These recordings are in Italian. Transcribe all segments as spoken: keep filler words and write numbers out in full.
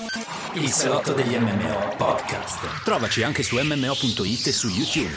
Il salotto degli M M O podcast. Trovaci anche su M M O punto it e su YouTube.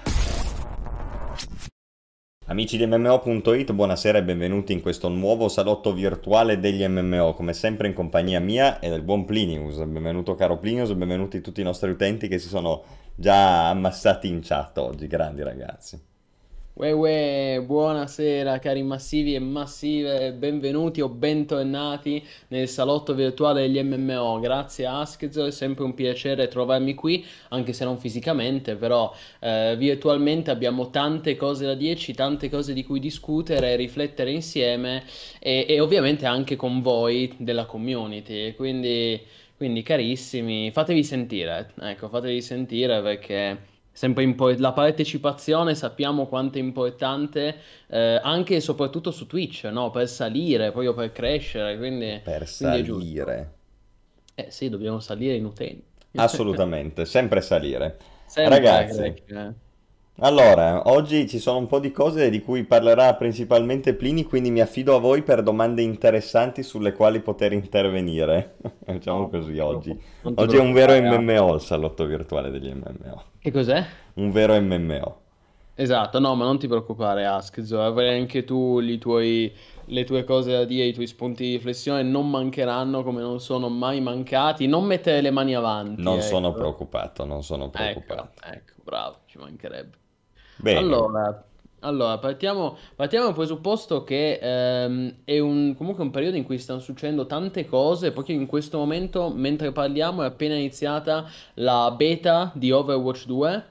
Amici di M M O punto it, buonasera e benvenuti in questo nuovo salotto virtuale degli M M O, come sempre in compagnia mia e del buon Plinius. Benvenuto caro Plinius e benvenuti tutti i nostri utenti che si sono già ammassati in chat oggi, grandi ragazzi. Uè uè, buonasera cari massivi e massive, benvenuti o bentornati nel salotto virtuale degli M M O. Grazie a Askzo, è sempre un piacere trovarmi qui, anche se non fisicamente, però eh, virtualmente abbiamo tante cose da dirci, tante cose di cui discutere, riflettere insieme e, e ovviamente anche con voi della community, quindi, quindi carissimi, fatevi sentire, ecco, fatevi sentire perché... Sempre impo- la partecipazione sappiamo quanto è importante eh, anche e soprattutto su Twitch, no? Per salire, proprio per crescere, quindi, Per quindi è giusto. salire. Eh sì, dobbiamo salire in utenti. Assolutamente, sempre salire. Sempre Ragazzi, crescere. allora, oggi ci sono un po' di cose di cui parlerà principalmente Plini, quindi mi affido a voi per domande interessanti sulle quali poter intervenire. Diciamo No, così non oggi. ti non ti Oggi è un vero preoccupare, M M O il salotto virtuale degli M M O. Che cos'è? Un vero M M O. Esatto, no, ma non ti preoccupare, Askzo, avrai anche tu i tuoi, le tue cose da dire, i tuoi spunti di riflessione non mancheranno come non sono mai mancati. Non mettere le mani avanti, Non sono ecco. preoccupato, non sono Ecco, preoccupato. ecco, bravo, ci mancherebbe. Bene, Allora, allora partiamo, partiamo dal presupposto che ehm, è un, comunque un periodo in cui stanno succedendo tante cose, perché in questo momento, mentre parliamo, è appena iniziata la beta di Overwatch due,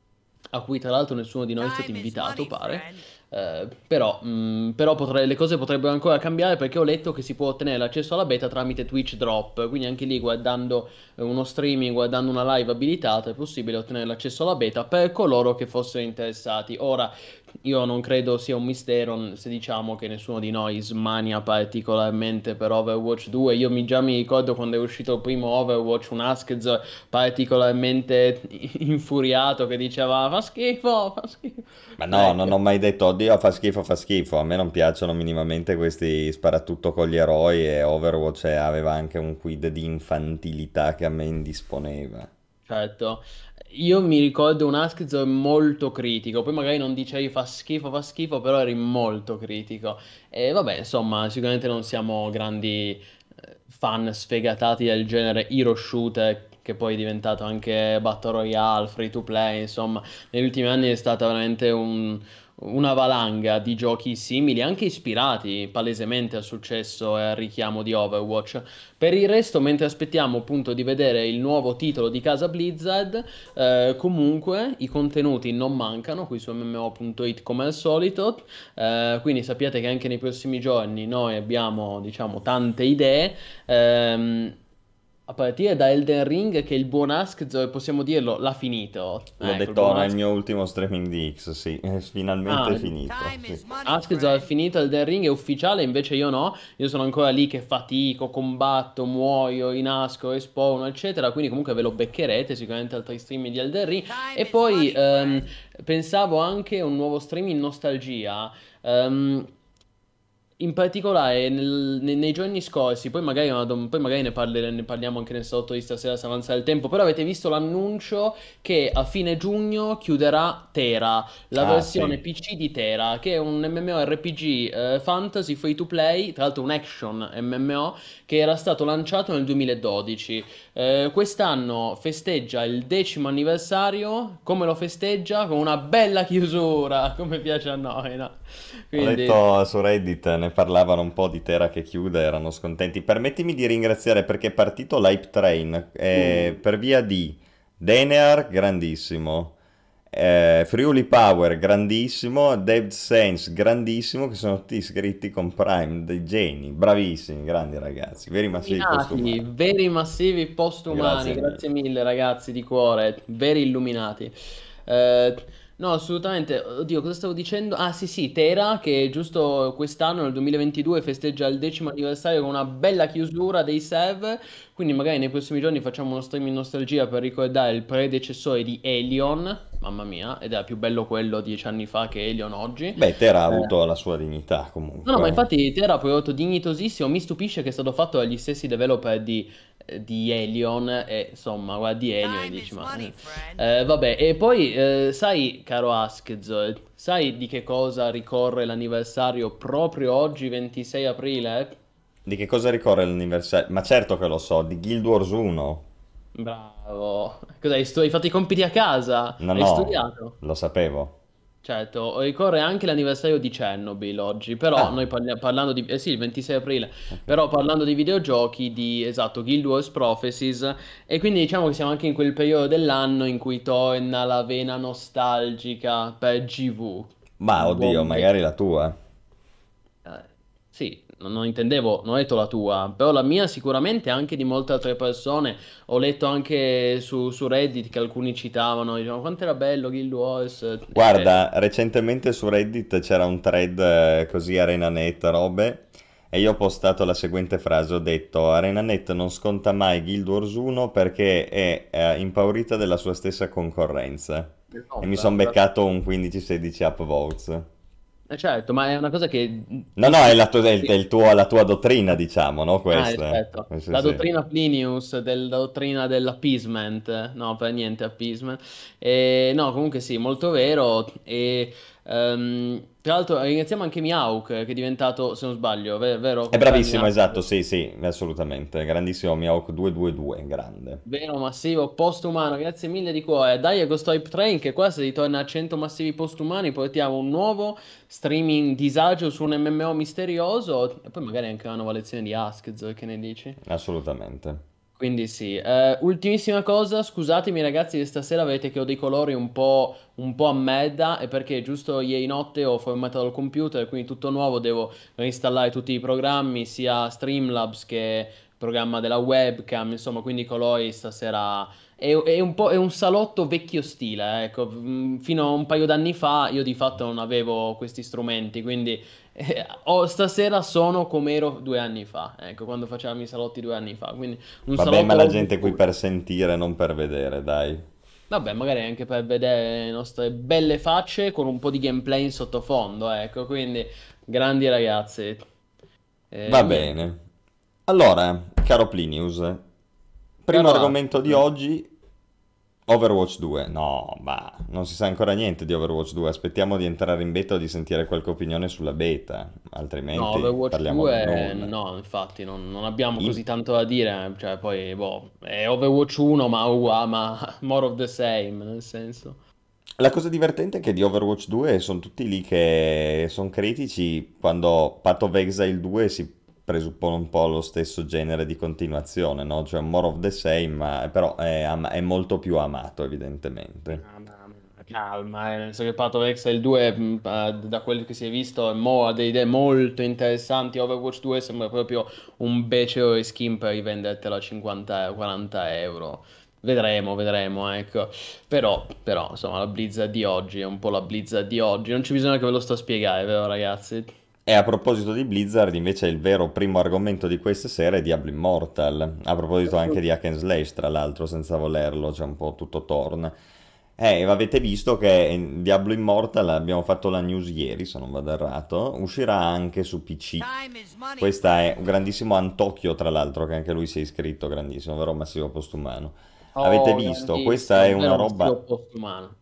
a cui tra l'altro nessuno di noi è stato invitato, pare. Eh, però mh, però potre- le cose potrebbero ancora cambiare perché ho letto che si può ottenere l'accesso alla beta tramite Twitch Drop, quindi anche lì guardando eh, uno streaming, guardando una live abilitata è possibile ottenere l'accesso alla beta per coloro che fossero interessati. Ora, io non credo sia un mistero se diciamo che nessuno di noi smania particolarmente per Overwatch due. Io mi, già mi ricordo quando è uscito il primo Overwatch, un Askz particolarmente infuriato che diceva fa schifo, fa schifo. ma no, Ecco. non ho mai detto, oddio, fa schifo, fa schifo. A me non piacciono minimamente questi sparatutto con gli eroi e Overwatch aveva anche un quid di infantilità che a me indisponeva. Certo, io mi ricordo un Askz molto critico, poi magari non dicevi fa schifo, fa schifo, però eri molto critico. E vabbè, insomma, sicuramente non siamo grandi eh, fan sfegatati del genere hero shooter, che poi è diventato anche Battle Royale, free to play, insomma, negli ultimi anni è stata veramente un- una valanga di giochi simili, anche ispirati palesemente al successo e al richiamo di Overwatch. Per il resto, mentre aspettiamo appunto di vedere il nuovo titolo di casa Blizzard, eh, comunque i contenuti non mancano qui su M M O punto it come al solito, eh, quindi sappiate che anche nei prossimi giorni noi abbiamo, diciamo, tante idee. ehm, A partire da Elden Ring, che il buon Askzo, possiamo dirlo, l'ha finito. L'ho Ecco, il detto buon nel Ask- mio ultimo streaming di X, sì, è finalmente Ah, finito. Sì. Askzo ha finito Elden Ring, è ufficiale, invece io no. Io sono ancora lì che fatico, combatto, muoio, rinasco, respawno, eccetera. Quindi comunque ve lo beccherete sicuramente altri streaming di Elden Ring. E poi ehm, pensavo anche a un nuovo stream in nostalgia. Ehm, In particolare nel- ne- nei giorni scorsi, poi magari, una dom- poi magari ne, parle- ne parliamo anche nel salotto di stasera se avanza il tempo, però avete visto l'annuncio che a fine giugno chiuderà Tera, la Ah, versione sì. P C di Tera, che è un MMORPG eh, fantasy free to play, tra l'altro un action M M O, che era stato lanciato nel duemiladodici. Eh, quest'anno festeggia il decimo anniversario, come lo festeggia? Con una bella chiusura, come piace a noi, no? Ho Quindi... letto su Reddit, ne parlavano un po' di Tera che chiude, erano scontenti. Permettimi di ringraziare perché è partito l'Hype Train eh, Uh. per via di Denear, grandissimo, eh, Friuli Power, grandissimo, Dead Sense, grandissimo, che sono tutti iscritti con Prime, dei geni, bravissimi, grandi ragazzi, veri massivi Illuminati, postumani. veri massivi Grazie postumani, mille. grazie mille ragazzi di cuore, veri illuminati. Eh, no, assolutamente, oddio, cosa stavo dicendo? Ah sì sì, Tera che giusto quest'anno nel duemilaventidue festeggia il decimo anniversario con una bella chiusura dei server, quindi magari nei prossimi giorni facciamo uno stream in nostalgia per ricordare il predecessore di Elion, mamma mia, ed era più bello quello dieci anni fa che Elion oggi. Beh, Tera ha Eh, avuto la sua dignità No, no, ma comunque. infatti Terra ha prodotto dignitosissimo. Mi stupisce che è stato fatto dagli stessi developer di eh, di Elion e insomma guardi Elion e dici ma eh, eh, vabbè. E poi eh, sai caro Askz, sai di che cosa ricorre l'anniversario proprio oggi ventisei aprile? Di che cosa ricorre l'anniversario? Ma certo che lo so, di Guild Wars uno. Bravo. Cos'hai stu- hai fatto i compiti a casa? No, Hai no, studiato? lo sapevo. Certo, ricorre anche l'anniversario di Chernobyl oggi, però Ah, noi parli- parlando di... Eh sì, il ventisei aprile, ok. però parlando di videogiochi, di, esatto, Guild Wars Prophecies, e quindi diciamo che siamo anche in quel periodo dell'anno in cui torna la vena nostalgica per G V, Ma il oddio, buon magari vecchio. la tua. Eh, sì, non, non intendevo, non ho detto la tua, però la mia sicuramente anche di molte altre persone. Ho letto anche su, su Reddit che alcuni citavano, dicevano quanto era bello Guild Wars. Eh, Guarda, recentemente su Reddit c'era un thread eh, così ArenaNet robe e io ho postato la seguente frase, ho detto ArenaNet non sconta mai Guild Wars uno perché è eh, impaurita della sua stessa concorrenza e no, mi bra- sono bra- beccato un quindici sedici upvotes. eh, certo, ma è una cosa che No, no, è, tutti... la, tua- è il- è il tuo- la tua dottrina, diciamo, no? Ah, Questa. aspetta, Eh, sì, la sì. dottrina Plinius, del- la dottrina dell'appeasement, no, per niente appeasement. E, no, comunque sì, molto vero. E ehm, tra l'altro ringraziamo anche Mihawk, che è diventato, se non sbaglio, ve- vero? È Confermi? bravissimo, esatto, sì, sì, assolutamente. Grandissimo Mihawk duecentoventidue, grande. Vero, massivo, postumano, grazie mille di cuore. Dai, a questo Hype Train che qua se ritorna a cento massivi postumani portiamo un nuovo streaming disagio su un M M O misterioso e poi magari anche una nuova lezione di Askz, che ne dici? Assolutamente. Quindi sì, Eh, ultimissima cosa, scusatemi ragazzi che stasera vedete che ho dei colori un po', un po' a merda e perché giusto ieri notte ho formattato il computer, quindi tutto nuovo, devo reinstallare tutti i programmi, sia Streamlabs che il programma della webcam, insomma, quindi i colori stasera... È, è un po', è un salotto vecchio stile, ecco. Mm, fino a un paio d'anni fa io di fatto non avevo questi strumenti, quindi eh, ho- stasera sono come ero due anni fa, ecco, quando facevamo i salotti due anni fa, quindi un Vabbè, ma salotto la old gente è qui school. per sentire, non per vedere, dai. Vabbè, magari anche per vedere le nostre belle facce con un po' di gameplay in sottofondo, ecco, quindi grandi ragazzi. E Va niente. bene. Allora, caro Plinius, primo Caro argomento di Asked, oggi, Overwatch due. No, ma non si sa ancora niente di Overwatch due. Aspettiamo di entrare in beta o di sentire qualche opinione sulla beta, no, altrimenti Overwatch parliamo del due nulla. no, infatti non, non abbiamo In- così tanto da dire, cioè poi, boh, è Overwatch uno ma, ua- ma more of the same, nel senso. La cosa divertente è che di Overwatch due sono tutti lì che sono critici quando Path of Exile due si presuppone un po' lo stesso genere di continuazione, no? Cioè more of the same, ma però è, am- è molto più amato evidentemente. Ah, ma- ma calma, eh, nel senso che Path of Exile due, mh, eh, da quello che si è visto, è mo- ha delle idee molto interessanti. Overwatch due sembra proprio un becero di skin per rivendertelo a cinquanta quaranta euro. Vedremo, vedremo, ecco. Però, però, insomma, la Blizzard di oggi è un po' la Blizzard di oggi. Non c'è bisogno che ve lo sto a spiegare, vero, ragazzi? E a proposito di Blizzard, invece il vero primo argomento di questa sera è Diablo Immortal. A proposito anche di Hack and Slash, tra l'altro, senza volerlo, c'è un po' tutto torna. Eh, avete visto che in Diablo Immortal, abbiamo fatto la news ieri, se non vado errato, uscirà anche su P C. Questa è un grandissimo Antocchio, tra l'altro, che anche lui si è iscritto, grandissimo, vero Massimo Postumano. Avete Oh, visto? Questa grandissimo, è una vero massivo roba postumano.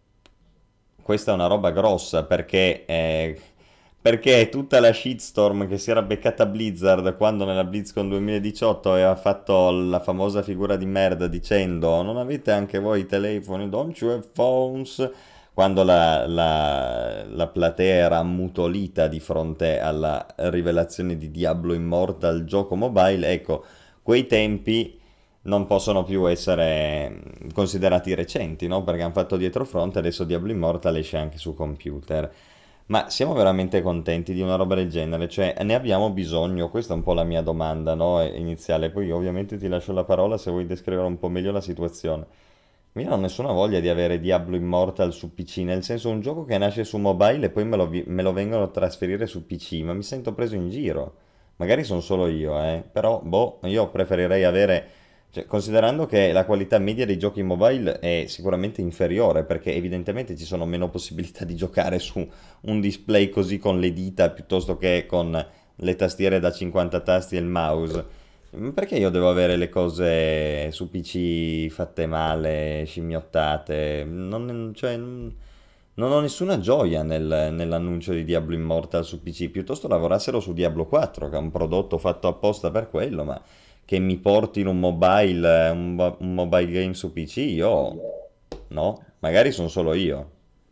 questa è una roba grossa perché, eh, perché è tutta la shitstorm che si era beccata Blizzard quando nella BlizzCon duemiladiciotto aveva fatto la famosa figura di merda dicendo non avete anche voi i telefoni, don't you have phones? Quando la, la, la platea era ammutolita di fronte alla rivelazione di Diablo Immortal, gioco mobile, ecco, quei tempi non possono più essere considerati recenti, no? Perché hanno fatto dietro fronte, adesso Diablo Immortal esce anche su computer. Ma siamo veramente contenti di una roba del genere? Cioè, ne abbiamo bisogno? Questa è un po' la mia domanda, no? Iniziale. Poi ovviamente ti lascio la parola se vuoi descrivere un po' meglio la situazione. Io non ho nessuna voglia di avere Diablo Immortal su P C, nel senso un gioco che nasce su mobile e poi me lo, vi- me lo vengono a trasferire su P C, ma mi sento preso in giro. Magari sono solo io, eh, però, boh, io preferirei avere, cioè, considerando che la qualità media dei giochi mobile è sicuramente inferiore, perché evidentemente ci sono meno possibilità di giocare su un display così con le dita piuttosto che con le tastiere da cinquanta tasti e il mouse. Perché io devo avere le cose su P C fatte male, scimmiottate? Non, cioè, non ho nessuna gioia nel- nell'annuncio di Diablo Immortal su P C. Piuttosto lavorassero su Diablo quattro, che è un prodotto fatto apposta per quello, ma che mi portino un mobile, un, mo- un mobile game su P C, io no, magari sono solo io.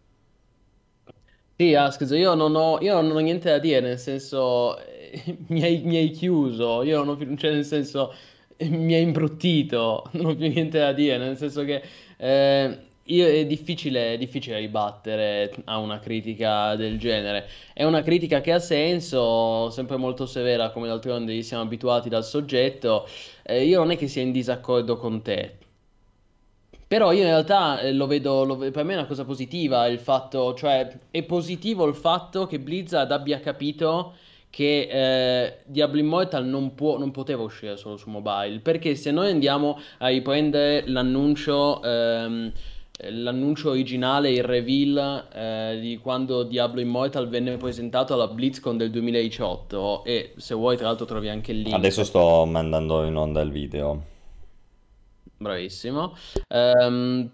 Sì, Askez, io non ho, io non ho niente da dire, nel senso, eh, mi hai, mi hai chiuso, io non ho più, cioè nel senso, eh, mi hai imbruttito, non ho più niente da dire, nel senso che eh, io- è difficile, è difficile ribattere a una critica del genere. È una critica che ha senso, sempre molto severa, come d'altronde siamo abituati dal soggetto. Eh, io non è che sia in disaccordo con te. Però io in realtà eh, lo vedo, lo ve- per me è una cosa positiva il fatto, cioè è positivo il fatto che Blizzard abbia capito che eh, Diablo Immortal non può, non poteva uscire solo su mobile, perché se noi andiamo a riprendere l'annuncio, ehm, eh, l'annuncio originale, il reveal eh, di quando Diablo Immortal venne presentato alla BlizzCon del duemiladiciotto, e se vuoi tra l'altro trovi anche il Adesso link. sto mandando in onda il video. Bravissimo. Ehm,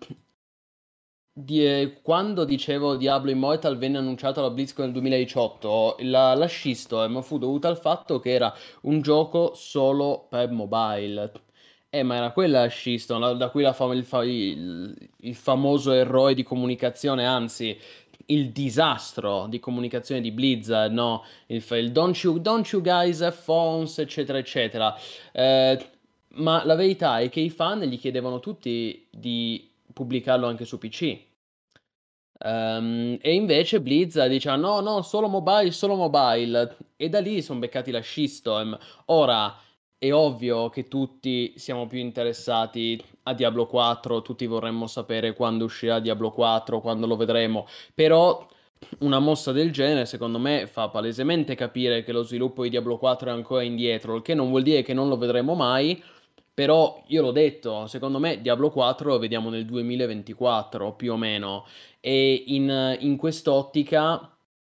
di- eh, quando dicevo Diablo Immortal venne annunciato alla BlizzCon nel duemiladiciotto, la, la shitstorm fu dovuta al fatto che era un gioco solo per mobile. Eh, ma era quella la shitstorm, la- da cui la fam- il, fa- il- il famoso errore di comunicazione, anzi, il disastro di comunicazione di Blizzard, no? Il, fa- il don't you, don't you guys have phones, eccetera, eccetera. Eh, ma la verità è che i fan gli chiedevano tutti di pubblicarlo anche su P C. Ehm, e invece Blizzard dice: no, no, solo mobile, solo mobile. E da lì sono beccati la shitstorm. Ora è ovvio che tutti siamo più interessati a Diablo quattro, tutti vorremmo sapere quando uscirà Diablo quattro, quando lo vedremo. Però una mossa del genere, secondo me, fa palesemente capire che lo sviluppo di Diablo quattro è ancora indietro, il che non vuol dire che non lo vedremo mai. Però io l'ho detto, secondo me Diablo quattro lo vediamo nel duemilaventiquattro più o meno. E in, in quest'ottica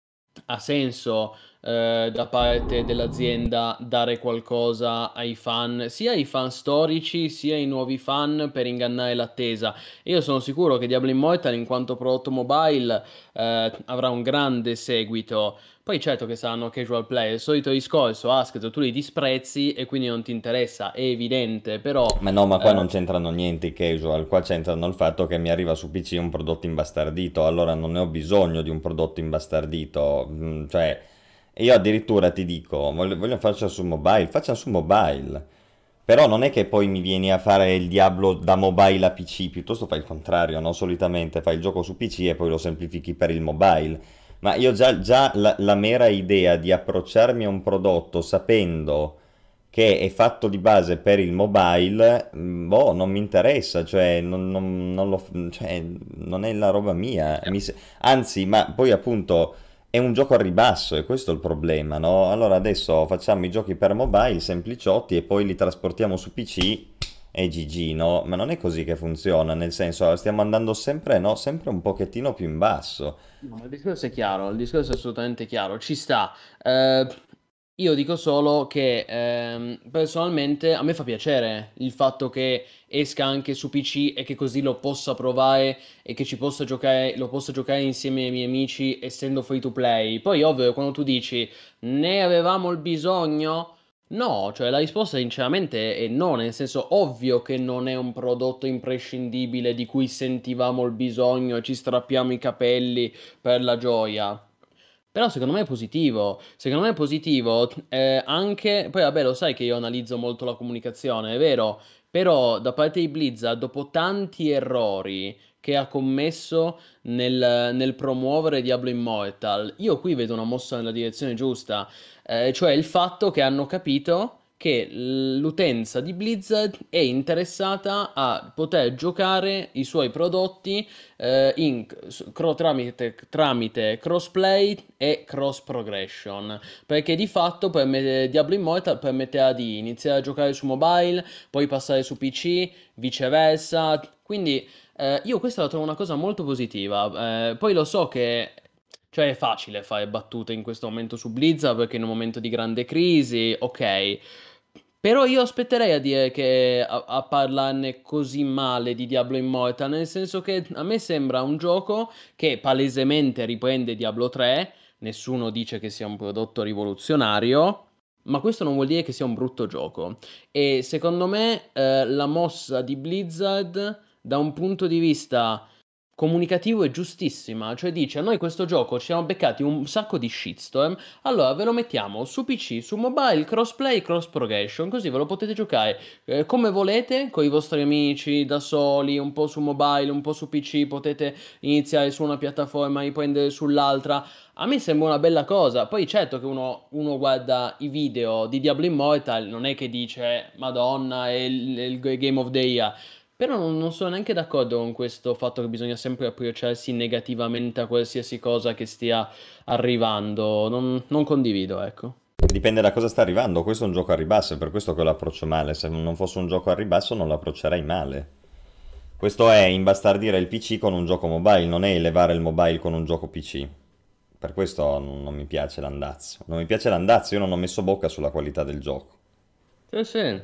ha senso eh, da parte dell'azienda dare qualcosa ai fan, sia ai fan storici, sia ai nuovi fan per ingannare l'attesa. Io sono sicuro che Diablo Immortal, in quanto prodotto mobile, eh, avrà un grande seguito. Poi certo che saranno casual play, il solito discorso, Asked, tu li disprezzi e quindi non ti interessa, è evidente, però Ma no, ma qua eh, non c'entrano niente i casual, qua c'entrano il fatto che mi arriva su P C un prodotto imbastardito, allora non ne ho bisogno di un prodotto imbastardito, mm, cioè io addirittura ti dico, voglio, voglio farcela su mobile, faccia su mobile, però non è che poi mi vieni a fare il diavolo da mobile a P C, piuttosto fai il contrario, no? Solitamente fai il gioco su P C e poi lo semplifichi per il mobile, ma io già, già la, la mera idea di approcciarmi a un prodotto sapendo che è fatto di base per il mobile, mm, boh, non mi interessa, cioè non, non- non lo, cioè, non è la roba mia. Mi se- anzi, ma poi appunto è un gioco a ribasso e questo è il problema, no? Allora adesso facciamo i giochi per mobile sempliciotti e poi li trasportiamo su P C e G G, no? Ma non è così che funziona, nel senso stiamo andando sempre, no? Sempre un pochettino più in basso. no, ma il discorso è chiaro, il discorso è assolutamente chiaro, ci sta. Eh, io dico solo che ehm, personalmente a me fa piacere il fatto che esca anche su P C e che così lo possa provare e che ci possa giocare, lo possa giocare insieme ai miei amici essendo free to play. Poi, ovvio, quando tu dici ne avevamo il bisogno? No, cioè la risposta sinceramente è no, nel senso ovvio che non è un prodotto imprescindibile di cui sentivamo il bisogno e ci strappiamo i capelli per la gioia. Però secondo me è positivo, secondo me è positivo eh, anche, poi vabbè lo sai che io analizzo molto la comunicazione, è vero, però da parte di Blizzard, dopo tanti errori che ha commesso nel, nel promuovere Diablo Immortal, io qui vedo una mossa nella direzione giusta, eh, cioè il fatto che hanno capito che l'utenza di Blizzard è interessata a poter giocare i suoi prodotti eh, in, cro- tramite, tramite crossplay e cross progression, perché di fatto permette- Diablo Immortal permetterà di iniziare a giocare su mobile, poi passare su P C, viceversa. Quindi eh, io questa la trovo una cosa molto positiva. Eh, poi lo so che cioè è facile fare battute in questo momento su Blizzard perché in un momento di grande crisi, ok. Però io aspetterei a dire che a, a parlarne così male di Diablo Immortal, nel senso che a me sembra un gioco che palesemente riprende Diablo tre, nessuno dice che sia un prodotto rivoluzionario, ma questo non vuol dire che sia un brutto gioco. E secondo me eh, la mossa di Blizzard da un punto di vista comunicativo è giustissima, cioè dice a noi questo gioco ci siamo beccati un sacco di shitstorm, allora ve lo mettiamo su P C, su mobile, crossplay, cross progression, così ve lo potete giocare eh, come volete, con i vostri amici, da soli, un po' su mobile, un po' su P C, potete iniziare su una piattaforma, riprendere sull'altra. A me sembra una bella cosa. Poi certo che uno, uno guarda i video di Diablo Immortal, non è che dice Madonna, è il, è il Game of the Year. Però non, non sono neanche d'accordo con questo fatto che bisogna sempre approcciarsi negativamente a qualsiasi cosa che stia arrivando. Non, non condivido, ecco. Dipende da cosa sta arrivando, questo è un gioco a ribasso, è per questo che lo approccio male, se non fosse un gioco a ribasso non lo approccerei male. Questo è imbastardire il P C con un gioco mobile, non è elevare il mobile con un gioco P C. Per questo non, non mi piace l'andazzo. Non mi piace l'andazzo, io non ho messo bocca sulla qualità del gioco. Sì, sì.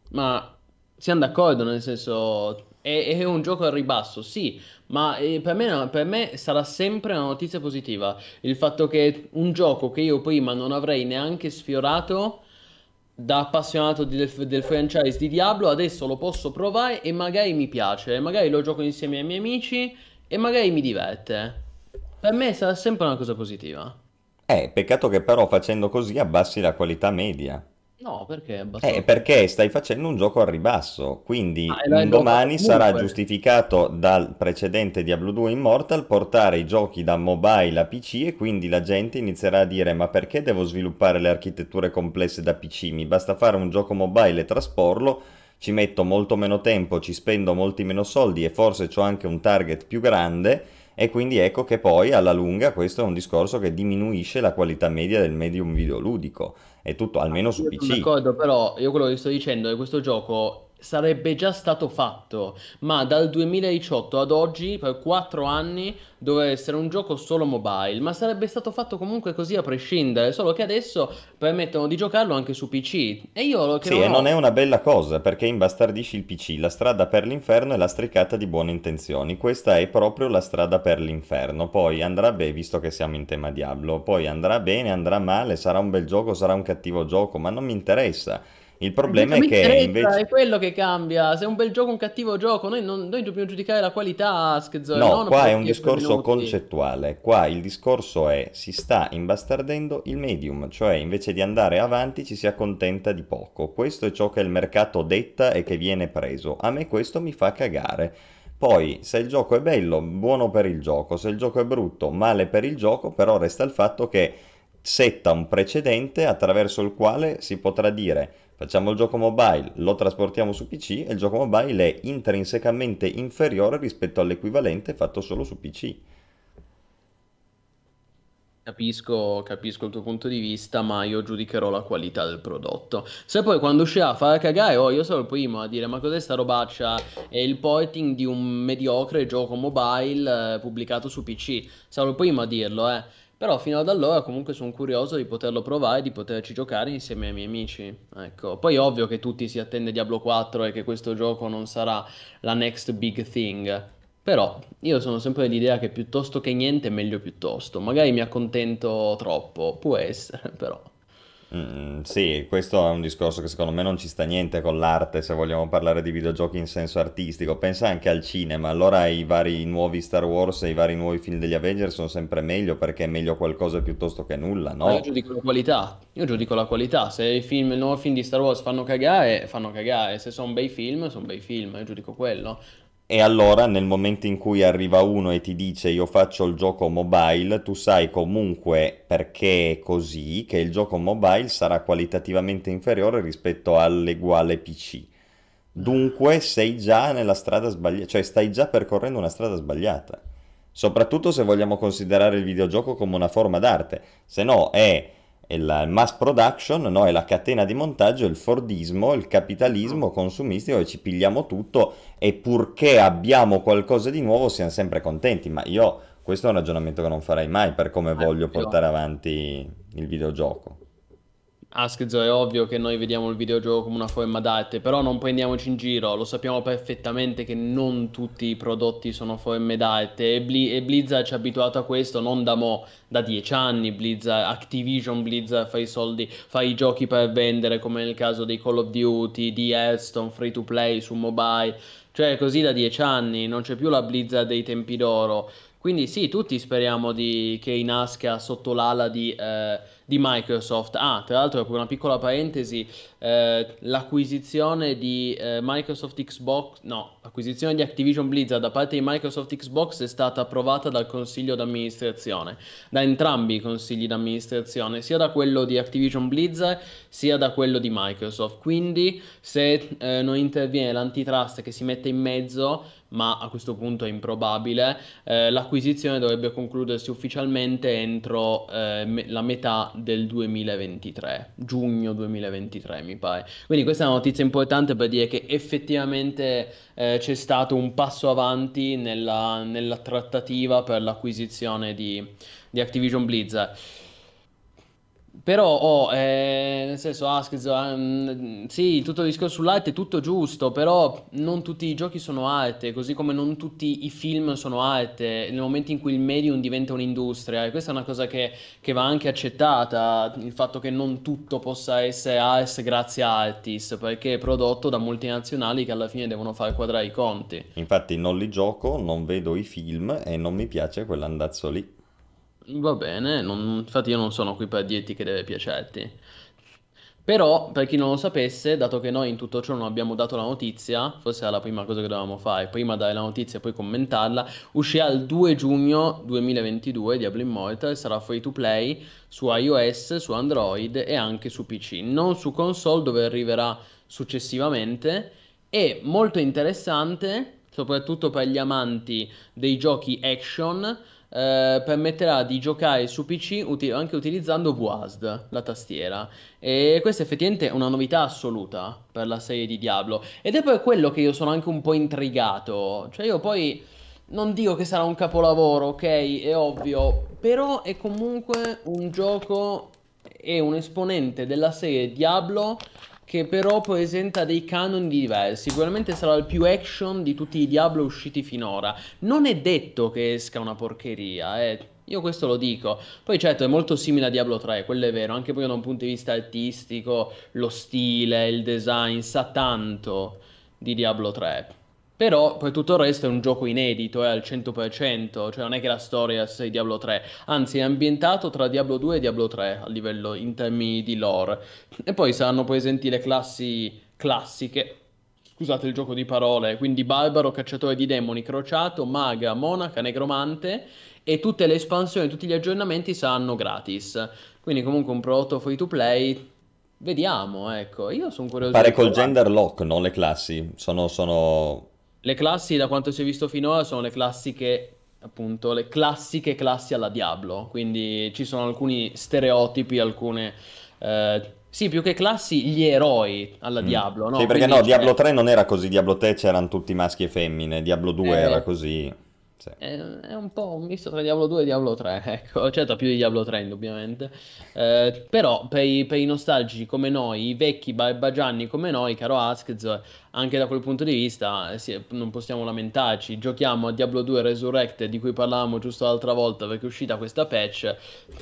Ma siamo d'accordo, nel senso, è, è un gioco al ribasso, sì, ma eh, per me, per me sarà sempre una notizia positiva. Il fatto che un gioco che io prima non avrei neanche sfiorato, da appassionato di- del, del franchise di Diablo, adesso lo posso provare e magari mi piace, magari lo gioco insieme ai miei amici e magari mi diverte. Per me sarà sempre una cosa positiva. Eh, peccato che però facendo così abbassi la qualità media. No, perché è Eh, abbastanza... perché stai facendo un gioco al ribasso, Ah, quindi e un l'abbiamo fatto domani sarà comunque. giustificato dal precedente Diablo due Immortal portare i giochi da mobile a P C e quindi la gente inizierà a dire ma perché devo sviluppare le architetture complesse da P C? Mi basta fare un gioco mobile e trasporlo, ci metto molto meno tempo, ci spendo molti meno soldi e forse ho anche un target più grande e quindi ecco che poi alla lunga questo è un discorso che diminuisce la qualità media del medium videoludico. È tutto almeno su Io sono P C. d'accordo, però io quello che sto dicendo è che questo gioco sarebbe già stato fatto, ma dal duemiladiciotto ad oggi, per quattro anni, doveva essere un gioco solo mobile, ma sarebbe stato fatto comunque così a prescindere, solo che adesso permettono di giocarlo anche su P C. E io lo- che Sì, non e non è ho... una bella cosa perché imbastardisci il P C, la strada per l'inferno è lastricata di buone intenzioni, questa è proprio la strada per l'inferno, poi andrà bene, visto che siamo in tema Diablo, poi andrà bene, andrà male, sarà un bel gioco, sarà un cattivo gioco, ma non mi interessa. Il Invece problema a è me che interessa, invece... è quello che cambia. Se è un bel gioco o un cattivo gioco, noi, non- noi dobbiamo giudicare la qualità, Askzor, No, non qua per è un dieci discorso minuti. concettuale, qua il discorso è si sta imbastardendo il medium, cioè invece di andare avanti ci si accontenta di poco. Questo è ciò che il mercato detta e che viene preso. A me questo mi fa cagare. Poi, se il gioco è bello, buono per il gioco, se il gioco è brutto, male per il gioco, però resta il fatto che setta un precedente attraverso il quale si potrà dire facciamo il gioco mobile, lo trasportiamo su P C e il gioco mobile è intrinsecamente inferiore rispetto all'equivalente fatto solo su P C. Capisco, capisco il tuo punto di vista, ma io giudicherò la qualità del prodotto. Se poi quando uscirà a fare cagare, oh, io sarò il primo a dire: ma cos'è sta robaccia? È il porting di un mediocre gioco mobile eh, pubblicato su P C. Sarò il primo a dirlo, eh. Però fino ad allora comunque sono curioso di poterlo provare e di poterci giocare insieme ai miei amici. Ecco. Poi è ovvio che tutti si attende Diablo quattro e che questo gioco non sarà la next big thing. Però io sono sempre dell'idea che piuttosto che niente, meglio piuttosto. Magari mi accontento troppo, può essere, però. Mm, sì, questo è un discorso che secondo me non ci sta niente con l'arte se vogliamo parlare di videogiochi in senso artistico. Pensa anche al cinema, allora i vari nuovi Star Wars e i vari nuovi film degli Avengers sono sempre meglio perché è meglio qualcosa piuttosto che nulla, No, io no? giudico la qualità. Io giudico la qualità. Se i film, il nuovo film di Star Wars fanno cagare, fanno cagare. Se sono bei film, sono bei film. Io giudico quello. E allora nel momento in cui arriva uno e ti dice io faccio il gioco mobile, tu sai comunque perché è così, che il gioco mobile sarà qualitativamente inferiore rispetto all'eguale P C. Dunque sei già nella strada sbagliata, cioè stai già percorrendo una strada sbagliata. Soprattutto se vogliamo considerare il videogioco come una forma d'arte, se no è il mass production, no? È la catena di montaggio, il Fordismo, il capitalismo consumistico e ci pigliamo tutto e purché abbiamo qualcosa di nuovo siamo sempre contenti, ma io questo è un ragionamento che non farei mai per come Eh, voglio io- portare avanti il videogioco. Askzo, è ovvio che noi vediamo il videogioco come una forma d'arte, però non prendiamoci in giro, lo sappiamo perfettamente che non tutti i prodotti sono forme d'arte e, Bli- e Blizzard ci ha abituato a questo non da mo', da dieci anni. Blizzard, Activision Blizzard fa i soldi, fa i giochi per vendere, come nel caso dei Call of Duty, di Hearthstone, free to play su mobile, cioè così da dieci anni, non c'è più la Blizzard dei tempi d'oro. Quindi sì, tutti speriamo di, che nasca sotto l'ala di, eh, di Microsoft. Ah, tra l'altro, per una piccola parentesi, eh, l'acquisizione di eh, Microsoft Xbox, no, l'acquisizione di Activision Blizzard da parte di Microsoft Xbox è stata approvata dal consiglio d'amministrazione, da entrambi i consigli d'amministrazione, sia da quello di Activision Blizzard sia da quello di Microsoft. Quindi, se eh, non interviene l'antitrust che si mette in mezzo, ma a questo punto è improbabile, eh, l'acquisizione dovrebbe concludersi ufficialmente entro eh, me- la metà del duemilaventitré, giugno duemilaventitré mi pare. Quindi questa è una notizia importante per dire che effettivamente eh, c'è stato un passo avanti nella, nella trattativa per l'acquisizione di, di Activision Blizzard. Però, oh, eh, nel senso, Askz, ehm, sì, tutto il discorso sull'arte è tutto giusto, però non tutti i giochi sono arte, così come non tutti i film sono arte, nel momento in cui il medium diventa un'industria, e questa è una cosa che, che va anche accettata, il fatto che non tutto possa essere arte grazie a artist, perché è prodotto da multinazionali che alla fine devono far quadrare i conti. Infatti non li gioco, non vedo i film e non mi piace quell'andazzo lì. Va bene, non- infatti io non sono qui per dirti che deve piacerti. Però, per chi non lo sapesse, dato che noi in tutto ciò non abbiamo dato la notizia, forse era la prima cosa che dovevamo fare, prima dare la notizia e poi commentarla, uscirà il due giugno duemilaventidue Diablo Immortal, sarà free to play su iOS, su Android e anche su P C, non su console dove arriverà successivamente, e molto interessante, soprattutto per gli amanti dei giochi action, eh, permetterà di giocare su P C uti- anche utilizzando W A S D, la tastiera. E questa effettivamente è una novità assoluta per la serie di Diablo. Ed è per quello che io sono anche un po' intrigato. Cioè io poi non dico che sarà un capolavoro, ok? È ovvio. Però è comunque un gioco e un esponente della serie Diablo che però presenta dei canoni diversi. Sicuramente sarà il più action di tutti i Diablo usciti finora. Non è detto che esca una porcheria, eh. Io questo lo dico. Poi certo è molto simile a Diablo tre, quello è vero, anche poi da un punto di vista artistico, lo stile, il design, sa tanto di Diablo tre. Però poi tutto il resto è un gioco inedito, è al cento per cento, cioè non è che la storia sia di Diablo tre, anzi è ambientato tra Diablo due e Diablo tre a livello in termini di lore. E poi saranno presenti le classi classiche, scusate il gioco di parole, quindi barbaro, cacciatore di demoni, crociato, maga, monaca, negromante, e tutte le espansioni, tutti gli aggiornamenti saranno gratis. Quindi comunque un prodotto free to play. Vediamo, ecco, io sono curioso Pare di col provare. gender lock, non le classi. Sono, sono... Le classi, da quanto si è visto finora, sono le classiche, appunto, le classiche classi alla Diablo. Quindi ci sono alcuni stereotipi, alcune... eh, sì, più che classi, gli eroi alla Mm. Diablo, Sì, no? perché Quindi no, c'è... Diablo tre non era così, Diablo tre c'erano tutti maschi e femmine, Diablo due era eh, così. Sì. È, è un po' un misto tra Diablo due e Diablo tre, ecco, certo più di Diablo tre indubbiamente. Eh, però per i, per i nostalgici come noi, i vecchi barbagianni come noi, caro Askz, anche da quel punto di vista eh, sì, non possiamo lamentarci. Giochiamo a Diablo due Resurrected di cui parlavamo giusto l'altra volta perché è uscita questa patch,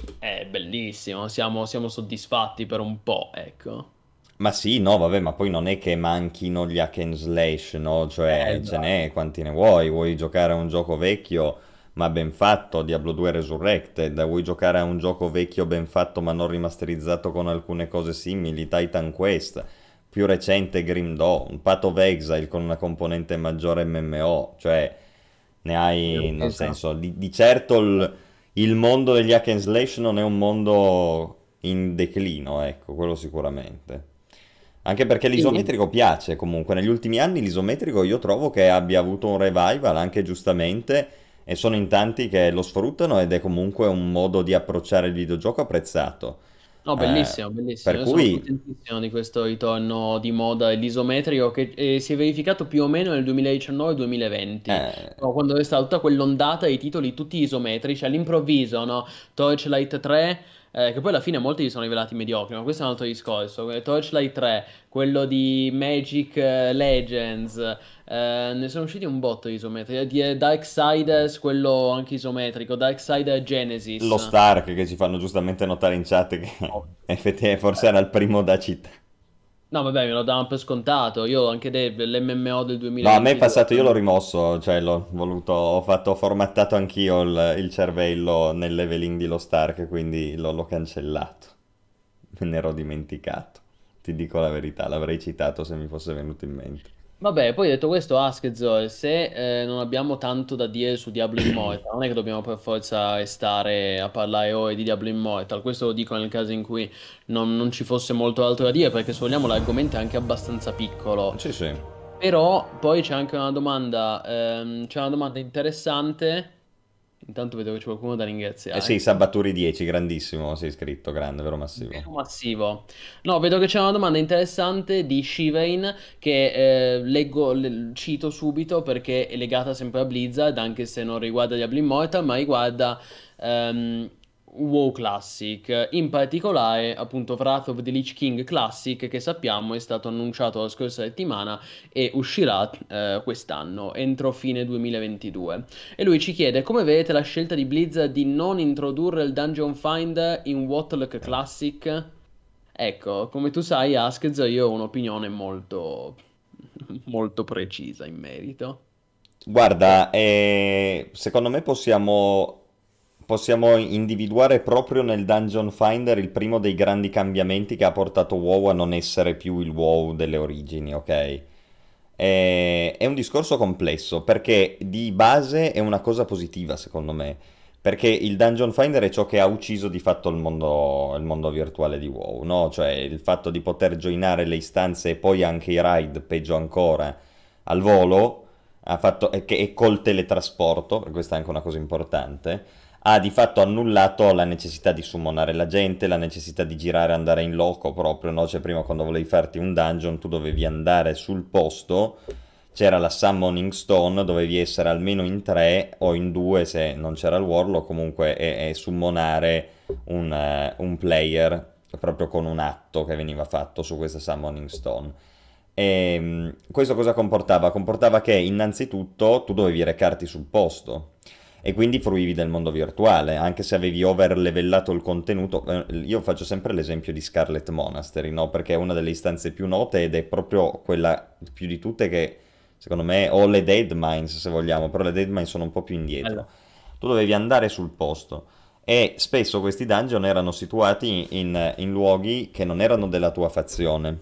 è bellissimo, siamo, siamo soddisfatti per un po', ecco. Ma sì, no, vabbè, ma poi non è che manchino gli hack and slash, no? Eh, Cioè, ce esatto. n'è, quanti ne vuoi? Vuoi giocare a un gioco vecchio, ma ben fatto, Diablo due Resurrected? Vuoi giocare a un gioco vecchio ben fatto, ma non rimasterizzato con alcune cose simili? Titan Quest, più recente Grim Dawn, Path of Exile con una componente maggiore M M O, cioè, ne hai, nel Esatto. senso, di, di certo il, il mondo degli hack and slash non è un mondo in declino, ecco, quello sicuramente. Anche perché Sì. l'isometrico piace comunque, negli ultimi anni l'isometrico io trovo che abbia avuto un revival anche giustamente e sono in tanti che lo sfruttano ed è comunque un modo di approcciare il videogioco apprezzato. No, Eh, bellissimo, bellissimo. per Io sono cui contentissimo di questo ritorno di moda dell'isometrico che eh, si è verificato più o meno nel duemiladiciannove-duemilaventi, eh, no, quando è stata tutta quell'ondata di titoli tutti isometrici all'improvviso, no? Torchlight tre, eh, che poi alla fine molti si sono rivelati mediocri, ma questo è un altro discorso. Eh, Torchlight tre, quello di Magic eh, Legends, eh, ne sono usciti un botto di isometrici. Di eh, Darksiders, quello anche isometrico, Darksiders Lo Genesis. Stark che ci fanno giustamente notare in chat che Oh. effettivamente forse era il primo da città. No, vabbè, me lo davano per scontato. Io anche l'M M O del No, a me è duemilaventidue. passato, io l'ho rimosso, cioè l'ho voluto, ho fatto, ho formattato anch'io il, il cervello nel leveling di Lo Stark, quindi l'ho l'ho cancellato. Me ne ero dimenticato. Ti dico la verità, l'avrei citato se mi fosse venuto in mente. Vabbè, poi detto questo, Askezzo, se eh, non abbiamo tanto da dire su Diablo Immortal, non è che dobbiamo per forza stare a parlare ore di Diablo Immortal, questo lo dico nel caso in cui non, non ci fosse molto altro da dire, perché se vogliamo l'argomento è anche abbastanza piccolo. Sì, sì. Però poi c'è anche una domanda, ehm, c'è una domanda interessante, intanto vedo che c'è qualcuno da Eh sì, ringraziare. Sabaturi dieci, grandissimo, sei iscritto, grande, vero massivo. Vero massivo. No, vedo che c'è una domanda interessante di Shivain che eh, leggo, le- cito subito perché è legata sempre a Blizzard, anche se non riguarda Diablo Immortal, ma riguarda ehm, WoW Classic. In particolare, appunto, Wrath of the Lich King Classic, che sappiamo è stato annunciato la scorsa settimana e uscirà eh, quest'anno, entro fine duemilaventidue. E lui ci chiede come vedete la scelta di Blizzard di non introdurre il Dungeon Finder in Warlock Classic? Ecco, come tu sai, Askez, io ho un'opinione molto, molto precisa in merito. E- Guarda, eh, secondo me possiamo, possiamo individuare proprio nel Dungeon Finder il primo dei grandi cambiamenti che ha portato WoW a non essere più il WoW delle origini, ok? È, è un discorso complesso perché di base è una cosa positiva, secondo me, perché il Dungeon Finder è ciò che ha ucciso di fatto il mondo, il mondo virtuale di WoW, no? Cioè il fatto di poter joinare le istanze e poi anche i raid, peggio ancora, al volo ha fatto, e, che, e col teletrasporto, e questa è anche una cosa importante, ha di fatto annullato la necessità di summonare la gente, la necessità di girare e andare in loco proprio, no? Cioè prima quando volevi farti un dungeon tu dovevi andare sul posto, c'era la Summoning Stone, dovevi essere almeno in tre o in due se non c'era il Warlock, comunque e, e summonare un, eh, un player proprio con un atto che veniva fatto su questa Summoning Stone. E, mh, questo cosa comportava? Comportava che innanzitutto tu dovevi recarti sul posto e quindi fruivi del mondo virtuale, anche se avevi overlevellato il contenuto. Eh, Io faccio sempre l'esempio di Scarlet Monastery, no? Perché è una delle istanze più note ed è proprio quella più di tutte che, secondo me, o le Dead Mines se vogliamo, però le Dead Mines sono un po' più indietro. Bello. Tu dovevi andare sul posto e spesso questi dungeon erano situati in, in luoghi che non erano della tua fazione.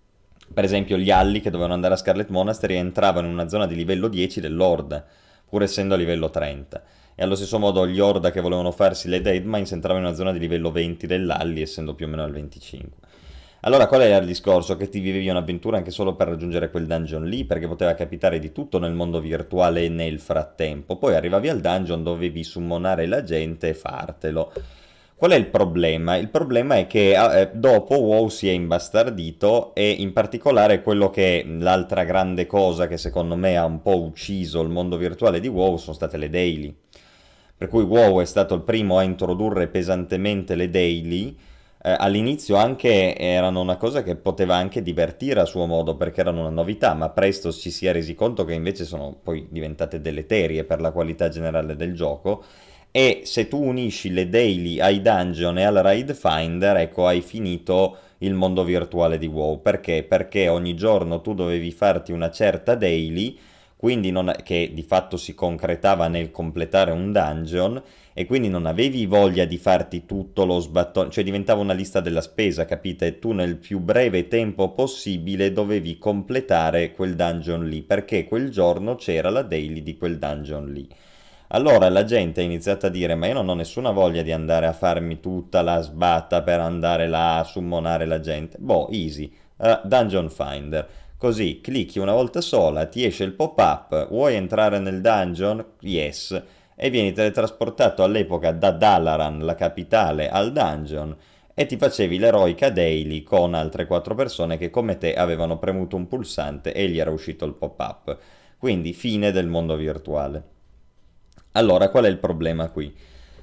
Per esempio gli Alli che dovevano andare a Scarlet Monastery entravano in una zona di livello dieci dell'Horde, pur essendo a livello trenta. E allo stesso modo gli Horda che volevano farsi le Dead Mines entravano in una zona di livello venti dell'Alli, essendo più o meno al venticinque. Allora qual era il discorso? Che ti vivevi un'avventura anche solo per raggiungere quel dungeon lì, perché poteva capitare di tutto nel mondo virtuale nel frattempo. Poi arrivavi al dungeon, dovevi summonare la gente e fartelo. Qual è il problema? Il problema è che eh, dopo WoW si è imbastardito e in particolare quello che l'altra grande cosa che secondo me ha un po' ucciso il mondo virtuale di WoW sono state le daily. Per cui WoW è stato il primo a introdurre pesantemente le daily. Eh, all'inizio anche erano una cosa che poteva anche divertire a suo modo perché erano una novità, ma presto ci si è resi conto che invece sono poi diventate deleterie per la qualità generale del gioco. E se tu unisci le daily ai dungeon e al raid finder, ecco, hai finito il mondo virtuale di WoW. Perché? Perché ogni giorno tu dovevi farti una certa daily, quindi non, che di fatto si concretava nel completare un dungeon, e quindi non avevi voglia di farti tutto lo sbattone, cioè diventava una lista della spesa, capite? E tu nel più breve tempo possibile dovevi completare quel dungeon lì, perché quel giorno c'era la daily di quel dungeon lì. Allora la gente ha iniziato a dire: ma io non ho nessuna voglia di andare a farmi tutta la sbatta per andare là a summonare la gente. Boh, easy, uh, Dungeon Finder. Così clicchi una volta sola, ti esce il pop-up, vuoi entrare nel dungeon? Yes. E vieni teletrasportato all'epoca da Dalaran, la capitale, al dungeon e ti facevi l'eroica daily con altre quattro persone che come te avevano premuto un pulsante e gli era uscito il pop-up. Quindi fine del mondo virtuale. Allora, qual è il problema qui?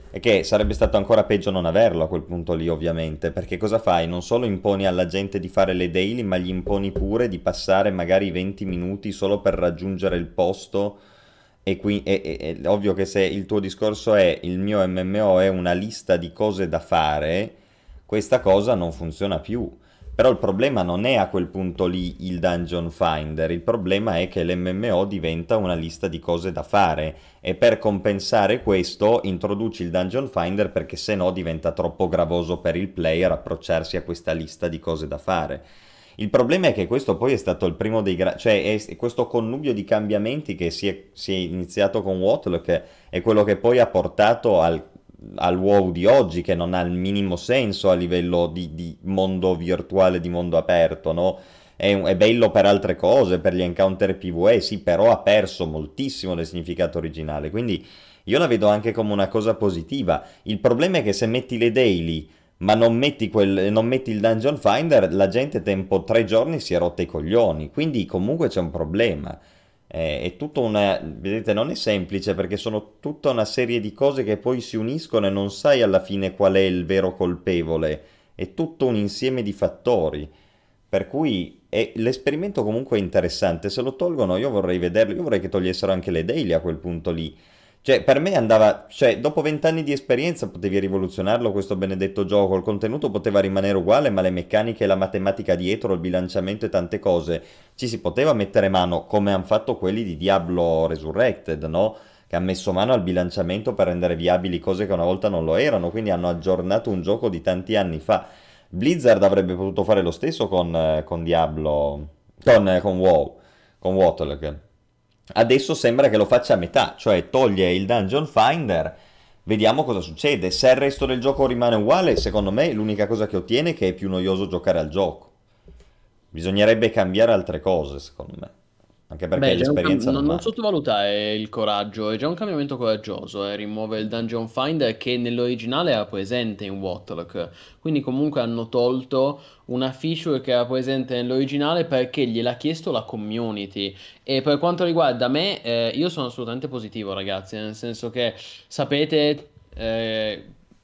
E che sarebbe stato ancora peggio non averlo a quel punto lì, ovviamente, perché cosa fai? Non solo imponi alla gente di fare le daily, ma gli imponi pure di passare magari venti minuti solo per raggiungere il posto. E qui è, è- è ovvio che se il tuo discorso è il mio M M O è una lista di cose da fare, questa cosa non funziona più. Però il problema non è a quel punto lì il Dungeon Finder, il problema è che l'M M O diventa una lista di cose da fare e per compensare questo introduci il Dungeon Finder perché se no diventa troppo gravoso per il player approcciarsi a questa lista di cose da fare. Il problema è che questo poi è stato il primo dei grandi, cioè è questo connubio di cambiamenti che si è, si è iniziato con Watlock è quello che poi ha portato al, al WoW di oggi, che non ha il minimo senso a livello di, di mondo virtuale, di mondo aperto, no? È, è bello per altre cose, per gli encounter PvE, sì, però ha perso moltissimo del significato originale, quindi io la vedo anche come una cosa positiva. Il problema è che se metti le daily ma non metti, quel, non metti il Dungeon Finder, la gente tempo tre giorni si è rotta i coglioni, quindi comunque c'è un problema. Eh, è tutto una, vedete, non è semplice perché sono tutta una serie di cose che poi si uniscono e non sai alla fine qual è il vero colpevole, è tutto un insieme di fattori. Per cui è- l'esperimento comunque è interessante, se lo tolgono io vorrei vederlo, io vorrei che togliessero anche le daily a quel punto lì. Cioè, per me andava, cioè, dopo vent'anni di esperienza potevi rivoluzionarlo questo benedetto gioco, il contenuto poteva rimanere uguale, ma le meccaniche, la matematica dietro, il bilanciamento e tante cose, ci si poteva mettere mano, come hanno fatto quelli di Diablo Resurrected, no? Che hanno messo mano al bilanciamento per rendere viabili cose che una volta non lo erano, quindi hanno aggiornato un gioco di tanti anni fa. Blizzard avrebbe potuto fare lo stesso con, eh, con Diablo, con, eh, con WoW, con Warlock. Adesso sembra che lo faccia a metà, cioè toglie il Dungeon Finder, vediamo cosa succede. Se il resto del gioco rimane uguale, secondo me l'unica cosa che ottiene è che è più noioso giocare al gioco. Bisognerebbe cambiare altre cose, secondo me. Anche perché Beh, già è un cam- l'esperienza non non, non manca. sottovalutare il coraggio, è già un cambiamento coraggioso, eh, rimuovere il Dungeon Finder che nell'originale era presente in Warlock, quindi comunque hanno tolto una feature che era presente nell'originale perché gliel'ha chiesto la community. E per quanto riguarda me, eh, io sono assolutamente positivo, ragazzi, nel senso che sapete... eh,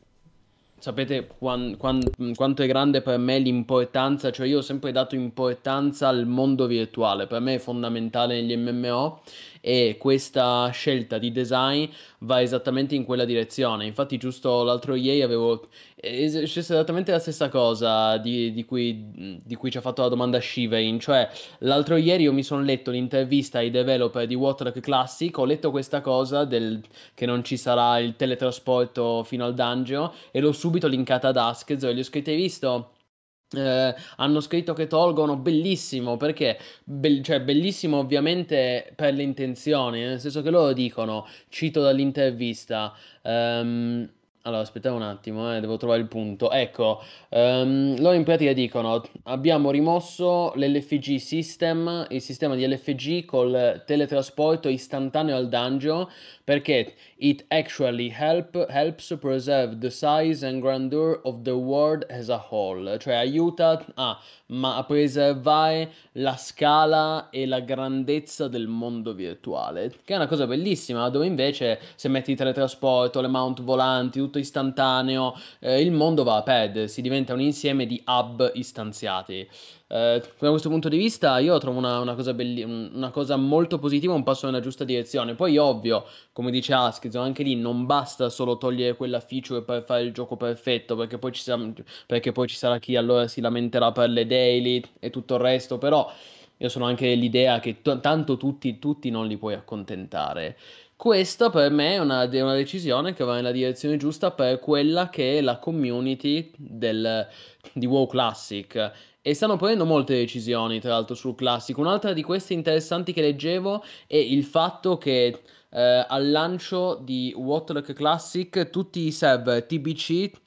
Sapete quan- quan- quanto è grande per me l'importanza, cioè io ho sempre dato importanza al mondo virtuale, per me è fondamentale negli M M O e questa scelta di design va esattamente in quella direzione. Infatti giusto l'altro ieri avevo è successa esattamente la stessa cosa di, di cui, di cui ci ha fatto la domanda Shivein, cioè l'altro ieri io mi sono letto l'intervista ai developer di Waterlock Classic, ho letto questa cosa del, che non ci sarà il teletrasporto fino al dungeon e l'ho subito linkata ad Askez e gli ho scritto, hai visto? Eh, hanno scritto che tolgono, bellissimo, perché Bell- cioè, bellissimo ovviamente per le intenzioni, nel senso che loro dicono, cito dall'intervista, ehm, allora aspettate un attimo, eh, devo trovare il punto, ecco, ehm, loro in pratica dicono, abbiamo rimosso l'L F G system, il sistema di L F G col teletrasporto istantaneo al dungeon, perché it actually help, helps preserve the size and grandeur of the world as a whole, cioè aiuta a, ma a preservare la scala e la grandezza del mondo virtuale, che è una cosa bellissima, dove invece se metti il teletrasporto, le mount volanti, tutto istantaneo, eh, il mondo va a perdere, si diventa un insieme di hub istanziati. Eh, da questo punto di vista io trovo una, una cosa belli- un- una cosa molto positiva, un passo nella giusta direzione. Poi ovvio, come dice Askizzo, anche lì non basta solo togliere quella feature per fare il gioco perfetto, perché poi ci sarà, perché poi ci sarà chi allora si lamenterà per le daily e tutto il resto, però io sono anche dell'idea che t- tanto tutti, tutti non li puoi accontentare. Questa per me è una, è una decisione che va nella direzione giusta per quella che è la community del, di WoW Classic. E stanno prendendo molte decisioni, tra l'altro, sul Classic. Un'altra di queste interessanti che leggevo è il fatto che eh, al lancio di Warlock Classic tutti i server T B C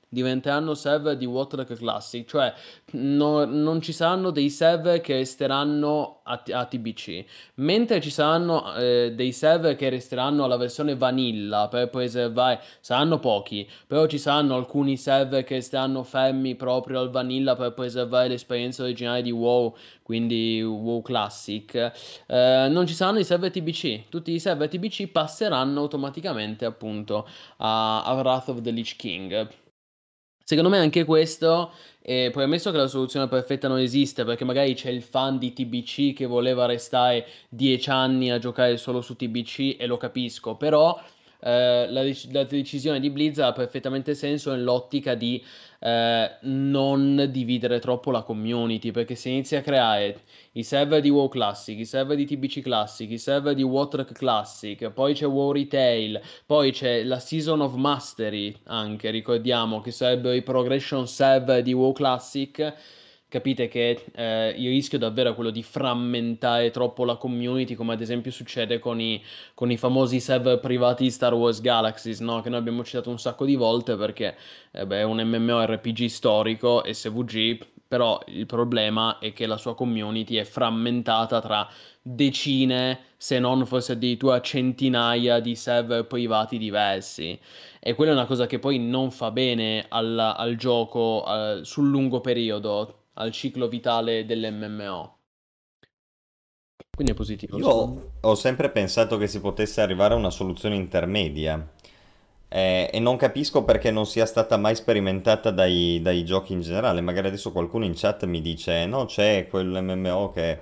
diventeranno server di Wartrack Classic, cioè no- non ci saranno dei server che resteranno a, a T B C, mentre ci saranno eh, dei server che resteranno alla versione vanilla per preservare, saranno pochi, però ci saranno alcuni server che resteranno fermi proprio al vanilla per preservare l'esperienza originale di WoW, quindi WoW Classic. Eh, non ci saranno i server T B C, tutti i server T B C passeranno automaticamente appunto a, a Wrath of the Lich King. Secondo me anche questo, eh, premesso che la soluzione perfetta non esiste, perché magari c'è il fan di T B C che voleva restare dieci anni a giocare solo su T B C e lo capisco, però eh, la, dec- la decisione di Blizzard ha perfettamente senso nell'ottica di eh, non dividere troppo la community, perché se inizi a creare i server di WoW Classic, i server di T B C Classic, i server di Wartrack Classic, poi c'è WoW Retail, poi c'è la Season of Mastery anche, ricordiamo che sarebbero i progression server di WoW Classic. Capite che eh, il rischio davvero è quello di frammentare troppo la community, come ad esempio succede con i, con i famosi server privati di Star Wars Galaxies, no? Che noi abbiamo citato un sacco di volte perché eh beh, è un MMORPG storico, S V G, però il problema è che la sua community è frammentata tra decine, se non forse addirittura centinaia di server privati diversi. E quella è una cosa che poi non fa bene al, al gioco eh, sul lungo periodo, al ciclo vitale dell'M M O. Quindi è positivo, secondo me. Io ho sempre pensato che si potesse arrivare a una soluzione intermedia eh, e non capisco perché non sia stata mai sperimentata dai, dai giochi in generale. Magari adesso qualcuno in chat mi dice no, c'è quell'M M O che...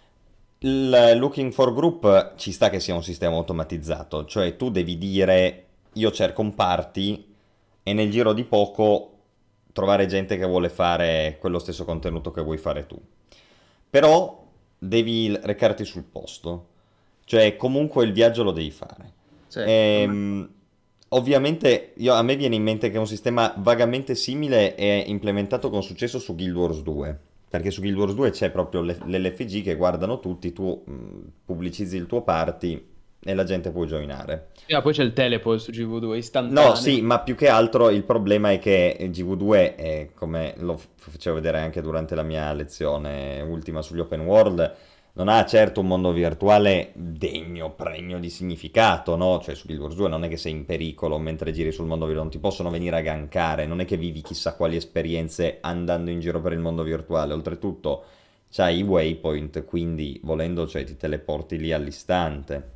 Il Looking for Group ci sta che sia un sistema automatizzato, cioè tu devi dire io cerco un party e nel giro di poco trovare gente che vuole fare quello stesso contenuto che vuoi fare tu. Però devi recarti sul posto, cioè comunque il viaggio lo devi fare. Sì, Ehm, ovviamente io- a me viene in mente che un sistema vagamente simile è implementato con successo su Guild Wars due, perché su Guild Wars due c'è proprio l'L F G che guardano tutti, tu mh, pubblicizzi il tuo party e la gente può joinare. ah, poi c'è il teleport su G V due, No, istantaneo. sì, ma più che altro il problema è che G V due, è, come lo f- facevo vedere anche durante la mia lezione ultima sugli open world, non ha certo un mondo virtuale degno, pregno di significato, no? Cioè su Guild Wars due non è che sei in pericolo mentre giri sul mondo virtuale, non ti possono venire a gankare, non è che vivi chissà quali esperienze andando in giro per il mondo virtuale, oltretutto c'hai i waypoint, quindi volendo cioè, ti teleporti lì all'istante.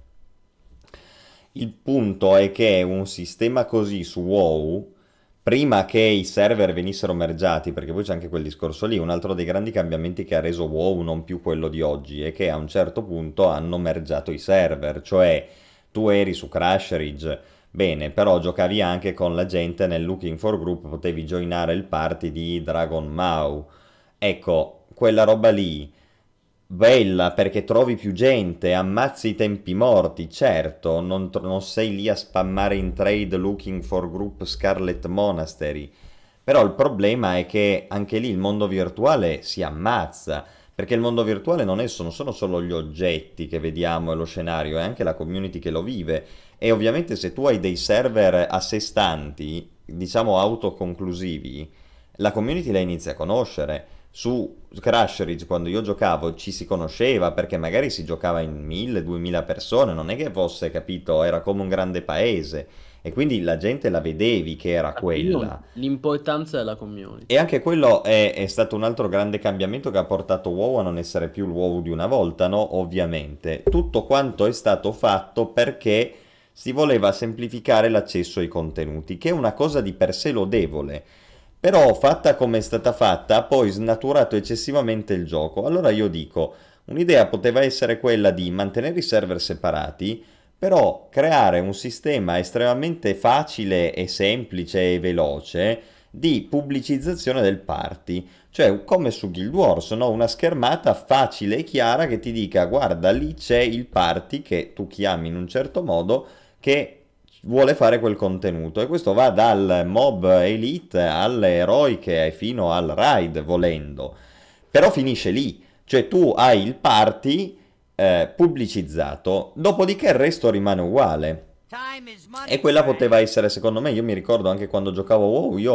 Il punto è che un sistema così su WoW, prima che i server venissero mergiati, perché poi c'è anche quel discorso lì, un altro dei grandi cambiamenti che ha reso WoW non più quello di oggi è che a un certo punto hanno mergiato i server, cioè tu eri su Crash Ridge, bene, però giocavi anche con la gente nel Looking for Group, potevi joinare il party di Dragon Mau. Ecco, quella roba lì bella perché trovi più gente, ammazzi i tempi morti, certo, non, tro- non sei lì a spammare in trade Looking for Group Scarlet Monastery, però il problema è che anche lì il mondo virtuale si ammazza, perché il mondo virtuale non, è, non sono solo gli oggetti che vediamo e lo scenario, è anche la community che lo vive, e ovviamente se tu hai dei server a sé stanti, diciamo autoconclusivi, la community la inizi a conoscere. Su Crash Ridge quando io giocavo ci si conosceva perché magari si giocava in mille duemila persone, non è che fosse, capito, era come un grande paese e quindi la gente la vedevi che era Io- quella. L'importanza della community. E anche quello è, è stato un altro grande cambiamento che ha portato WoW a non essere più il WoW di una volta, no? Ovviamente. Tutto quanto è stato fatto perché si voleva semplificare l'accesso ai contenuti, che è una cosa di per sé lodevole. Però fatta come è stata fatta, ha poi snaturato eccessivamente il gioco. Allora io dico, un'idea poteva essere quella di mantenere i server separati, però creare un sistema estremamente facile e semplice e veloce di pubblicizzazione del party. Cioè, come su Guild Wars, no? Una schermata facile e chiara che ti dica, guarda, lì c'è il party che tu chiami in un certo modo, che vuole fare quel contenuto e questo va dal mob elite alle eroiche fino al raid volendo, però finisce lì, cioè tu hai il party eh, pubblicizzato, dopodiché il resto rimane uguale. E quella poteva essere, secondo me, io mi ricordo anche quando giocavo a WoW, io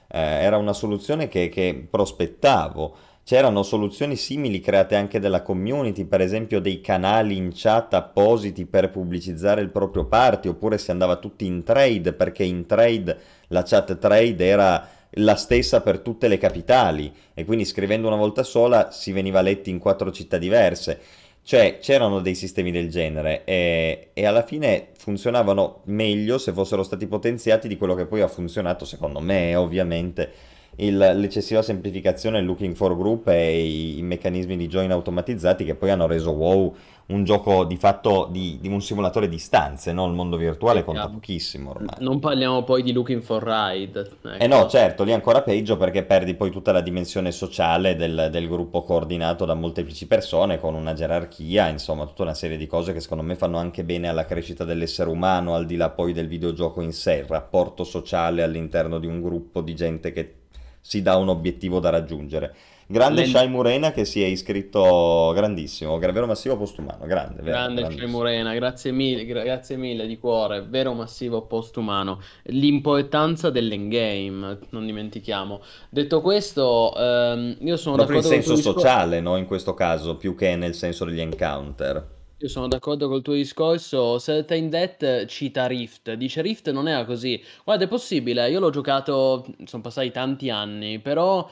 eh, era una soluzione che, che prospettavo. C'erano soluzioni simili create anche dalla community, per esempio dei canali in chat appositi per pubblicizzare il proprio party, oppure si andava tutti in trade, perché in trade la chat trade era la stessa per tutte le capitali, e quindi scrivendo una volta sola si veniva letti in quattro città diverse. Cioè, c'erano dei sistemi del genere e, e alla fine funzionavano meglio se fossero stati potenziati di quello che poi ha funzionato, secondo me, ovviamente, il- l'eccessiva semplificazione, il looking for group e i, i meccanismi di join automatizzati che poi hanno reso WoW un gioco di fatto di, di un simulatore di stanze, no? Il mondo virtuale È conta chiaro. pochissimo ormai. Non parliamo poi di Looking for Ride, Eh no, ecco. certo, lì è ancora peggio perché perdi poi tutta la dimensione sociale del, del gruppo coordinato da molteplici persone, con una gerarchia, insomma, tutta una serie di cose che secondo me fanno anche bene alla crescita dell'essere umano, al di là poi del videogioco in sé, il rapporto sociale all'interno di un gruppo di gente che si dà un obiettivo da raggiungere. Grande L'en- Shai Murena che si è iscritto, grandissimo, gra- vero massivo postumano, grande, vero, Grande Cioè grandissimo. Morena, grazie mille, gra- grazie mille di cuore, vero massivo postumano. L'importanza dell'endgame, non dimentichiamo. Detto questo, ehm, io sono Proprio in d'accordo col tuo senso discorso. sociale, no? In questo caso, più che nel senso degli encounter. Io sono d'accordo col tuo discorso. Certain Death cita Rift. Dice Rift non era così. Guarda, è possibile. Io l'ho giocato. Sono passati tanti anni. Però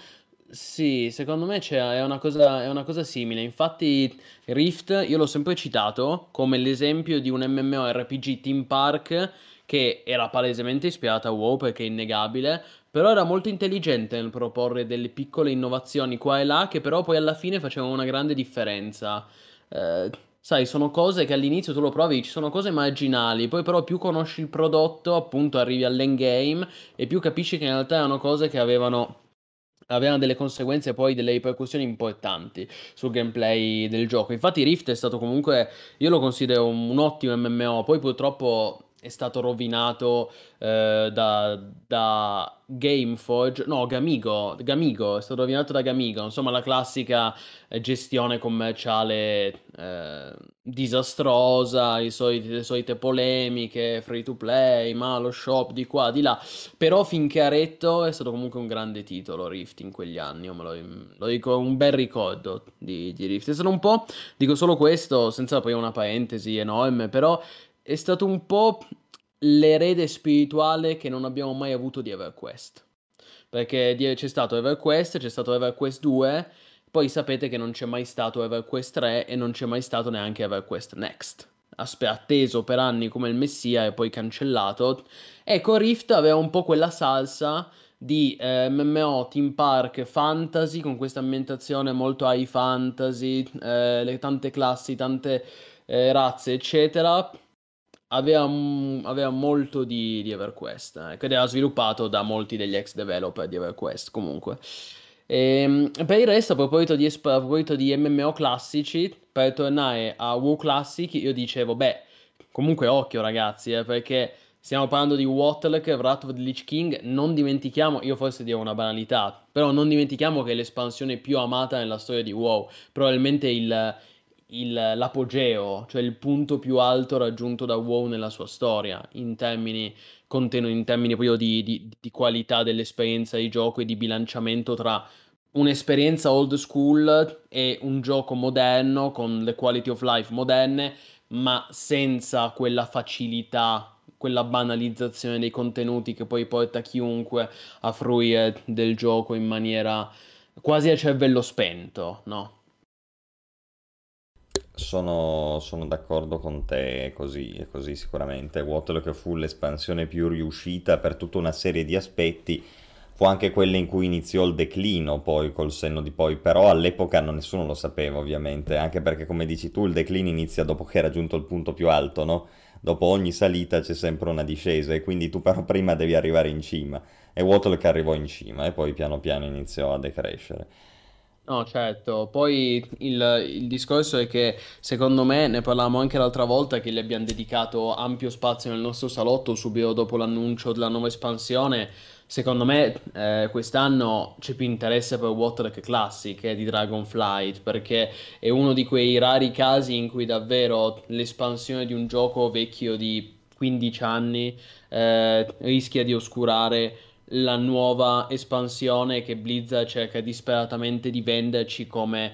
sì, secondo me c'è, è una cosa, è una cosa simile. Infatti, Rift io l'ho sempre citato come l'esempio di un MMORPG Team Park che era palesemente ispirata a WoW perché è innegabile. Però era molto intelligente nel proporre delle piccole innovazioni qua e là che però poi alla fine facevano una grande differenza. Eh, Sai, sono cose che all'inizio tu lo provi, ci sono cose marginali, poi però più conosci il prodotto, appunto arrivi all'endgame e più capisci che in realtà erano cose che avevano, avevano delle conseguenze e poi delle ripercussioni importanti sul gameplay del gioco. Infatti Rift è stato comunque, io lo considero un, un ottimo M M O, poi purtroppo è stato rovinato eh, da, da Gameforge, no, Gamigo, Gamigo, è stato rovinato da Gamigo, insomma la classica eh, gestione commerciale eh, disastrosa, i soliti- le solite polemiche, free to play, ma lo shop di qua, di là. Però finché ha retto è stato comunque un grande titolo Rift in quegli anni, io me lo, lo dico, un bel ricordo di, di Rift. È stato un po', dico solo questo, senza poi una parentesi enorme, però è stato un po' l'erede spirituale che non abbiamo mai avuto di EverQuest. Perché di- c'è stato EverQuest, c'è stato EverQuest due, poi sapete che non c'è mai stato EverQuest tre e non c'è mai stato neanche EverQuest Next. Aspe- atteso per anni come il messia e poi cancellato. Ecco, Rift aveva un po' quella salsa di eh, M M O Team Park Fantasy con questa ambientazione molto high fantasy, eh, le tante classi, tante eh, razze, eccetera. Aveva, un- aveva molto di, di EverQuest, eh, ed era sviluppato da molti degli ex developer di EverQuest comunque. Ehm, per il resto, a proposito di, esp- a proposito di M M O classici, per tornare a WoW Classic, io dicevo, beh, comunque occhio ragazzi, eh, perché stiamo parlando di Warlock, Wrath of the Lich King, non dimentichiamo, io forse dirò una banalità, però non dimentichiamo che è l'espansione più amata nella storia di WoW, probabilmente il, il- l'apogeo, cioè il punto più alto raggiunto da WoW nella sua storia, in termini, contenu- in termini proprio di, di- di qualità dell'esperienza di gioco e di bilanciamento tra un'esperienza old school e un gioco moderno con le quality of life moderne, ma senza quella facilità, quella banalizzazione dei contenuti che poi porta chiunque a fruire del gioco in maniera quasi a cervello spento, no? Sono, sono d'accordo con te, è così, è così sicuramente. Waterloo fu l'espansione più riuscita per tutta una serie di aspetti, fu anche quella in cui iniziò il declino poi col senno di poi, però all'epoca non nessuno lo sapeva ovviamente, anche perché come dici tu il declino inizia dopo che hai raggiunto il punto più alto, no? Dopo ogni salita c'è sempre una discesa e quindi tu però prima devi arrivare in cima e Waterloo arrivò in cima e poi piano piano iniziò a decrescere. No, certo. Poi il, il discorso è che secondo me, ne parlavamo anche l'altra volta, che gli abbiamo dedicato ampio spazio nel nostro salotto subito dopo l'annuncio della nuova espansione. Secondo me eh, quest'anno c'è più interesse per Water Classic che di Dragonflight, perché è uno di quei rari casi in cui davvero l'espansione di un gioco vecchio di quindici anni eh, rischia di oscurare la nuova espansione che Blizzard cerca disperatamente di venderci come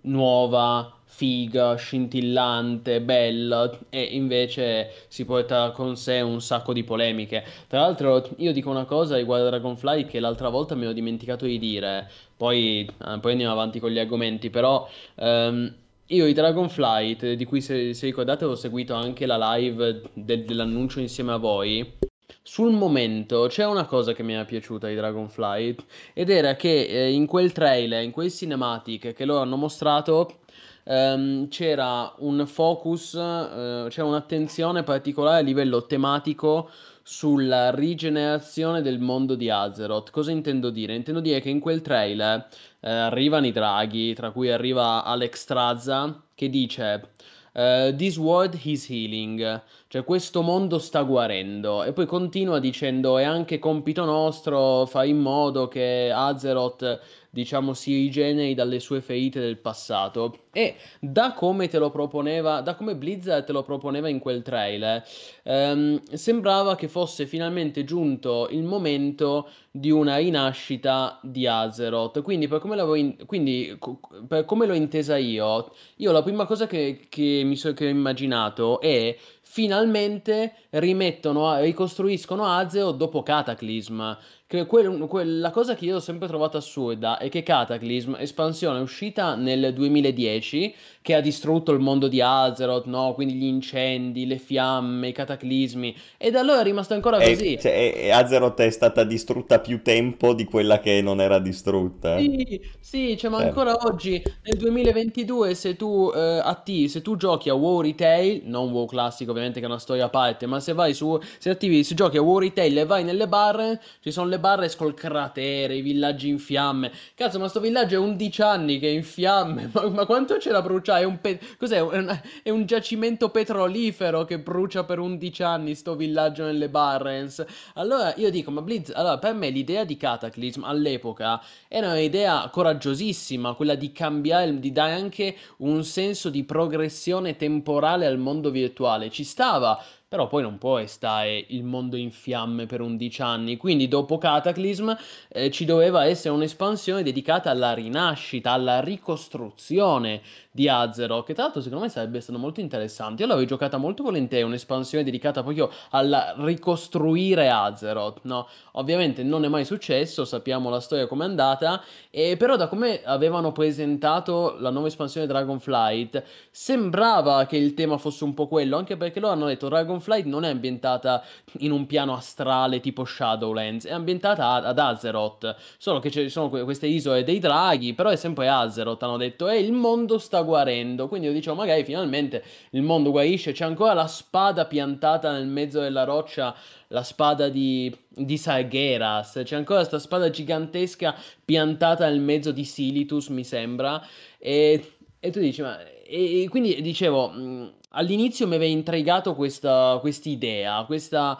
nuova, figa, scintillante, bella, e invece si porta con sé un sacco di polemiche. Tra l'altro, io dico una cosa riguardo a Dragonfly che l'altra volta mi ero dimenticato di dire, poi, eh, poi andiamo avanti con gli argomenti, però ehm, io i Dragonflight, di cui se, se ricordate ho seguito anche la live del- dell'annuncio insieme a voi. Sul momento c'è una cosa che mi è piaciuta di Dragonflight ed era che eh, in quel trailer, in quel cinematic che loro hanno mostrato, ehm, c'era un focus, eh, c'era un'attenzione particolare a livello tematico sulla rigenerazione del mondo di Azeroth. Cosa intendo dire? Intendo dire che in quel trailer eh, arrivano i draghi, tra cui arriva Alex Strazza, che dice eh, This world is healing, cioè questo mondo sta guarendo. E poi continua dicendo è anche compito nostro fare in modo che Azeroth, diciamo, si rigeneri dalle sue ferite del passato. E da come te lo proponeva, da come Blizzard te lo proponeva in quel trailer, ehm, sembrava che fosse finalmente giunto il momento di una rinascita di Azeroth. Quindi, per come l'avevo in- quindi, co- per come l'ho intesa io, io la prima cosa che, che mi so- che ho immaginato è finalmente rimettono, a- ricostruiscono Azeroth dopo Cataclysm. Che quel- quel- la cosa che io ho sempre trovato assurda è che Cataclysm, espansione uscita nel duemiladieci, che ha distrutto il mondo di Azeroth, no? Quindi gli incendi, le fiamme, i cataclismi, e da allora è rimasto ancora E, così. cioè, e Azeroth è stata distrutta più tempo di quella che non era distrutta. Sì, sì, cioè, ma Certo. ancora oggi, nel duemilaventidue, se tu, eh, attivi, se tu giochi a WoW Retail, non WoW classico ovviamente che è una storia a parte, ma se vai su, se attivi, se giochi a WoW Retail e vai nelle barre, ci sono le barre col cratere, i villaggi in fiamme. Cazzo, ma sto villaggio è undici anni che è in fiamme, ma, ma quanto c'è da bruciare? È un, pe- cos'è? È un, è un giacimento petrolifero che brucia per undici anni sto villaggio nelle Barrens. Allora io dico, ma Blizz, allora per me l'idea di Cataclysm all'epoca era un'idea coraggiosissima, quella di cambiare, di dare anche un senso di progressione temporale al mondo virtuale. Ci stava, però poi non può restare il mondo in fiamme per undici anni. Quindi dopo Cataclysm eh, ci doveva essere un'espansione dedicata alla rinascita, alla ricostruzione di Azeroth, che tra l'altro secondo me sarebbe stato molto interessante. Io l'avevo giocata molto volentieri, un'espansione dedicata proprio alla ricostruire Azeroth, no? Ovviamente non è mai successo, sappiamo la storia com'è andata, e però da come avevano presentato la nuova espansione Dragonflight, sembrava che il tema fosse un po' quello, anche perché loro hanno detto Dragonflight non è ambientata in un piano astrale tipo Shadowlands, è ambientata ad, ad Azeroth, solo che ci sono que- queste isole dei draghi, però è sempre Azeroth, hanno detto, e il mondo sta guarendo, quindi io dicevo magari finalmente il mondo guarisce, c'è ancora la spada piantata nel mezzo della roccia, la spada di, di Sargeras, c'è ancora questa spada gigantesca piantata nel mezzo di Silitus, mi sembra, e, e tu dici, ma... E, e quindi dicevo, mh, all'inizio mi aveva intrigato questa idea, questa,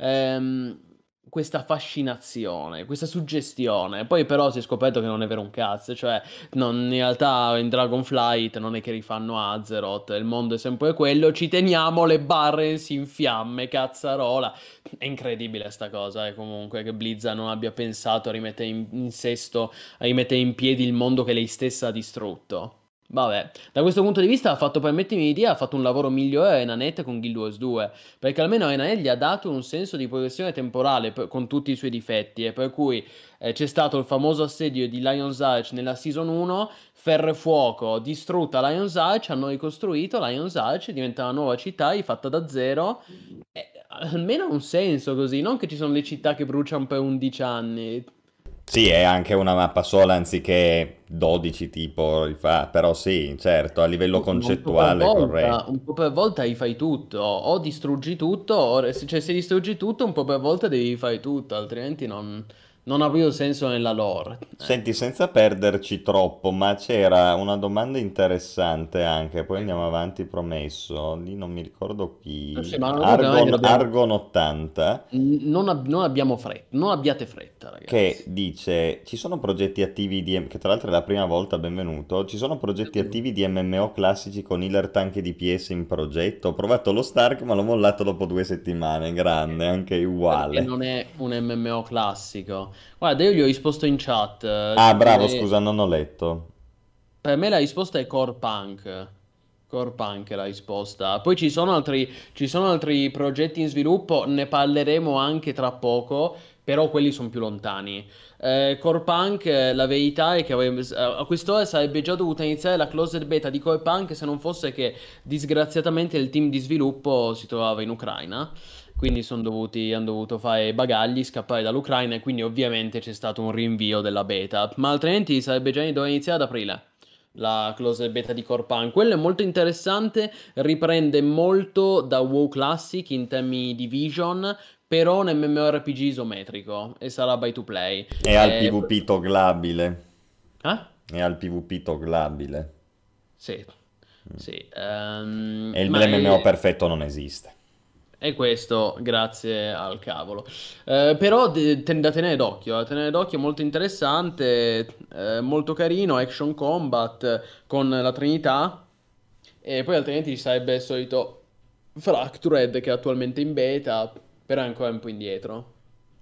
ehm, questa fascinazione, questa suggestione. Poi però si è scoperto che non è vero un cazzo, cioè non- in realtà in Dragonflight non è che rifanno Azeroth, il mondo è sempre quello, ci teniamo le Barrens in fiamme, cazzarola. È incredibile sta cosa, eh, comunque, che Blizzard non abbia pensato a rimettere in, in sesto, a rimettere in piedi il mondo che lei stessa ha distrutto. Vabbè, da questo punto di vista ha fatto, permettimi di dire, ha fatto un lavoro migliore a Enanet con Guild Wars due, perché almeno Enanet gli ha dato un senso di progressione temporale per- con tutti i suoi difetti, e per cui eh, c'è stato il famoso assedio di Lion's Arch nella Season uno, ferro e fuoco, distrutta Lion's Arch, hanno ricostruito Lion's Arch, diventa una nuova città rifatta da zero, e, almeno ha un senso così, non che ci sono le città che bruciano per undici anni. Sì, è anche una mappa sola anziché dodici tipo, rifà- però sì, certo, a livello Ma un po' per concettuale è volta, corretto. un po' per volta rifai tutto, o distruggi tutto, o, cioè se distruggi tutto un po' per volta devi fare tutto, altrimenti non, non ha più senso nella lore. Eh, Senti, senza perderci troppo, ma c'era una domanda interessante anche, poi andiamo avanti, promesso, di non mi ricordo sì, chi, ma una volta non è che Argon, dobbiamo... Argon ottanta, N- Non, ab- non abbiamo fretta, non abbiate fretta, che ragazzi. dice, ci sono progetti attivi di, che tra l'altro è la prima volta, benvenuto, ci sono progetti attivi di M M O classici con healer tank e D P S in progetto, ho provato lo Stark ma l'ho mollato dopo due settimane, grande, anche Perché uguale. non è un M M O classico. Guarda, io gli ho risposto in chat. eh, Ah, bravo, le- scusa, non ho letto. Per me la risposta è Core Punk. Core Punk è la risposta. Poi ci sono altri, ci sono altri progetti in sviluppo, ne parleremo anche tra poco, però quelli sono più lontani. Eh, Core Punk, eh, la verità è che avrebbe- eh, a quest'ora sarebbe già dovuta iniziare la closed beta di Core Punk se non fosse che disgraziatamente il team di sviluppo si trovava in Ucraina. Quindi son dovuti, hanno dovuto fare i bagagli, scappare dall'Ucraina e quindi ovviamente c'è stato un rinvio della beta. Ma altrimenti sarebbe già dovuta iniziare ad aprile la closed beta di Corpan. Quello è molto interessante, riprende molto da WoW Classic in termini di vision, però un MMORPG isometrico e sarà by to play. È al Eh, PvP toglabile. eh? È al PvP toglabile. Sì, sì. ehm, E il ma M M O è, perfetto non esiste. è questo grazie al cavolo. Eh, però de- ten- da tenere d'occhio, da tenere d'occhio molto interessante, eh, molto carino, action combat con la Trinità. E poi altrimenti ci sarebbe il solito Fractured che è attualmente in beta, però è ancora un po' indietro.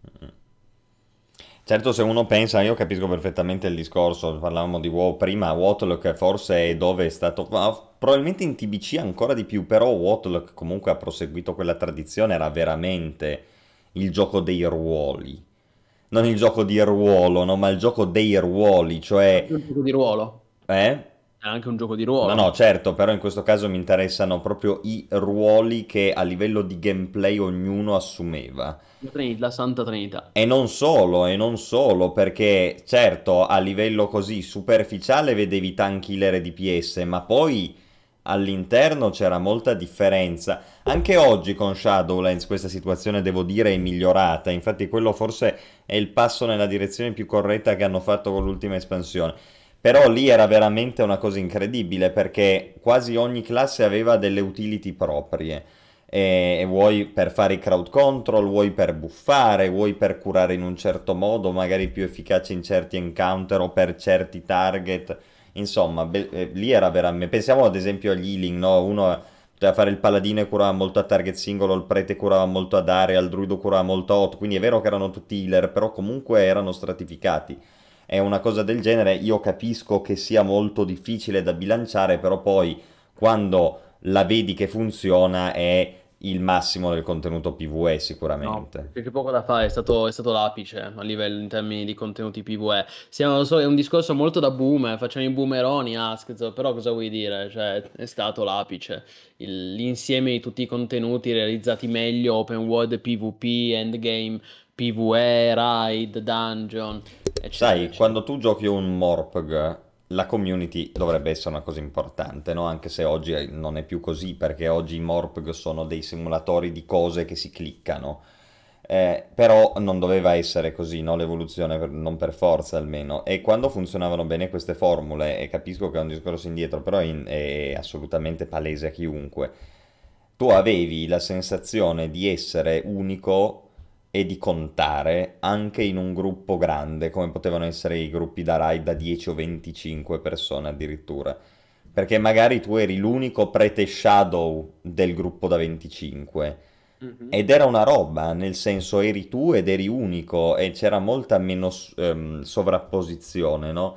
Certo, se uno pensa, io capisco perfettamente il discorso, parlavamo di WoW prima, Warlock forse è dove è stato, ma probabilmente in T B C ancora di più, però Warlock comunque ha proseguito quella tradizione, era veramente il gioco dei ruoli. Non il gioco di ruolo, no, ma il gioco dei ruoli, È cioè... anche un gioco di ruolo. Eh? È anche un gioco di No, no, ruolo. certo, però in questo caso mi interessano proprio i ruoli che a livello di gameplay ognuno assumeva. La Trini- la Santa Trinità. E non solo, e non solo, perché certo a livello così superficiale vedevi tank killer e D P S, ma poi all'interno c'era molta differenza. Anche oggi con Shadowlands questa situazione devo dire è migliorata, infatti quello forse è il passo nella direzione più corretta che hanno fatto con l'ultima espansione. Però lì era veramente una cosa incredibile perché quasi ogni classe aveva delle utility proprie. E, e vuoi per fare i crowd control, vuoi per buffare, vuoi per curare in un certo modo, magari più efficace in certi encounter o per certi target. Insomma, be- eh, lì era veramente... Pensiamo ad esempio agli healing, no? Uno poteva fare il paladino e curava molto a target singolo, il prete curava molto ad area, il druido curava molto a hot, quindi è vero che erano tutti healer, però comunque erano stratificati. È una cosa del genere, io capisco che sia molto difficile da bilanciare, però poi quando la vedi che funziona è il massimo del contenuto PvE No, sicuramente. c'è poco da fare, è stato, è stato l'apice a livello in termini di contenuti PvE. Siamo, lo so, è un discorso molto da boomer, facciamo i boomeroni, Ask, però cosa vuoi dire? Cioè, è stato l'apice. Il- l'insieme di tutti i contenuti realizzati meglio, open world, PvP, endgame, PvE, raid, dungeon, eccetera, Sai, eccetera. quando tu giochi un Morpg, la community dovrebbe essere una cosa importante, no? Anche se oggi non è più così, perché oggi i Morpg sono dei simulatori di cose che si cliccano. Eh, però non doveva essere così, no? L'evoluzione, per- non per forza almeno. E quando funzionavano bene queste formule, e capisco che è un discorso indietro, però è, in- è assolutamente palese a chiunque, tu avevi la sensazione di essere unico e di contare anche in un gruppo grande, come potevano essere i gruppi da raid da dieci o venticinque persone addirittura. Perché magari tu eri l'unico prete shadow del gruppo da venticinque. Mhm. Ed era una roba, nel senso eri tu ed eri unico e c'era molta meno ehm, sovrapposizione, no?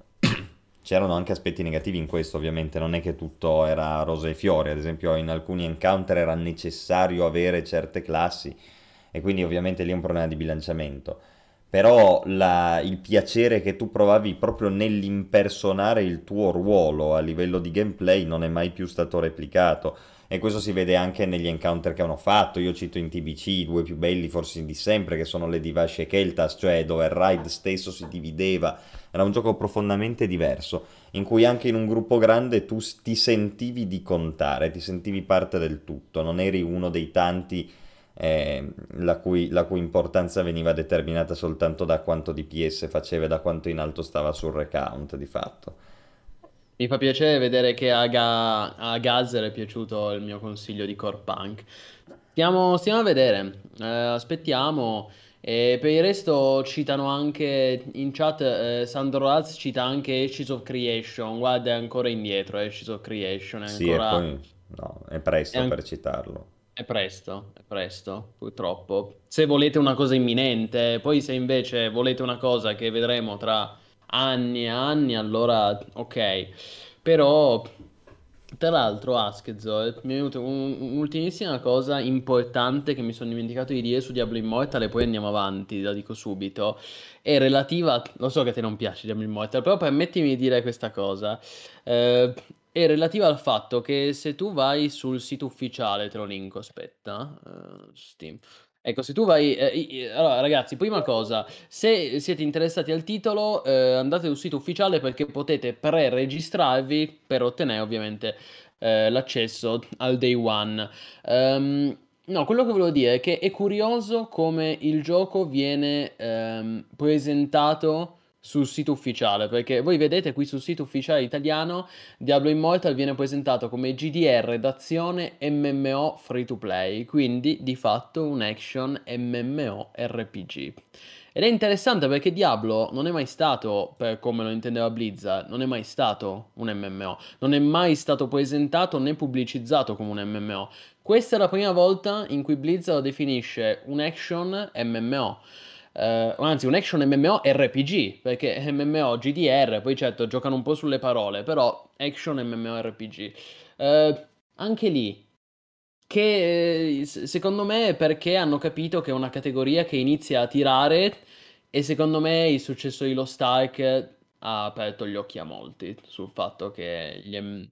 C'erano anche aspetti negativi in questo, ovviamente, non è che tutto era rose e fiori, ad esempio in alcuni encounter era necessario avere certe classi e quindi ovviamente lì è un problema di bilanciamento. Però la- il piacere che tu provavi proprio nell'impersonare il tuo ruolo a livello di gameplay non è mai più stato replicato. E questo si vede anche negli encounter che hanno fatto. Io cito in T B C i due più belli forse di sempre, che sono le Divash e Keltas, cioè dove il raid stesso si divideva. Era un gioco profondamente diverso, in cui anche in un gruppo grande tu ti sentivi di contare, ti sentivi parte del tutto, non eri uno dei tanti eh, la cui, la cui importanza veniva determinata soltanto da quanto D P S faceva e da quanto in alto stava sul recount di fatto. Mi fa piacere vedere che a, Ga- a Gazer è piaciuto il mio consiglio di Core Punk. Stiamo, stiamo a vedere, eh, aspettiamo. E per il resto citano anche in chat, eh, Sandro Raz cita anche Ashes of Creation. Guarda, è ancora indietro. Ashes of Creation è Sì, e ancora. poi no, è È, presto an- per citarlo. è presto, è presto, purtroppo. Se volete una cosa imminente, poi se invece volete una cosa che vedremo tra anni e anni, allora ok. Però, tra l'altro, Askezo, eh, mi è venuta un- un'ultimissima cosa importante che mi sono dimenticato di dire su Diablo Immortal e poi andiamo avanti, la dico subito. È relativa, lo so che a te non piace Diablo Immortal, però permettimi di dire questa cosa. Eh, è relativa al fatto che se tu vai sul sito ufficiale, te lo linko, aspetta, eh, Steam. Ecco, se tu vai... eh, i- i- allora, ragazzi, prima cosa, se siete interessati al titolo, eh, andate sul sito ufficiale perché potete pre-registrarvi per ottenere ovviamente eh, l'accesso al day one. Ehm, no, quello che volevo dire è che è curioso come il gioco viene ehm, presentato sul sito ufficiale, perché voi vedete qui sul sito ufficiale italiano Diablo Immortal viene presentato come G D R d'azione M M O free to play, quindi di fatto un action M M O R P G. Ed è interessante perché Diablo non è mai stato, per come lo intendeva Blizzard, non è mai stato un M M O, non è mai stato presentato né pubblicizzato come un M M O. Questa è la prima volta in cui Blizzard lo definisce un action M M O. Eh, anzi, un action M M O R P G, perché M M O G D R, poi certo giocano un po' sulle parole, però action M M O R P G. Eh, anche lì, che eh, s- secondo me è perché hanno capito che è una categoria che inizia a tirare e secondo me il successo di Lost Ark ha aperto gli occhi a molti sul fatto che gli em-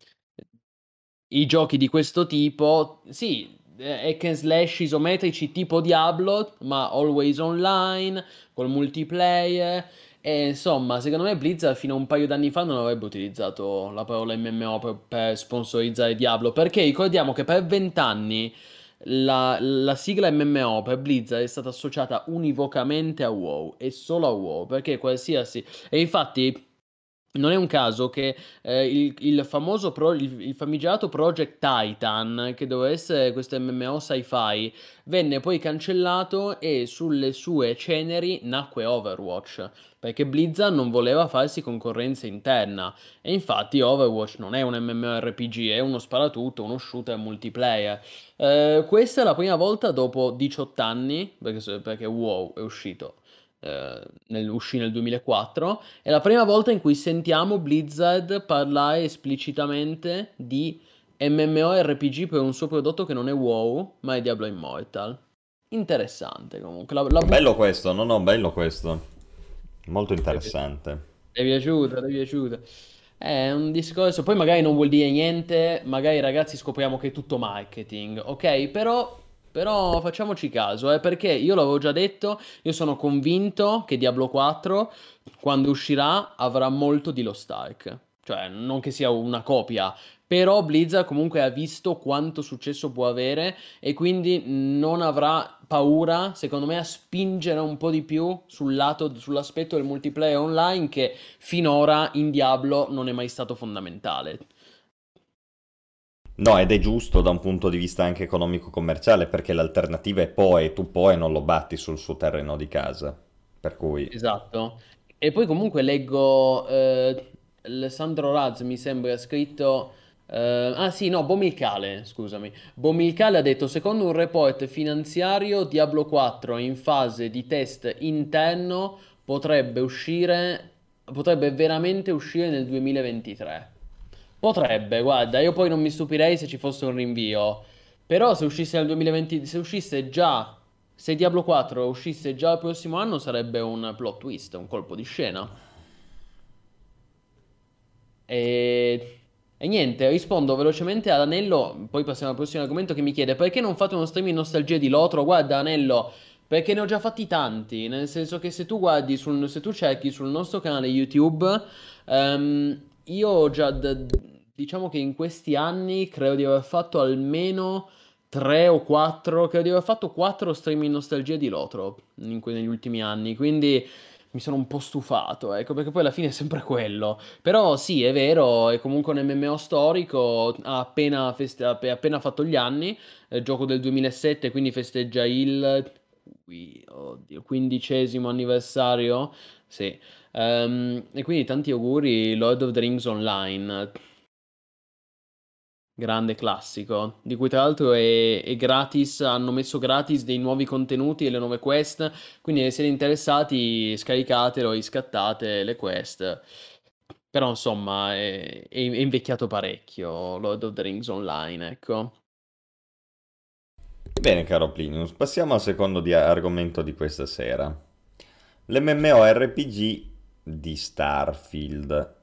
i giochi di questo tipo, sì, eh, hack and slash isometrici tipo Diablo, ma always online, col multiplayer. E insomma, secondo me Blizzard fino a un paio d'anni fa non avrebbe utilizzato la parola M M O per, per sponsorizzare Diablo, perché ricordiamo che per vent'anni la, la sigla M M O per Blizzard è stata associata univocamente a WoW e solo a WoW, perché qualsiasi... E infatti... Non è un caso che eh, il, il famoso pro- il, il famigerato Project Titan, che doveva essere questo M M O sci-fi, venne poi cancellato e sulle sue ceneri nacque Overwatch, perché Blizzard non voleva farsi concorrenza interna. E infatti Overwatch non è un MMORPG, è uno sparatutto, uno shooter multiplayer. Eh, questa è la prima volta dopo diciotto anni, perché, perché WoW è uscito, eh, nel, uscì nel duemilaquattro, è la prima volta in cui sentiamo Blizzard parlare esplicitamente di MMORPG per un suo prodotto che non è WoW, ma è Diablo Immortal. Interessante comunque. La, la butto. Bello questo, no, no, bello questo. Molto Ti è pi- interessante. ti è piaciuta, ti è piaciuta. È un discorso, poi magari non vuol dire niente, magari ragazzi scopriamo che è tutto marketing, ok? Però, però facciamoci caso, eh, perché io l'avevo già detto, io sono convinto che Diablo quattro, quando uscirà, avrà molto di Lost Ark. Cioè, non che sia una copia, però Blizzard comunque ha visto quanto successo può avere e quindi non avrà paura, secondo me, a spingere un po' di più sul lato, sull'aspetto del multiplayer online che finora in Diablo non è mai stato fondamentale. No, ed è giusto da un punto di vista anche economico-commerciale, perché l'alternativa è Poe e tu Poe non lo batti sul suo terreno di casa. Per cui... Esatto. E poi comunque leggo eh, Alessandro Raz mi sembra ha scritto eh, ah sì, no, Bomilcale, scusami. Bomilcale ha detto secondo un report finanziario Diablo quattro in fase di test interno potrebbe uscire potrebbe veramente uscire nel duemilaventitré. Potrebbe, guarda, io poi non mi stupirei se ci fosse un rinvio. Però se uscisse nel duemilaventi, se uscisse già, se Diablo quattro uscisse già il prossimo anno sarebbe un plot twist, un colpo di scena. E, e niente, rispondo velocemente ad Anello, poi passiamo al prossimo argomento che mi chiede perché non fate uno stream in nostalgia di Lotro? Guarda Anello, perché ne ho già fatti tanti, nel senso che se tu guardi, sul, se tu cerchi sul nostro canale YouTube, ehm, io ho già, d- diciamo che in questi anni credo di aver fatto almeno tre o quattro, credo di aver fatto quattro stream in nostalgia di Lotro in que- negli ultimi anni, quindi mi sono un po' stufato, ecco, perché poi alla fine è sempre quello. Però sì, è vero, è comunque un M M O storico, ha appena, feste- ha appena fatto gli anni, eh, gioco del duemilasette, quindi festeggia il qui- oddio, quindicesimo anniversario, sì. Ehm, e quindi tanti auguri, Lord of the Rings Online. Grande classico, di cui tra l'altro è, è gratis, hanno messo gratis dei nuovi contenuti e le nuove quest, quindi se siete interessati scaricatelo e scattate le quest. Però insomma è, è- è invecchiato parecchio Lord of the Rings Online, ecco. Bene, caro Plinius, passiamo al secondo di- argomento di questa sera. L'MMORPG di Starfield.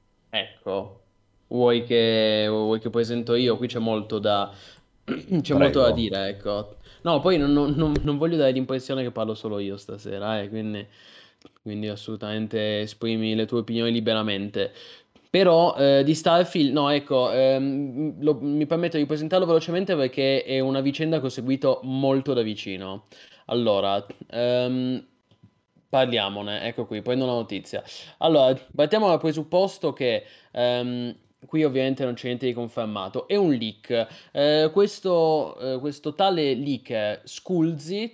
Ecco, vuoi che, vuoi che presento io? Qui c'è molto da, c'è molto da Prego. dire, ecco. No, poi non, non- non- non voglio dare l'impressione che parlo solo io stasera, eh, quindi, quindi assolutamente esprimi le tue opinioni liberamente. Però eh, di Starfield, no, ecco, ehm, lo- mi permetto di presentarlo velocemente perché è una vicenda che ho seguito molto da vicino. Allora, ehm, parliamone, ecco qui, prendo la notizia. Allora, partiamo dal presupposto che ehm, qui ovviamente non c'è niente di confermato. È un leak. Eh, questo, eh, questo tale leaker, Sculzi,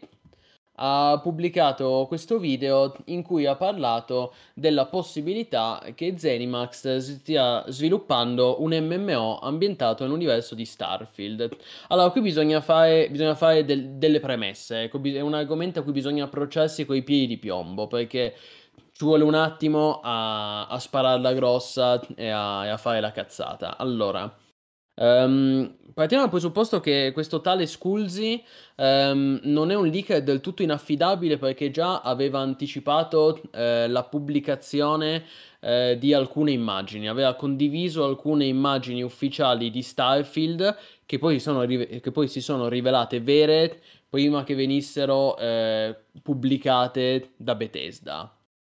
ha pubblicato questo video in cui ha parlato della possibilità che Zenimax stia sviluppando un M M O ambientato nell'universo di Starfield. Allora, qui bisogna fare, bisogna fare del- delle premesse. Ecco, bi- è un argomento a cui bisogna approcciarsi coi piedi di piombo perché ci vuole un attimo a, a spararla grossa e a, e a fare la cazzata. Allora, ehm, partiamo dal presupposto che questo tale Sculzi ehm, non è un leaker del tutto inaffidabile perché già aveva anticipato eh, la pubblicazione eh, di alcune immagini, aveva condiviso alcune immagini ufficiali di Starfield che poi sono rive- che poi si sono rivelate vere prima che venissero eh, pubblicate da Bethesda.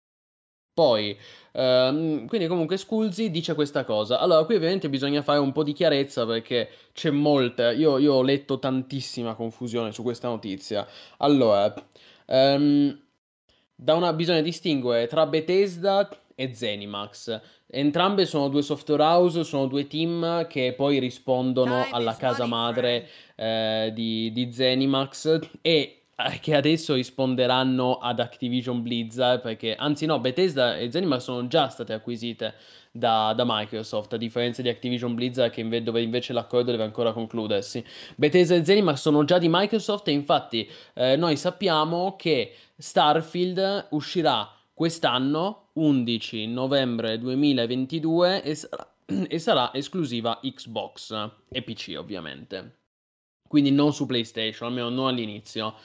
Poi, ehm, quindi comunque Sculzi dice questa cosa. Allora, qui ovviamente bisogna fare un po' di chiarezza perché c'è molta, io, io ho letto tantissima confusione su questa notizia. Allora, ehm, da una bisogna distinguere tra Bethesda e Zenimax. Entrambe sono due software house, sono due team che poi rispondono Time alla is casa money, madre friend. eh, di, di Zenimax e eh, che adesso risponderanno ad Activision Blizzard perché, anzi no, Bethesda e Zenimax sono già state acquisite da, da Microsoft, a differenza di Activision Blizzard che inve- dove invece l'accordo deve ancora concludersi. Bethesda e Zenimax sono già di Microsoft e infatti eh, noi sappiamo che Starfield uscirà quest'anno, undici novembre duemilaventidue, e sarà, e sarà esclusiva Xbox e P C ovviamente. Quindi non su PlayStation, almeno non all'inizio.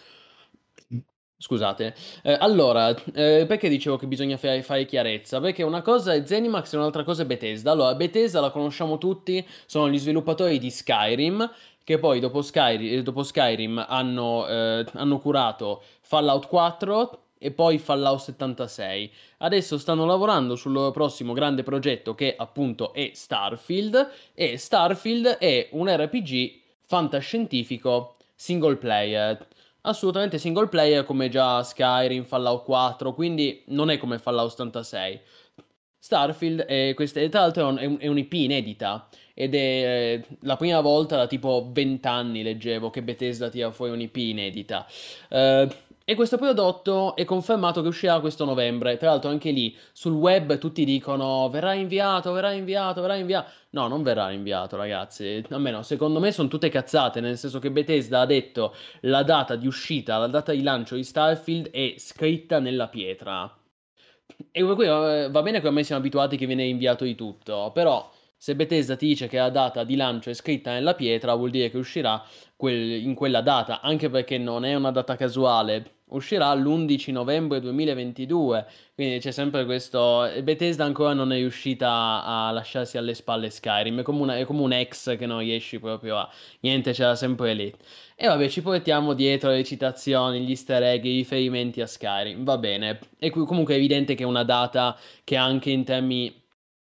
Scusate. Eh, allora, eh, perché dicevo che bisogna fa- fare chiarezza? Perché una cosa è Zenimax e un'altra cosa è Bethesda. Allora, Bethesda la conosciamo tutti, sono gli sviluppatori di Skyrim, che poi dopo Skyrim, dopo Skyrim hanno, eh, hanno curato Fallout quattro e poi Fallout settantasei. Adesso stanno lavorando sul loro prossimo grande progetto che appunto è Starfield e Starfield è un R P G fantascientifico single player. Assolutamente single player come già Skyrim, Fallout quattro, quindi non è come Fallout settantasei. Starfield è, questa, e tra l'altro è, un- è un- è un'I P inedita ed è eh, la prima volta da tipo venti anni leggevo che Bethesda tira fuori un'I P inedita. Eh, e questo prodotto è confermato che uscirà questo novembre. Tra l'altro anche lì sul web tutti dicono verrà inviato, verrà inviato, verrà inviato. No, non verrà inviato, ragazzi. Almeno secondo me sono tutte cazzate, nel senso che Bethesda ha detto la data di uscita, la data di lancio di Starfield è scritta nella pietra. E qui eh, va bene che ormai siamo abituati che viene inviato di tutto, però se Bethesda ti dice che la data di lancio è scritta nella pietra, vuol dire che uscirà quel- in quella data, anche perché non è una data casuale. Uscirà l'undici novembre duemilaventidue, quindi c'è sempre questo. e Bethesda ancora non è riuscita a lasciarsi alle spalle Skyrim, è come, una- è come un ex che non riesci proprio a. Niente, c'era sempre lì. E vabbè, ci portiamo dietro le citazioni, gli easter egg, i riferimenti a Skyrim. Va bene. E qui comunque è evidente che è una data che anche in termini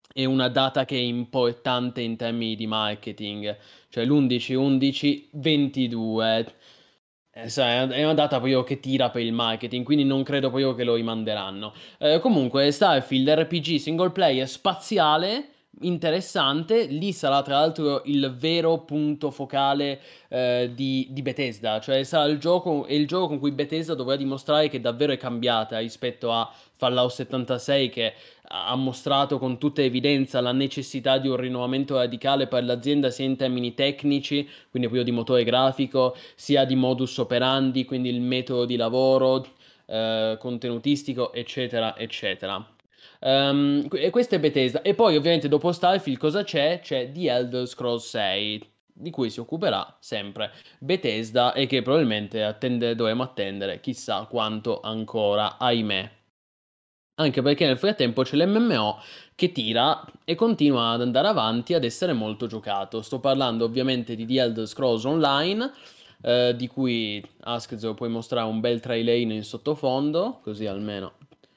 è una data che è importante in termini di marketing, cioè l'undici undici ventidue. Eh, sai, è una data proprio che tira per il marketing, quindi non credo proprio che lo rimanderanno. Eh, comunque, Starfield R P G single player spaziale, interessante. Lì sarà tra l'altro il vero punto focale eh, di, di Bethesda, cioè sarà il gioco, è il gioco con cui Bethesda dovrà dimostrare che davvero è cambiata rispetto a Fallout settantasei, che ha mostrato con tutta evidenza la necessità di un rinnovamento radicale per l'azienda sia in termini tecnici, quindi proprio di motore grafico, sia di modus operandi, quindi il metodo di lavoro, eh, contenutistico, eccetera, eccetera. Ehm, e questo è Bethesda. E poi, ovviamente, dopo Starfield, cosa c'è? C'è The Elder Scrolls sei, di cui si occuperà sempre Bethesda e che probabilmente attende- dovremo attendere chissà quanto ancora, ahimè. Anche perché nel frattempo c'è l'M M O che tira e continua ad andare avanti ad essere molto giocato. Sto parlando ovviamente di The Elder Scrolls Online, eh, di cui Askzo puoi mostrare un bel trailerino in sottofondo, così almeno.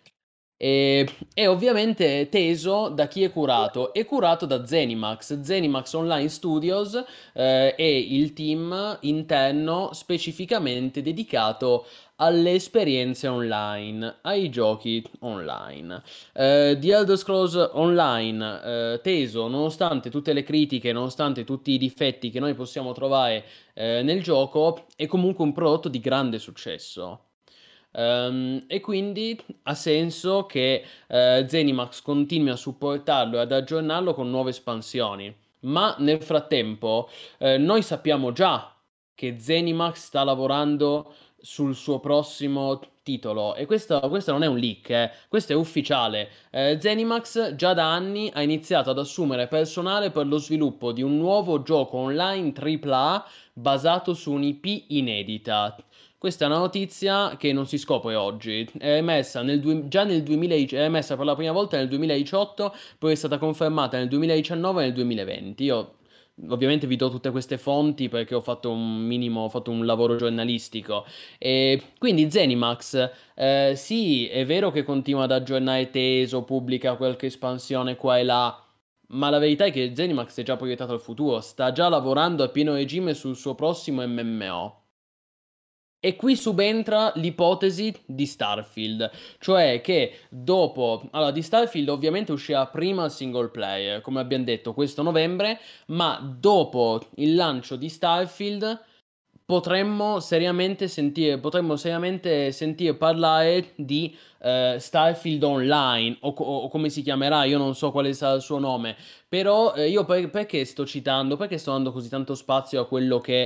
E, e ovviamente teso da chi è curato? È curato da Zenimax. Zenimax Online Studios eh, è il team interno specificamente dedicato alle esperienze online, ai giochi online. Eh, The Elder Scrolls Online, eh, teso, nonostante tutte le critiche, nonostante tutti i difetti che noi possiamo trovare eh, nel gioco, è comunque un prodotto di grande successo. Ehm, e quindi ha senso che eh, Zenimax continui a supportarlo e ad aggiornarlo con nuove espansioni. Ma nel frattempo, eh, noi sappiamo già che Zenimax sta lavorando sul suo prossimo titolo. E questo, questo non è un leak, eh, questo è ufficiale. Eh, Zenimax già da anni ha iniziato ad assumere personale per lo sviluppo di un nuovo gioco online tripla A basato su un'I P inedita. Questa è una notizia che non si scopre oggi, è emessa nel due- già nel duemila, è emessa per la prima volta nel duemiladiciotto, poi è stata confermata nel duemiladiciannove e nel duemilaventi. Io ovviamente vi do tutte queste fonti perché ho fatto un minimo, ho fatto un lavoro giornalistico. E quindi Zenimax, eh, sì, è vero che continua ad aggiornare Teso, pubblica qualche espansione qua e là, ma la verità è che Zenimax è già proiettato al futuro, sta già lavorando a pieno regime sul suo prossimo M M O. E qui subentra l'ipotesi di Starfield, cioè che dopo, allora di Starfield ovviamente uscirà prima il single player, come abbiamo detto questo novembre, ma dopo il lancio di Starfield potremmo seriamente sentire, potremmo seriamente sentire parlare di eh, Starfield Online o, co- o come si chiamerà, io non so quale sarà il suo nome, però eh, io per- perché sto citando, perché sto dando così tanto spazio a quello che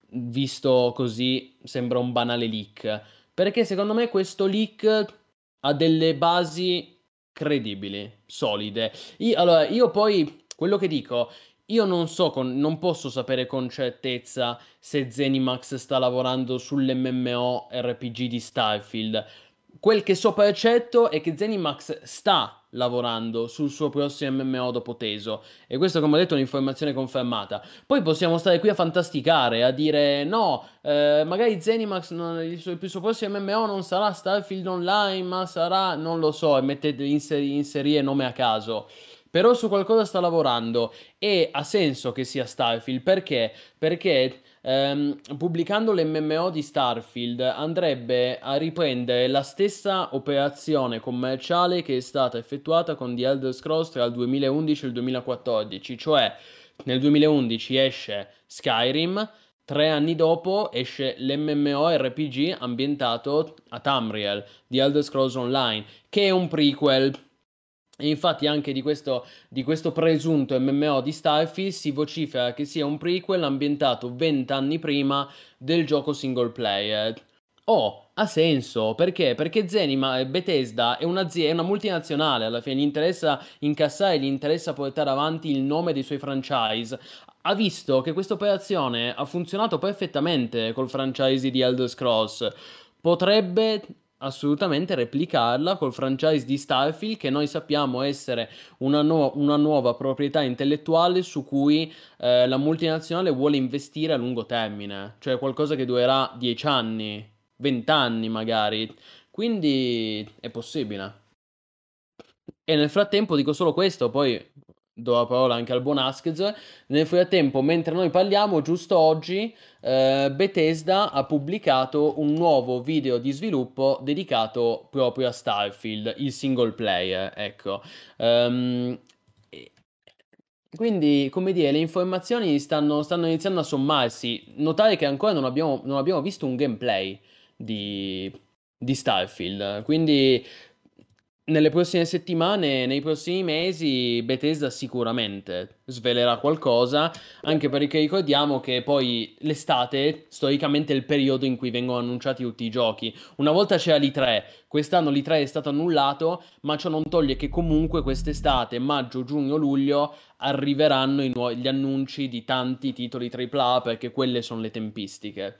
visto così sembra un banale leak? Perché secondo me questo leak ha delle basi credibili, solide. Io, allora, io poi quello che dico, io non so, con- non posso sapere con certezza se Zenimax sta lavorando sull'MMORPG di Starfield. Quel che so per certo è che Zenimax sta lavorando sul suo prossimo M M O dopo Teso. E questo, come ho detto, è un'informazione confermata. Poi possiamo stare qui a fantasticare, a dire no, eh, magari Zenimax, non- il, suo, il suo prossimo M M O non sarà Starfield Online, ma sarà, non lo so, e mettete inseri, inserire nome a caso. Però su qualcosa sta lavorando e ha senso che sia Starfield, perché? Perché ehm, pubblicando l'M M O di Starfield andrebbe a riprendere la stessa operazione commerciale che è stata effettuata con The Elder Scrolls tra il duemilaundici e il duemilaquattordici, cioè nel duemilaundici esce Skyrim, tre anni dopo esce l'MMORPG ambientato a Tamriel, The Elder Scrolls Online, che è un prequel. E infatti anche di questo, di questo presunto M M O di Starfield si vocifera che sia un prequel ambientato venti anni prima del gioco single player. Oh, ha senso, perché? Perché Zenima, Bethesda è un'azienda, è una multinazionale, alla fine gli interessa incassare, gli interessa portare avanti il nome dei suoi franchise. Ha visto che questa operazione ha funzionato perfettamente col franchise di Elder Scrolls. Potrebbe assolutamente replicarla col franchise di Starfield, che noi sappiamo essere una, nu- una nuova proprietà intellettuale su cui eh, la multinazionale vuole investire a lungo termine, cioè qualcosa che durerà dieci anni, venti anni magari. Quindi è possibile. E nel frattempo dico solo questo, poi do la parola anche al buon Askez. Nel frattempo, mentre noi parliamo, giusto oggi, eh, Bethesda ha pubblicato un nuovo video di sviluppo dedicato proprio a Starfield, il single player, ecco. Ehm, e- quindi, come dire, le informazioni stanno, stanno iniziando a sommarsi. Notare che ancora non abbiamo, non abbiamo visto un gameplay di, di Starfield, quindi nelle prossime settimane, nei prossimi mesi, Bethesda sicuramente svelerà qualcosa, anche perché ricordiamo che poi l'estate, storicamente, è il periodo in cui vengono annunciati tutti i giochi. Una volta c'era l'I tre, quest'anno l'I tre è stato annullato, ma ciò non toglie che comunque quest'estate, maggio, giugno, luglio, arriveranno i nuovi, gli annunci di tanti titoli tripla A, perché quelle sono le tempistiche.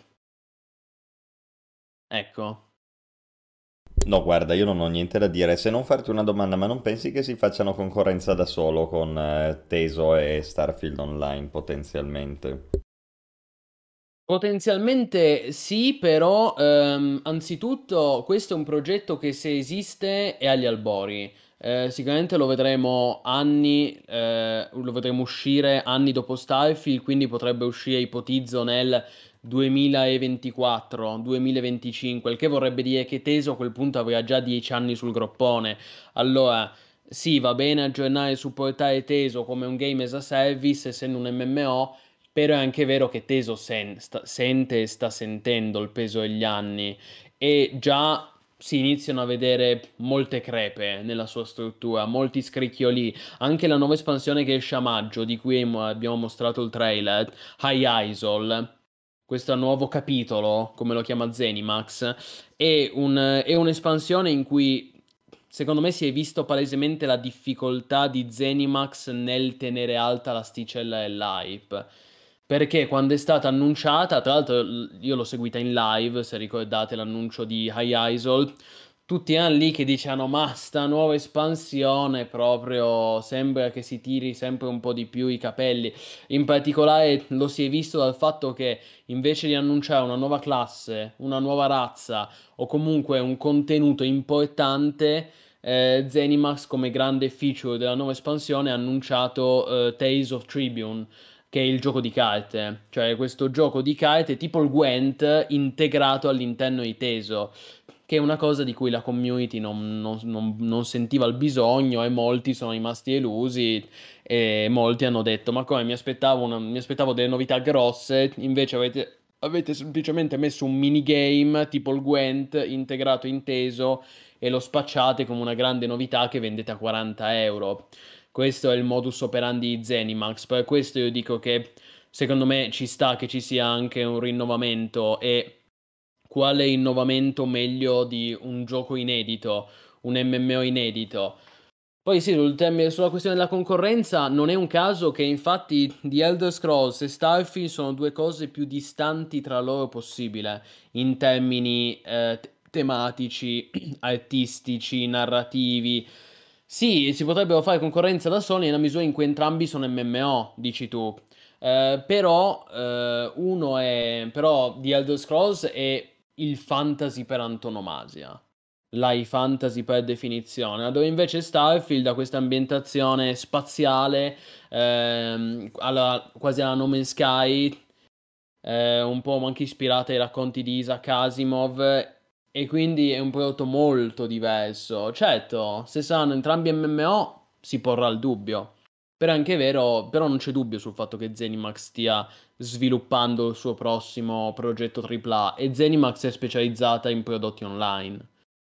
Ecco. No, guarda, io non ho niente da dire, se non farti una domanda, ma non pensi che si facciano concorrenza da solo con eh, Teso e Starfield Online potenzialmente? Potenzialmente sì, però ehm, anzitutto questo è un progetto che se esiste è agli albori. Eh, sicuramente lo vedremo anni, eh, lo vedremo uscire anni dopo Starfield, quindi potrebbe uscire, ipotizzo, nel duemilaventiquattro, duemilaventicinque, il che vorrebbe dire che Teso a quel punto avrà già dieci anni sul groppone. Allora, sì, va bene aggiornare e supportare Teso come un game as a service, essendo un M M O, però è anche vero che Teso sen- sta- sente e sta sentendo il peso degli anni e già si iniziano a vedere molte crepe nella sua struttura, molti scricchioli. Anche la nuova espansione che esce a maggio, di cui mo- abbiamo mostrato il trailer, High Isle, questo nuovo capitolo, come lo chiama Zenimax, è un- è un'espansione in cui secondo me si è visto palesemente la difficoltà di Zenimax nel tenere alta l'asticella dell'hype. Perché quando è stata annunciata, tra l'altro l- io l'ho seguita in live, se ricordate l'annuncio di High Isle, tutti erano lì che dicevano ma sta nuova espansione proprio sembra che si tiri sempre un po' di più i capelli. In particolare lo si è visto dal fatto che invece di annunciare una nuova classe, una nuova razza o comunque un contenuto importante, eh, Zenimax come grande feature della nuova espansione ha annunciato eh, Tales of Tribune, che è il gioco di carte, cioè questo gioco di carte tipo il Gwent integrato all'interno di Teso, che è una cosa di cui la community non, non- non- non sentiva il bisogno e molti sono rimasti elusi e molti hanno detto ma come mi aspettavo, una- mi aspettavo delle novità grosse, invece avete... Avete semplicemente messo un minigame tipo il Gwent integrato in Teso e lo spacciate come una grande novità che vendete a quaranta euro. Questo è il modus operandi di Zenimax. Per questo io dico che secondo me ci sta che ci sia anche un rinnovamento. E quale innovamento meglio di un gioco inedito, un M M O inedito? Poi sì, sul tem- sulla questione della concorrenza non è un caso che infatti The Elder Scrolls e Starfield sono due cose più distanti tra loro possibile in termini eh, te- tematici, artistici, narrativi. Sì, si potrebbero fare concorrenza da Sony nella misura in cui entrambi sono M M O, dici tu. Eh, però eh, uno è però The Elder Scrolls è il fantasy per antonomasia, l'high fantasy per definizione, dove invece Starfield ha questa ambientazione spaziale, ehm, alla- quasi alla No Man's Sky, eh, un po' anche ispirata ai racconti di Isaac Asimov, e quindi è un prodotto molto diverso. Certo, se saranno entrambi M M O si porrà il dubbio, però è anche vero, però non c'è dubbio sul fatto che Zenimax stia sviluppando il suo prossimo progetto tripla A e Zenimax è specializzata in prodotti online.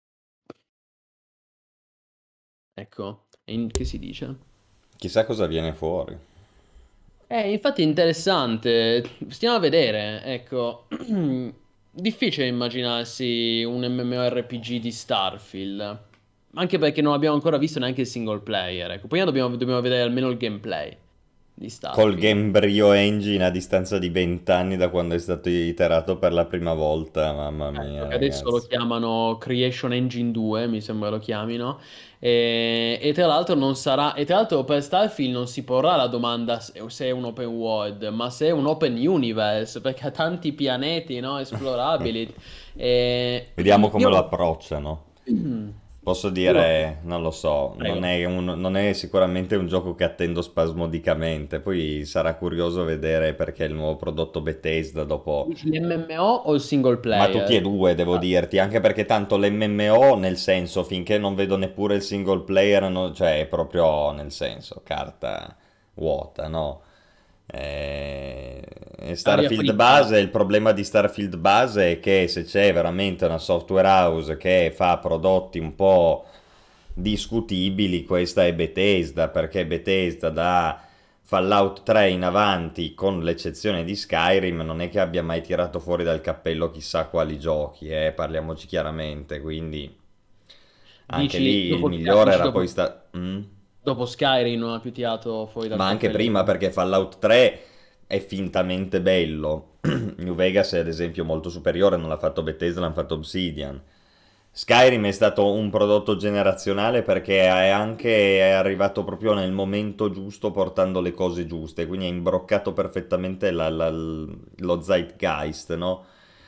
Ecco, e in- che si dice? Chissà cosa viene fuori. Eh, infatti è interessante, stiamo a vedere, ecco, difficile immaginarsi un MMORPG di Starfield, anche perché non abbiamo ancora visto neanche il single player, ecco, prima dobbiamo, dobbiamo vedere almeno il gameplay di Col Starfield. Gamebryo Engine a distanza di venti anni da quando è stato iterato per la prima volta, mamma Ecco, mia, che adesso lo ragazzi. chiamano Creation Engine due, mi sembra lo chiamino. E, e tra l'altro non sarà. E tra l'altro per Starfield non si porrà la domanda se, se è un open world, ma se è un open universe, perché ha tanti pianeti, no, esplorabili. E Vediamo come lo io. approcciano. Posso Io, dire, non lo so, non prego. è, un- non è sicuramente un gioco che attendo spasmodicamente, poi sarà curioso vedere perché il nuovo prodotto Bethesda dopo. Dici l'M M O o il single Ma tutti e player? due, devo Ah, dirti, anche perché tanto l'M M O, nel senso, finché non vedo neppure il single player, no- cioè è proprio nel senso, carta vuota, no? Eh, e aria Starfield fritta. base, il problema di Starfield base è che se c'è veramente una software house che fa prodotti un po' discutibili, questa è Bethesda, perché Bethesda da Fallout tre in avanti, con l'eccezione di Skyrim, non è che abbia mai tirato fuori dal cappello chissà quali giochi, eh, parliamoci chiaramente, quindi anche Dici lì il dopo, Sky- migliore dici era dopo, poi sta... Mm? dopo Skyrim non ha più tirato fuori dal Ma anche cappello. prima perché Fallout tre è fintamente bello. New Vegas è ad esempio molto superiore, non l'ha fatto Bethesda, l'hanno fatto Obsidian. Skyrim è stato un prodotto generazionale perché è anche è arrivato proprio nel momento giusto portando le cose giuste, quindi ha imbroccato perfettamente la- la- lo zeitgeist, no?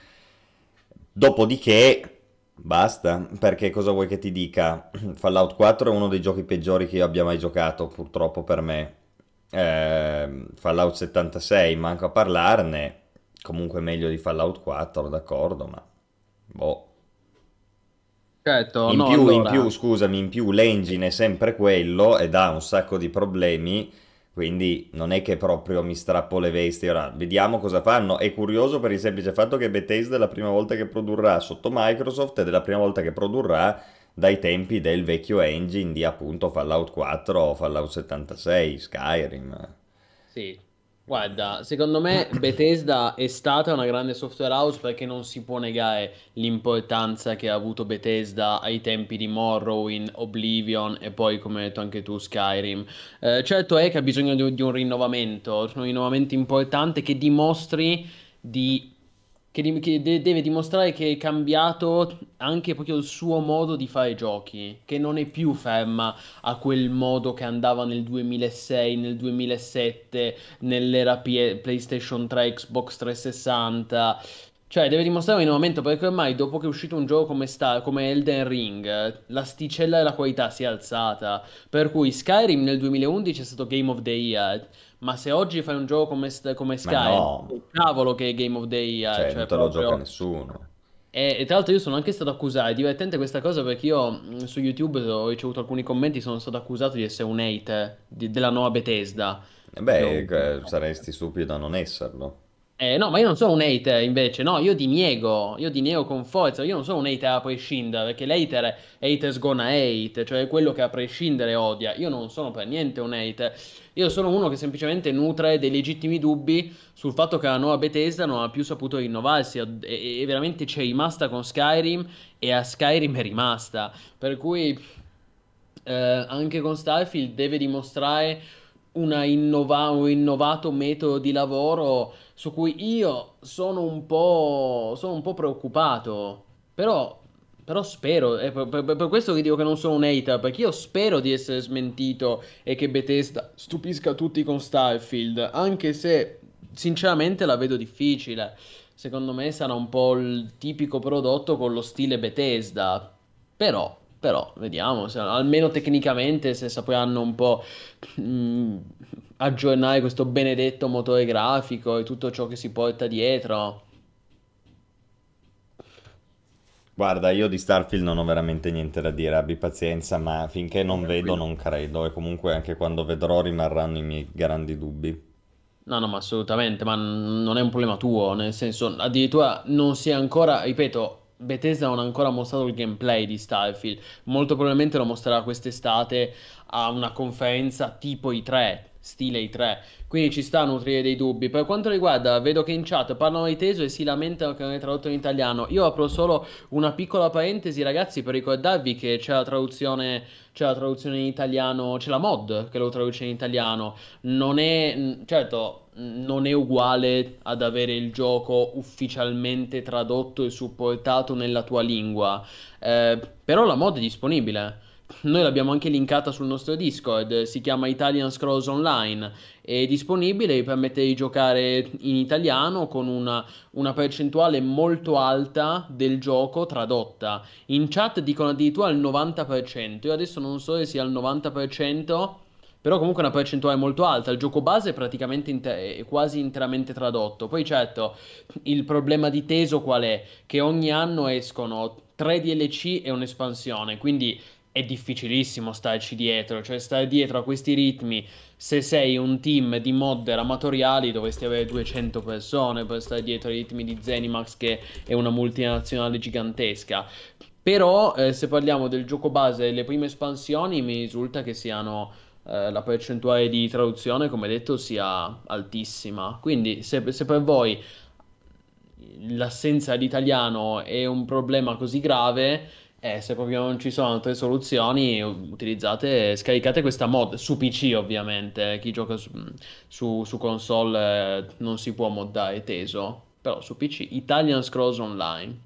Dopodiché, basta, perché cosa vuoi che ti dica? Fallout quattro è uno dei giochi peggiori che io abbia mai giocato, purtroppo per me. Ehm, Fallout settantasei, manco a parlarne, comunque meglio di Fallout quattro, d'accordo, ma boh. Certo, In no, più, in più, allora. scusami, in più l'engine è sempre quello ed ha un sacco di problemi, quindi non è che proprio mi strappo le vesti. Ora, vediamo cosa fanno. È curioso per il semplice fatto che Bethesda è la prima volta che produrrà sotto Microsoft ed è la prima volta che produrrà dai tempi del vecchio engine di appunto Fallout quattro o Fallout settantasei, Skyrim. Sì, guarda, secondo me Bethesda è stata una grande software house perché non si può negare l'importanza che ha avuto Bethesda ai tempi di Morrowind, Oblivion e poi, come hai detto anche tu, Skyrim. Eh, certo è che ha bisogno di, di un rinnovamento, un rinnovamento importante che dimostri di... Che, di- che de- deve dimostrare che è cambiato anche proprio il suo modo di fare giochi, che non è più ferma a quel modo che andava nel duemilasei, nel duemilasette, nell'era P- PlayStation tre, Xbox trecentosessanta. Cioè, deve dimostrare un rinnovamento perché ormai, dopo che è uscito un gioco come, Star, come Elden Ring, eh, l'asticella della qualità si è alzata. Per cui Skyrim nel duemilaundici è stato Game of the Year. Ma se oggi fai un gioco come, St- come Ma Skyrim, no, cavolo che è Game of the Year, cioè non cioè te lo gioca proprio. nessuno. E, e tra l'altro io sono anche stato accusato, è divertente questa cosa perché io mh, su YouTube ho ricevuto alcuni commenti, sono stato accusato di essere un hater di- della nuova Bethesda. E Proprio. beh, eh, saresti stupido a non esserlo. Eh, no, ma io non sono un hater invece, no, io diniego, io diniego con forza, io non sono un hater a prescindere, perché l'hater è haters gonna hate, cioè è quello che a prescindere odia, io non sono per niente un hater, io sono uno che semplicemente nutre dei legittimi dubbi sul fatto che la nuova Bethesda non ha più saputo rinnovarsi e, e- e veramente c'è rimasta con Skyrim e a Skyrim è rimasta, per cui eh, anche con Starfield deve dimostrare una innova- un innovato metodo di lavoro su cui io sono un po', sono un po' preoccupato. Però, però spero, è per, per- per questo che dico che non sono un hater, perché io spero di essere smentito e che Bethesda stupisca tutti con Starfield, anche se sinceramente la vedo difficile. Secondo me sarà un po' il tipico prodotto con lo stile Bethesda. Però, però, vediamo, se- almeno tecnicamente se sapranno un po' mh, aggiornare questo benedetto motore grafico e tutto ciò che si porta dietro. Guarda, io di Starfield non ho veramente niente da dire, abbi pazienza, ma finché No, non vedo tranquillo. non credo e comunque anche quando vedrò rimarranno i miei grandi dubbi. No, no, ma assolutamente, ma n- non è un problema tuo, nel senso, addirittura non si è ancora, ripeto, Bethesda non ha ancora mostrato il gameplay di Starfield, molto probabilmente lo mostrerà quest'estate a una conferenza tipo i tre, stile i tre, quindi ci sta a nutrire dei dubbi. Per quanto riguarda, vedo che in chat parlano di Teso e si lamentano che non è tradotto in italiano, io apro solo una piccola parentesi, ragazzi, per ricordarvi che c'è la traduzione, c'è la traduzione in italiano, c'è la mod che lo traduce in italiano. Non è, mh, certo, mh, non è uguale ad avere il gioco ufficialmente tradotto e supportato nella tua lingua, eh, però la mod è disponibile. noi l'abbiamo anche linkata sul nostro Discord, si chiama Italian Scrolls Online, è disponibile, vi permette di giocare in italiano con una, una percentuale molto alta del gioco tradotta. In chat dicono addirittura il novanta per cento, io adesso non so se sia il novanta per cento, però comunque è una percentuale molto alta. Il gioco base è praticamente inte- è quasi interamente tradotto. Poi certo, il problema di Teso qual è? Che ogni anno escono tre D L C e un'espansione, quindi è difficilissimo starci dietro, cioè stare dietro a questi ritmi. Se sei un team di modder amatoriali dovresti avere duecento persone per stare dietro ai ritmi di Zenimax, che è una multinazionale gigantesca. Però eh, se parliamo del gioco base e le prime espansioni, mi risulta che siano eh, la percentuale di traduzione, come detto, sia altissima. Quindi se, se per voi l'assenza di italiano è un problema così grave, eh, se proprio non ci sono altre soluzioni, utilizzate, scaricate questa mod su P C ovviamente. Chi gioca su, su, su console eh, non si può moddare Teso, però su P C Italian Scrolls Online.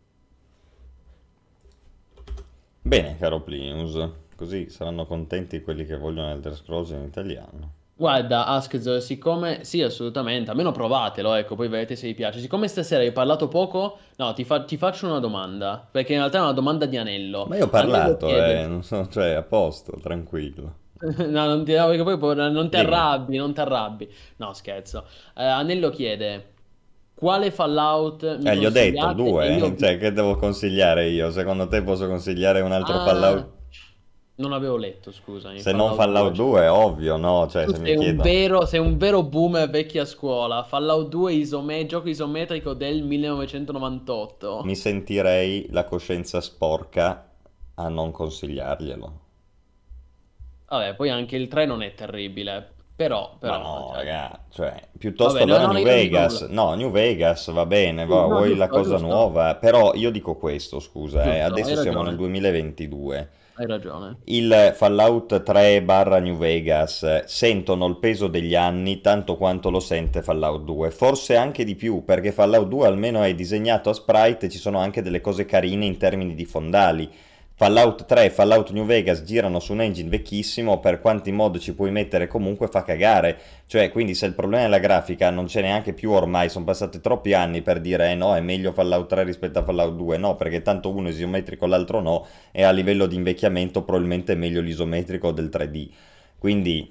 Bene, caro Plinius, così saranno contenti quelli che vogliono Elder Scrolls in italiano. Guarda, Askz, siccome sì, assolutamente, almeno provatelo, ecco, poi vedete se vi piace. Siccome stasera hai parlato poco, no, ti, fa- ti faccio una domanda, perché in realtà è una domanda di Anello. Ma io ho Anello parlato, chiede... eh, non so, cioè, a posto, tranquillo. No, non ti, no, perché poi poi non ti Dimmi. arrabbi, non ti arrabbi. No, scherzo. Eh, Anello chiede, quale Fallout mi Eh, gli ho detto consigliate? E due, io... eh, cioè, che devo consigliare io? Secondo te posso consigliare un altro Ah, Fallout? non avevo letto, scusami, Se non Fallout due. Fallout due, ovvio, no? Cioè, Tu se mi sei un chiedono... vero, sei un vero boomer vecchia scuola. Fallout due, isome- gioco isometrico del millenovecentonovantotto. Mi sentirei la coscienza sporca a non consigliarglielo. Vabbè, poi anche il tre non è terribile. Però, Ma però, no, cioè... raga, cioè, piuttosto Vabbè, no, allora no, New io non dico Vegas. nulla. No, New Vegas va bene, Sì, va- no, vuoi la giusto, cosa giusto. nuova, però io dico questo, scusa, eh, Giusto, hai adesso siamo nel ragione. duemilaventidue. Hai ragione. Il Fallout tre barra New Vegas eh, sentono il peso degli anni tanto quanto lo sente Fallout due, forse anche di più, perché Fallout due almeno è disegnato a sprite e ci sono anche delle cose carine in termini di fondali. Fallout tre e Fallout New Vegas girano su un engine vecchissimo, per quanti mod ci puoi mettere comunque fa cagare. Cioè, quindi se il problema è la grafica non c'è neanche più ormai, sono passati troppi anni per dire eh no, è meglio Fallout tre rispetto a Fallout due, no, perché tanto uno è isometrico, l'altro no, e a livello di invecchiamento probabilmente è meglio l'isometrico del tre D. Quindi...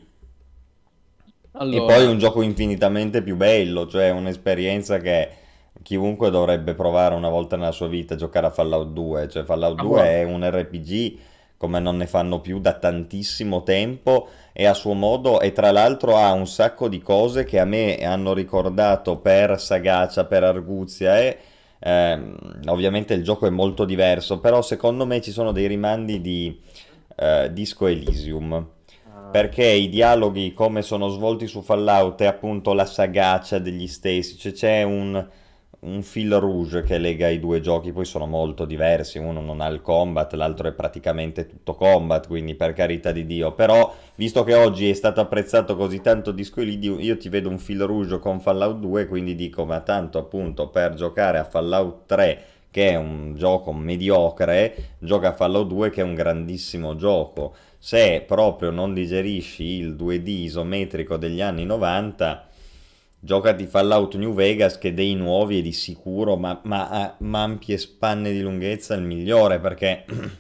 E poi è Allora, un gioco infinitamente più bello, cioè un'esperienza che chiunque dovrebbe provare una volta nella sua vita, giocare a Fallout due. Cioè Fallout a due buono. è un R P G come non ne fanno più da tantissimo tempo e a suo modo, e tra l'altro ha un sacco di cose che a me hanno ricordato per sagacia, per arguzia e ehm, ovviamente il gioco è molto diverso, però secondo me ci sono dei rimandi di eh, Disco Elysium. Ah, Perché i dialoghi come sono svolti su Fallout è appunto la sagacia degli stessi, cioè c'è un, un fil rouge che lega i due giochi, poi sono molto diversi, uno non ha il combat, l'altro è praticamente tutto combat, quindi per carità di Dio, però visto che oggi è stato apprezzato così tanto Disco Elysium, io ti vedo un fil rouge con Fallout due, quindi dico, ma tanto appunto per giocare a Fallout tre, che è un gioco mediocre, gioca a Fallout due che è un grandissimo gioco. Se proprio non digerisci il due D isometrico degli anni novanta, giocati Fallout New Vegas che dei nuovi è di sicuro, ma, ma a ma ampie spanne di lunghezza il migliore, perché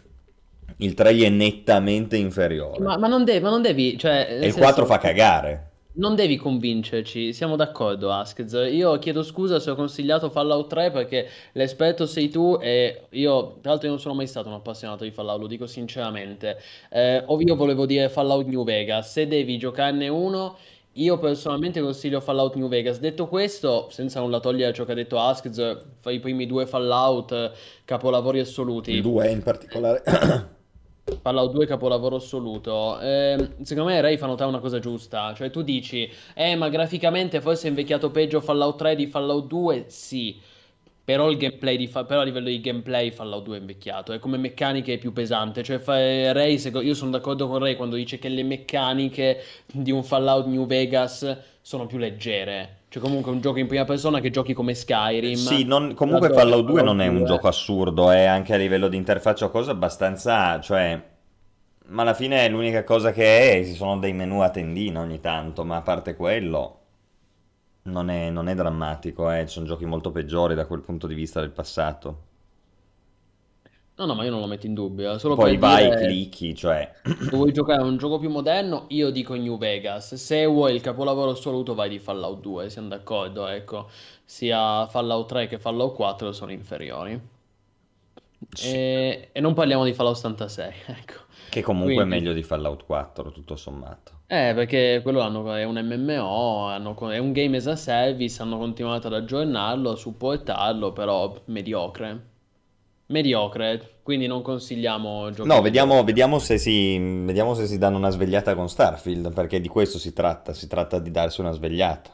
il tre gli è nettamente inferiore. Ma, ma non devi, ma non devi, cioè, E nel il quattro senso, fa cagare. non devi convincerci, siamo d'accordo, Askez. Io chiedo scusa se ho consigliato Fallout tre perché l'esperto sei tu e io, tra l'altro, io non sono mai stato un appassionato di Fallout, lo dico sinceramente. Eh, o io volevo dire Fallout New Vegas, se devi giocarne uno, io personalmente consiglio Fallout New Vegas. Detto questo, senza nulla togliere a ciò che ha detto Askez, fa i primi due Fallout, eh, capolavori Il assoluti. due in particolare. Fallout due capolavoro assoluto. Ehm, secondo me Ray fa notare una cosa giusta. Cioè tu dici, eh ma graficamente forse è invecchiato peggio Fallout tre di Fallout due? Sì. Però, il gameplay di fa- però a livello di gameplay Fallout due è invecchiato. E come meccaniche è più pesante. Cioè fa- Ray, seco- io sono d'accordo con Ray quando dice che le meccaniche di un Fallout New Vegas sono più leggere. Cioè comunque è un gioco in prima persona che giochi come Sì, Skyrim. non- La comunque giochi a Fallout due Fallout non è un due. gioco assurdo, è anche a livello di interfaccia cosa abbastanza, cioè Ma alla fine l'unica cosa che è, ci sono dei menu a tendina ogni tanto, ma a parte quello non è, non è drammatico, eh. Ci sono giochi molto peggiori da quel punto di vista del passato. No, no, ma io non lo metto in dubbio, è solo Poi per vai, dire, clicchi, cioè... se vuoi giocare a un gioco più moderno, io dico New Vegas. Se vuoi il capolavoro assoluto, vai di Fallout due, siamo d'accordo, ecco. Sia Fallout tre che Fallout quattro sono inferiori. Sì. E, e non parliamo di Fallout settantasei, ecco. Che comunque è Quindi, meglio di Fallout quattro, tutto sommato. eh, perché quello hanno- è un M M O, hanno co- è un game as a service, hanno continuato ad aggiornarlo, a supportarlo, però mediocre. Mediocre, quindi non consigliamo giochi No, vediamo, mediocri. vediamo se si, vediamo se si danno una svegliata con Starfield, perché di questo si tratta, si tratta di darsi una svegliata.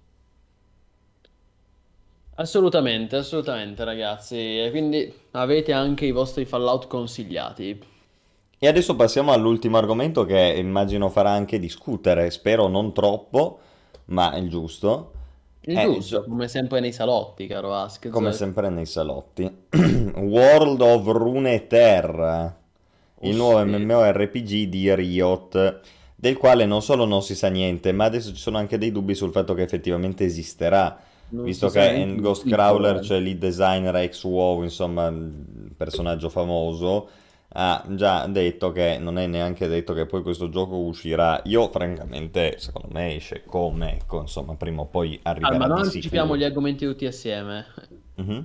Assolutamente, assolutamente, ragazzi. E quindi avete anche i vostri Fallout consigliati. E adesso passiamo all'ultimo argomento che immagino farà anche discutere, spero non troppo, ma il giusto. Il È giusto, gio- come sempre nei salotti, caro Askez. come sempre nei salotti. World of Runeterra, Oh il nuovo sì, MMORPG di Riot, del quale non solo non si sa niente, ma adesso ci sono anche dei dubbi sul fatto che effettivamente esisterà, non si visto sa che neanche in il Ghost Crawler titolo. c'è lead designer ex WoW, insomma, un personaggio famoso, ha già detto che non è neanche detto che poi questo gioco uscirà. Io, francamente, secondo me esce come, ecco, insomma, prima o poi Calma, arriverà non di anticipiamo sicuro. gli argomenti tutti assieme. Mhm.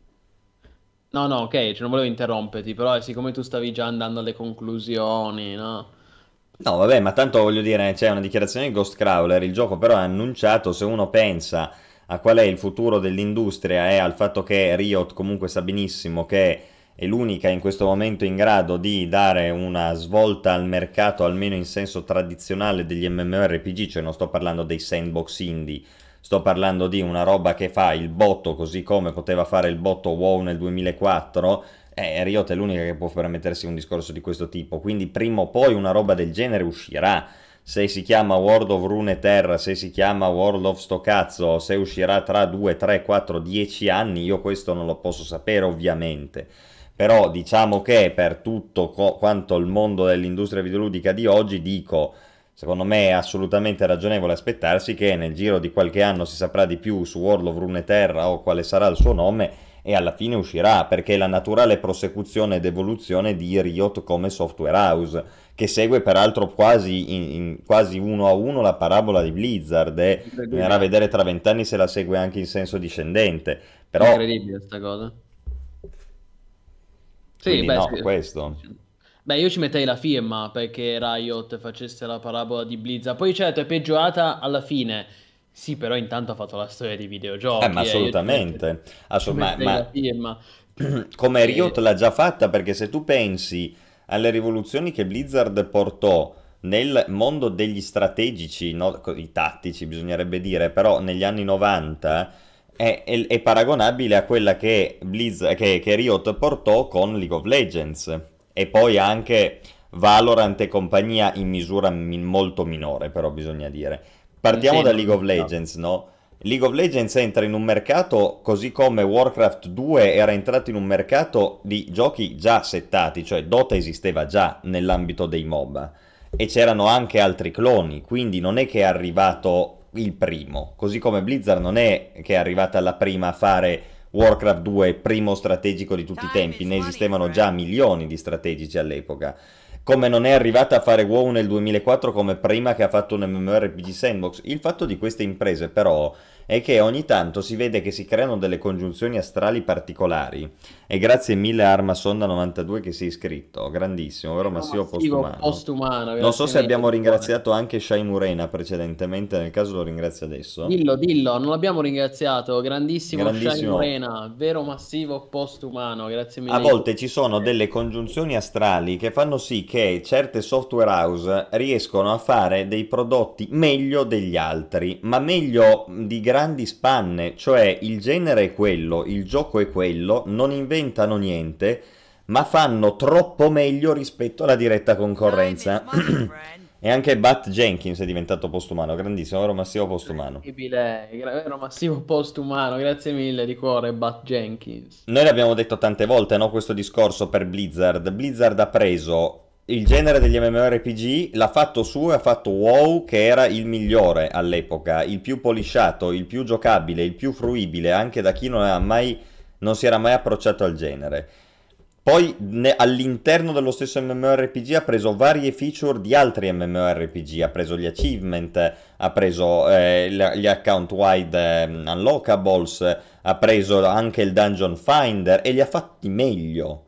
No, no, ok, cioè non volevo interromperti, però siccome tu stavi già andando alle conclusioni, no? No, vabbè, ma tanto voglio dire, c'è una dichiarazione di Ghost Crawler, il gioco però è annunciato, se uno pensa a qual è il futuro dell'industria e al fatto che Riot comunque sa benissimo che è l'unica in questo momento in grado di dare una svolta al mercato, almeno in senso tradizionale degli MMORPG, cioè non sto parlando dei sandbox indie, sto parlando di una roba che fa il botto così come poteva fare il botto WoW nel duemilaquattro. Eh, Riot è l'unica che può permettersi un discorso di questo tipo, quindi prima o poi una roba del genere uscirà. Se si chiama World of Runeterra, se si chiama World of sto cazzo, se uscirà tra due, tre, quattro, dieci anni, io questo non lo posso sapere ovviamente. Però diciamo che per tutto co- quanto il mondo dell'industria videoludica di oggi, dico, secondo me è assolutamente ragionevole aspettarsi che nel giro di qualche anno si saprà di più su World of Runeterra o quale sarà il suo nome e alla fine uscirà, perché è la naturale prosecuzione ed evoluzione di Riot come software house, che segue peraltro quasi, in, in- quasi uno a uno la parabola di Blizzard, e bisognerà Incredibile, vedere tra vent'anni se la segue anche in senso discendente, però, incredibile sta cosa. Sì, quindi beh, no, sì. questo. Beh, io ci metterei la firma perché Riot facesse la parabola di Blizzard. Poi certo è peggiorata alla fine. Sì, però intanto ha fatto la storia dei Eh, ma videogiochi e io ci metterei, assolutamente, ci assu- ma, metterei la ma firma. come Riot E... l'ha già fatta, perché se tu pensi alle rivoluzioni che Blizzard portò nel mondo degli strategici, no, co- i tattici bisognerebbe dire, però negli anni novanta è, è- è paragonabile a quella che, Blizz- che, che Riot portò con League of Legends e poi anche Valorant e compagnia in misura min- molto minore, però bisogna dire. Partiamo Sì, da no, League of Legends, no? League of Legends entra in un mercato così come Warcraft due era entrato in un mercato di giochi già settati, cioè Dota esisteva già nell'ambito dei MOBA e c'erano anche altri cloni, quindi non è che è arrivato il primo, così come Blizzard non è che è arrivata la prima a fare Warcraft due primo strategico di tutti i tempi, ne esistevano già milioni di strategici all'epoca. Come non è arrivata a fare WoW nel duemilaquattro come prima che ha fatto un MMORPG sandbox. Il fatto di queste imprese però è che ogni tanto si vede che si creano delle congiunzioni astrali particolari. E grazie mille a Armasonda novantadue che si è iscritto, grandissimo, vero Vero Massimo massivo Postumano. postumano, Non so grazie se mille abbiamo di cuore. ringraziato anche Shai Murena precedentemente, nel caso lo ringrazio adesso. Dillo, dillo, non l'abbiamo ringraziato. Grandissimo Shai Grandissimo. Morena, vero massivo postumano, grazie A mille di volte ci sono cuore. delle congiunzioni astrali che fanno sì che certe software house riescono a fare dei prodotti meglio degli altri, ma meglio di grandi spanne, cioè il genere è quello, il gioco è quello, non inventano niente, ma fanno troppo meglio rispetto alla diretta concorrenza. E anche Bat Jenkins è diventato postumano, grandissimo, vero Massimo Postumano. Incredibile, gra- vero massivo postumano, grazie mille di cuore, Bat Jenkins. Noi l'abbiamo detto tante volte, no, questo discorso per Blizzard. Blizzard ha preso il genere degli MMORPG l'ha fatto suo e ha fatto WoW, che era il migliore all'epoca, il più polisciato, il più giocabile, il più fruibile anche da chi non aveva mai, non si era mai approcciato al genere. Poi ne- all'interno dello stesso MMORPG ha preso varie feature di altri MMORPG, ha preso gli achievement, ha preso eh, l- gli account wide eh, unlockables, ha preso anche il dungeon finder e li ha fatti meglio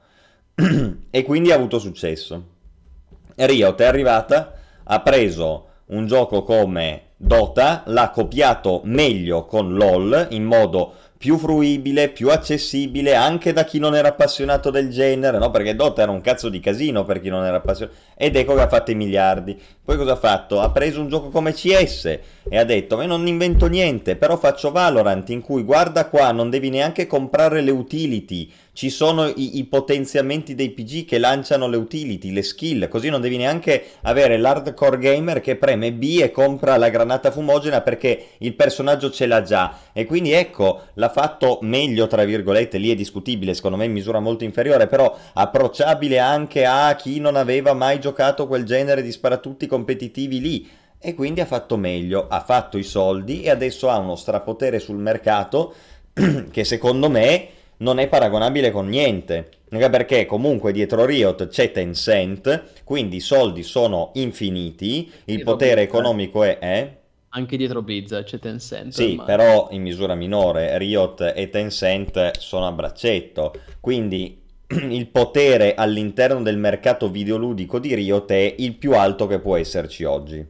e quindi ha avuto successo. Riot è arrivata, ha preso un gioco come Dota, l'ha copiato meglio con LoL in modo più fruibile, più accessibile anche da chi non era appassionato del genere, no? Perché Dota era un cazzo di casino per chi non era appassionato. Ed ecco che ha fatto i miliardi. Poi cosa ha fatto? Ha preso un gioco come C S e ha detto: ma non invento niente, però faccio Valorant, in cui guarda qua, non devi neanche comprare le utility. Ci sono i, i potenziamenti dei P G che lanciano le utility, le skill, così non devi neanche avere l'hardcore gamer che preme B e compra la granata fumogena perché il personaggio ce l'ha già. E quindi ecco, l'ha fatto meglio, tra virgolette, lì è discutibile, secondo me in misura molto inferiore, però approcciabile anche a chi non aveva mai giocato quel genere di sparatutto competitivi lì. E quindi ha fatto meglio, ha fatto i soldi e adesso ha uno strapotere sul mercato che secondo me non è paragonabile con niente, anche perché comunque dietro Riot c'è Tencent, quindi i soldi sono infiniti, il Dietro potere Blizzard. economico è... Eh? Anche dietro Blizzard c'è Tencent Sì, ormai. però in misura minore, Riot e Tencent sono a braccetto, quindi il potere all'interno del mercato videoludico di Riot è il più alto che può esserci oggi.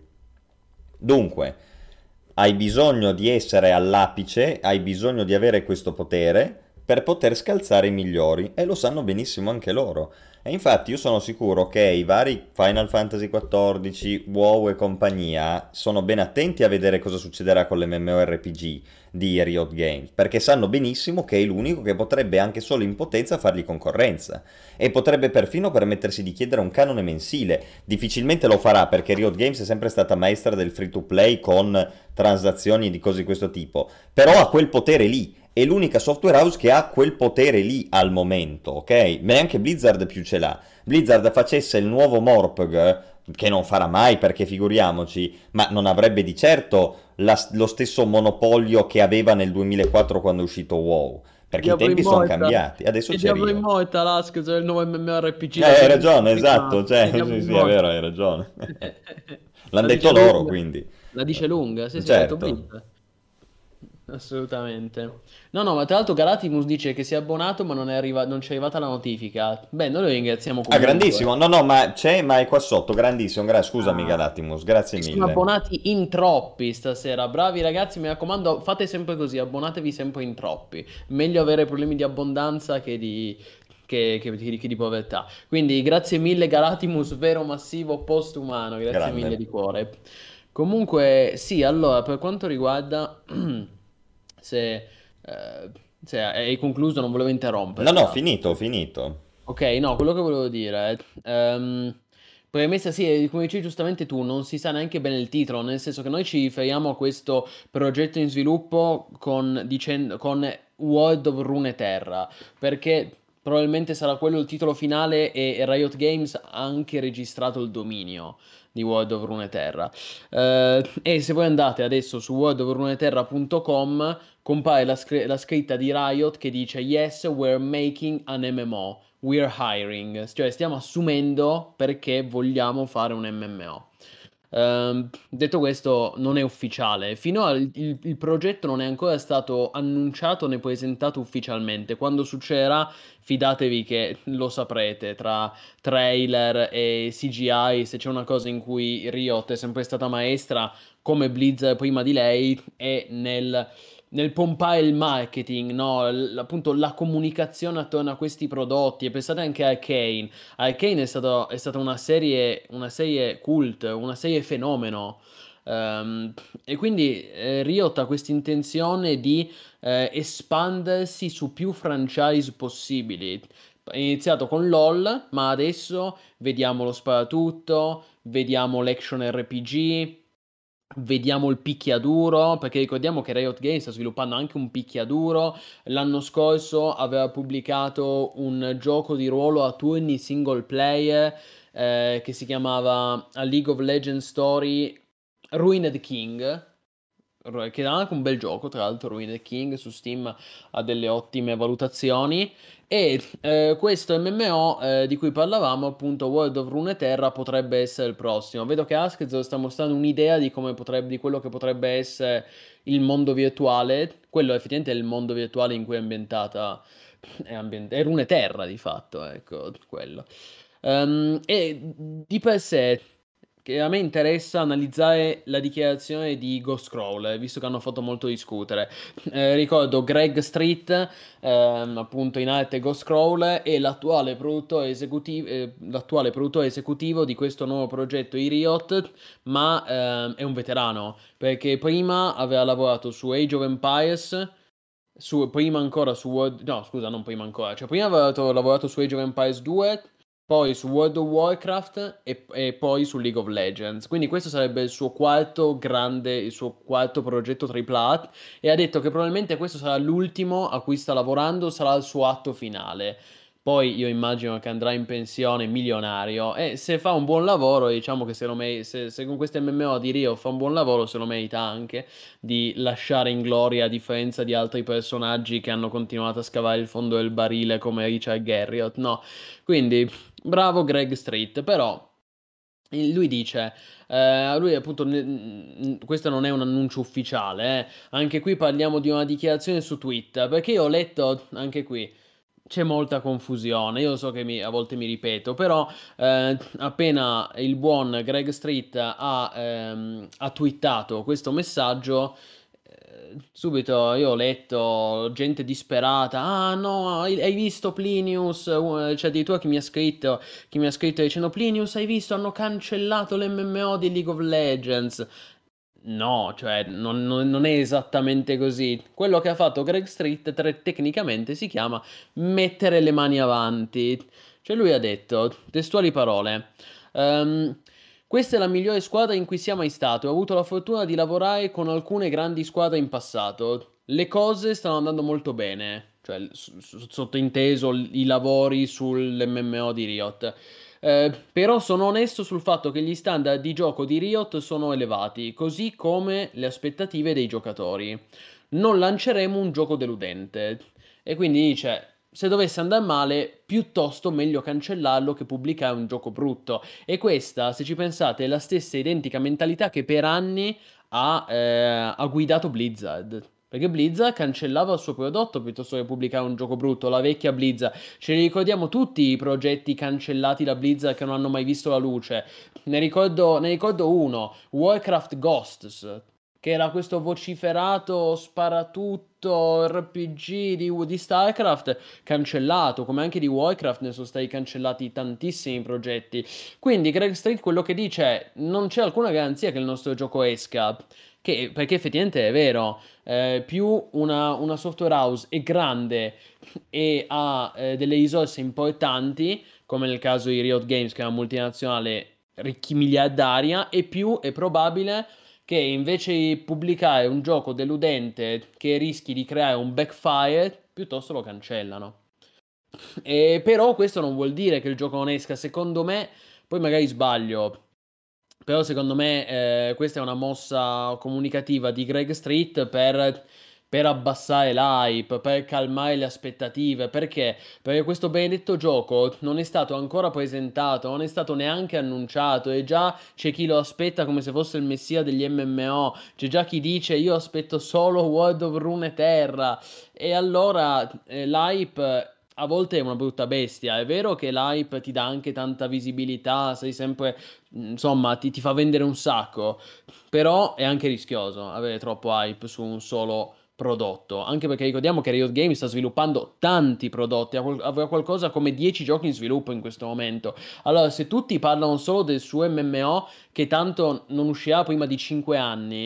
Dunque, hai bisogno di essere all'apice, hai bisogno di avere questo potere per poter scalzare i migliori e lo sanno benissimo anche loro. E infatti io sono sicuro che i vari Final Fantasy quattordici, WoW e compagnia sono ben attenti a vedere cosa succederà con l'MMORPG di Riot Games, perché sanno benissimo che è l'unico che potrebbe anche solo in potenza fargli concorrenza e potrebbe perfino permettersi di chiedere un canone mensile. Difficilmente lo farà perché Riot Games è sempre stata maestra del free to play con transazioni di cose di questo tipo, però ha quel potere lì. È l'unica software house che ha quel potere lì al momento, ok? Ma neanche Blizzard più ce l'ha. Blizzard facesse il nuovo Morpg, che non farà mai perché figuriamoci, ma non avrebbe di certo la- lo stesso monopolio che aveva nel duemilaquattro quando è uscito WoW, perché i Diablo tempi sono Immortal. cambiati. Adesso E c'è Diablo Riot. Immortal, Ask, cioè il nuovo MMORPG Eh, da hai sei mesi ragione, esatto, confirmato. cioè, E Diablo sì, sì, è vero, Immortal. hai ragione. L'hanno La detto dice loro, lunga. quindi. La dice lunga, sì, sì, l'ha detto Certo. Blizzard. Assolutamente. No, no, ma tra l'altro Galatimus dice che si è abbonato ma non è arriva- non ci è arrivata la notifica. Beh, noi lo ringraziamo Ah, grandissimo. comunque. No, no, ma c'è, ma è qua sotto, grandissimo. Gra- scusami, Ah, Galatimus, grazie si sono mille. abbonati in troppi stasera. Bravi ragazzi, mi raccomando, fate sempre così, abbonatevi sempre in troppi. Meglio avere problemi di abbondanza che di, che, che- che di che di povertà. Quindi grazie mille Galatimus, vero massivo postumano, grazie mille Grande. di cuore. Comunque, sì, allora, per quanto riguarda se, eh, se hai concluso, non volevo No, interromperti. no, Ah. finito, finito. Ok, no, quello che volevo dire è, ehm, premessa sì, eh, come dici giustamente tu, non si sa neanche bene il titolo, nel senso che noi ci riferiamo a questo progetto in sviluppo con, dicendo, con World of Runeterra, perché probabilmente sarà quello il titolo finale e Riot Games ha anche registrato il dominio di World of Runeterra. Eh, e se voi andate adesso su world of runeterra punto com compare la, scr- la scritta di Riot che dice Yes, we're making an M M O. We're hiring, cioè stiamo assumendo perché vogliamo fare un M M O. Ehm, detto questo, non è ufficiale. Fino al il, il progetto non è ancora stato annunciato né presentato ufficialmente. Quando succederà, fidatevi che lo saprete tra trailer e C G I. Se c'è una cosa in cui Riot è sempre stata maestra, come Blizzard prima di lei, è nel nel pompare il marketing, no? L- appunto la comunicazione attorno a questi prodotti. E pensate anche a Arcane. Arcane è stato- è stata una serie, una serie cult, una serie fenomeno. Ehm, e quindi eh, Riot ha questa intenzione di eh, espandersi su più franchise possibili. È iniziato con LoL, ma adesso vediamo lo sparatutto, vediamo l'action R P G. Vediamo il picchiaduro, perché ricordiamo che Riot Games sta sviluppando anche un picchiaduro. L'anno scorso aveva pubblicato un gioco di ruolo a turni single player, eh, che si chiamava A League of Legends Story Ruined King, che era anche un bel gioco, tra l'altro. Ruined King su Steam ha delle ottime valutazioni. E eh, questo M M O eh, di cui parlavamo, appunto World of Runeterra, potrebbe essere il prossimo. Vedo che Askez sta mostrando un'idea di come potrebbe, di quello che potrebbe essere il mondo virtuale. Quello effettivamente è il mondo virtuale in cui è ambientata, è, ambient- è Runeterra di fatto, ecco, quello. Ehm, e di per sé, che a me interessa analizzare la dichiarazione di Ghostcrawler, visto che hanno fatto molto discutere. Eh, ricordo Greg Street, ehm, appunto in arte Ghostcrawler, e l'attuale produttore esecutivo, eh, l'attuale produttore esecutivo di questo nuovo progetto i Riot, ma ehm, è un veterano, perché prima aveva lavorato su Age of Empires, su, prima ancora su World... No, scusa, non prima ancora. Cioè, prima aveva lavorato, lavorato su Age of Empires due, poi su World of Warcraft e, e poi su League of Legends. Quindi questo sarebbe il suo quarto grande, il suo quarto progetto tripla A, e ha detto che probabilmente questo sarà l'ultimo a cui sta lavorando, sarà il suo atto finale. Poi io immagino che andrà in pensione milionario, e se fa un buon lavoro, diciamo che se, lo me- se, se con questo M M O di Rio fa un buon lavoro, se lo merita anche di lasciare in gloria, a differenza di altri personaggi che hanno continuato a scavare il fondo del barile come Richard Garriott, no? Quindi, bravo Greg Street, però lui dice, eh, lui appunto, ne- n- questo non è un annuncio ufficiale, eh. Anche qui parliamo di una dichiarazione su Twitter, perché io ho letto, anche qui, c'è molta confusione. Io so che mi- a volte mi ripeto, però eh, appena il buon Greg Street ha, ehm, ha twittato questo messaggio, eh, subito io ho letto gente disperata. Ah no, hai, hai visto Plinius? Uh, C'è addirittura chi mi ha scritto, chi mi ha scritto dicendo: Plinius, hai visto? Hanno cancellato l'M M O di League of Legends. No, cioè, non, non- non è esattamente così. Quello che ha fatto Greg Street tre- tecnicamente si chiama mettere le mani avanti. Cioè, lui ha detto, testuali parole, ehm, questa è la migliore squadra in cui sia mai stato. Ho avuto la fortuna di lavorare con alcune grandi squadre in passato. Le cose stanno andando molto bene. Cioè, s- s- sottointeso i lavori sull'M M O di Riot. Eh, però sono onesto sul fatto che gli standard di gioco di Riot sono elevati, così come le aspettative dei giocatori. Non lanceremo un gioco deludente. E quindi dice, se dovesse andare male, piuttosto meglio cancellarlo che pubblicare un gioco brutto. E questa, se ci pensate, è la stessa identica mentalità che per anni ha, eh, ha guidato Blizzard. Perché Blizzard cancellava il suo prodotto piuttosto che pubblicare un gioco brutto, la vecchia Blizzard. Ce li ricordiamo tutti i progetti cancellati da Blizzard che non hanno mai visto la luce. Ne ricordo, ne ricordo uno, Warcraft Ghosts, che era questo vociferato sparatutto R P G di, di StarCraft, cancellato, come anche di Warcraft ne sono stati cancellati tantissimi progetti. Quindi Greg Street quello che dice è: non c'è alcuna garanzia che il nostro gioco esca. Che, perché effettivamente è vero, eh, più una, una software house è grande e ha eh, delle risorse importanti, come nel caso di Riot Games, che è una multinazionale ricchi miliardaria, e più è probabile che invece di pubblicare un gioco deludente che rischi di creare un backfire, piuttosto lo cancellano. E però questo non vuol dire che il gioco non esca, secondo me, poi magari sbaglio, però secondo me eh, questa è una mossa comunicativa di Greg Street per, per abbassare l'hype, per calmare le aspettative. Perché? Perché questo benedetto gioco non è stato ancora presentato, non è stato neanche annunciato, e già c'è chi lo aspetta come se fosse il messia degli M M O, c'è già chi dice io aspetto solo World of Runeterra. E allora eh, l'hype a volte è una brutta bestia. È vero che l'hype ti dà anche tanta visibilità, sei sempre, insomma, ti, ti fa vendere un sacco, però è anche rischioso avere troppo hype su un solo prodotto, anche perché ricordiamo che Riot Games sta sviluppando tanti prodotti, ha qual- aveva qualcosa come dieci giochi in sviluppo in questo momento. Allora, se tutti parlano solo del suo M M O, che tanto non uscirà prima di cinque anni,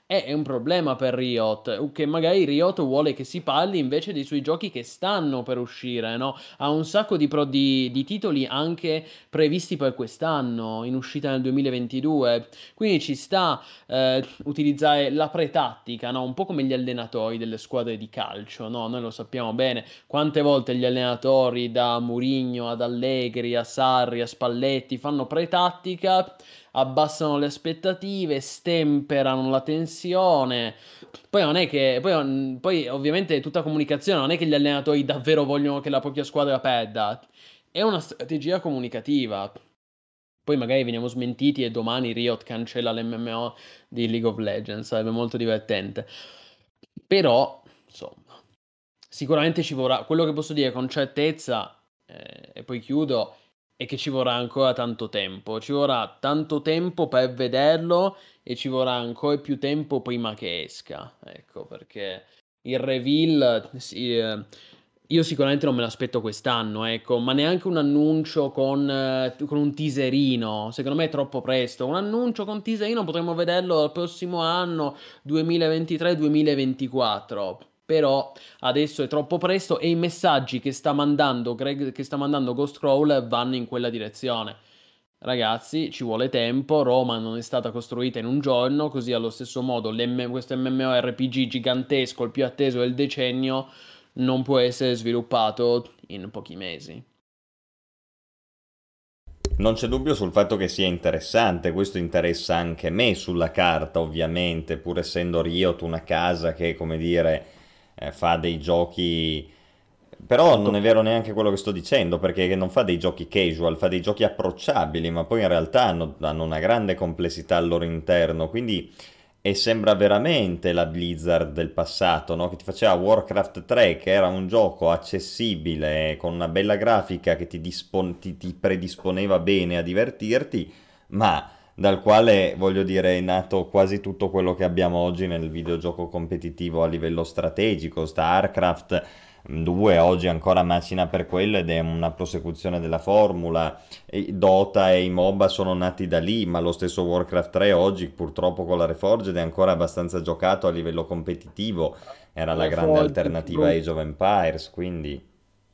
è, è un problema per Riot, che magari Riot vuole che si parli invece dei suoi giochi che stanno per uscire, no? Ha un sacco di, pro- di, di titoli anche previsti per quest'anno, in uscita nel duemilaventidue, quindi ci sta eh, utilizzare la pretattica, no? Un po' come gli allenatori delle squadre di calcio, no? Noi lo sappiamo bene, quante volte gli allenatori da Mourinho ad Allegri a Sarri a Spalletti fanno pretattica, abbassano le aspettative, stemperano la tensione. Poi non è che, poi, non- poi ovviamente è tutta comunicazione, non è che gli allenatori davvero vogliono che la propria squadra perda, è una strategia comunicativa. Poi magari veniamo smentiti e domani Riot cancella l'M M O di League of Legends, sarebbe molto divertente. Però, insomma, sicuramente ci vorrà, quello che posso dire con certezza, eh, e poi chiudo, è che ci vorrà ancora tanto tempo. Ci vorrà tanto tempo per vederlo e ci vorrà ancora più tempo prima che esca. Ecco, perché il reveal, sì, eh, io sicuramente non me l'aspetto quest'anno, ecco, ma neanche un annuncio con, eh, con un teaserino. Secondo me è troppo presto. Un annuncio con teaserino potremmo vederlo al prossimo anno, duemilaventitré-duemilaventiquattro. Però adesso è troppo presto e i messaggi che sta mandando Greg, che sta mandando Ghost Crawler vanno in quella direzione. Ragazzi, ci vuole tempo, Roma non è stata costruita in un giorno, così allo stesso modo l'M- questo MMORPG gigantesco, il più atteso del decennio, non può essere sviluppato in pochi mesi. Non c'è dubbio sul fatto che sia interessante, questo interessa anche me sulla carta, ovviamente, pur essendo Riot una casa che, come dire, eh, fa dei giochi. Però non è vero neanche quello che sto dicendo, perché non fa dei giochi casual, fa dei giochi approcciabili, ma poi in realtà hanno, hanno una grande complessità al loro interno, quindi e sembra veramente la Blizzard del passato, no? Che ti faceva Warcraft tre, che era un gioco accessibile, con una bella grafica che ti, dispon- ti, ti predisponeva bene a divertirti, ma dal quale, voglio dire, è nato quasi tutto quello che abbiamo oggi nel videogioco competitivo a livello strategico. StarCraft due oggi ancora macina per quello ed è una prosecuzione della formula. E Dota e i MOBA sono nati da lì, ma lo stesso Warcraft tre oggi purtroppo con la Reforged è ancora abbastanza giocato a livello competitivo. Era la grande Reforged, alternativa a Age brutto. of Empires, quindi.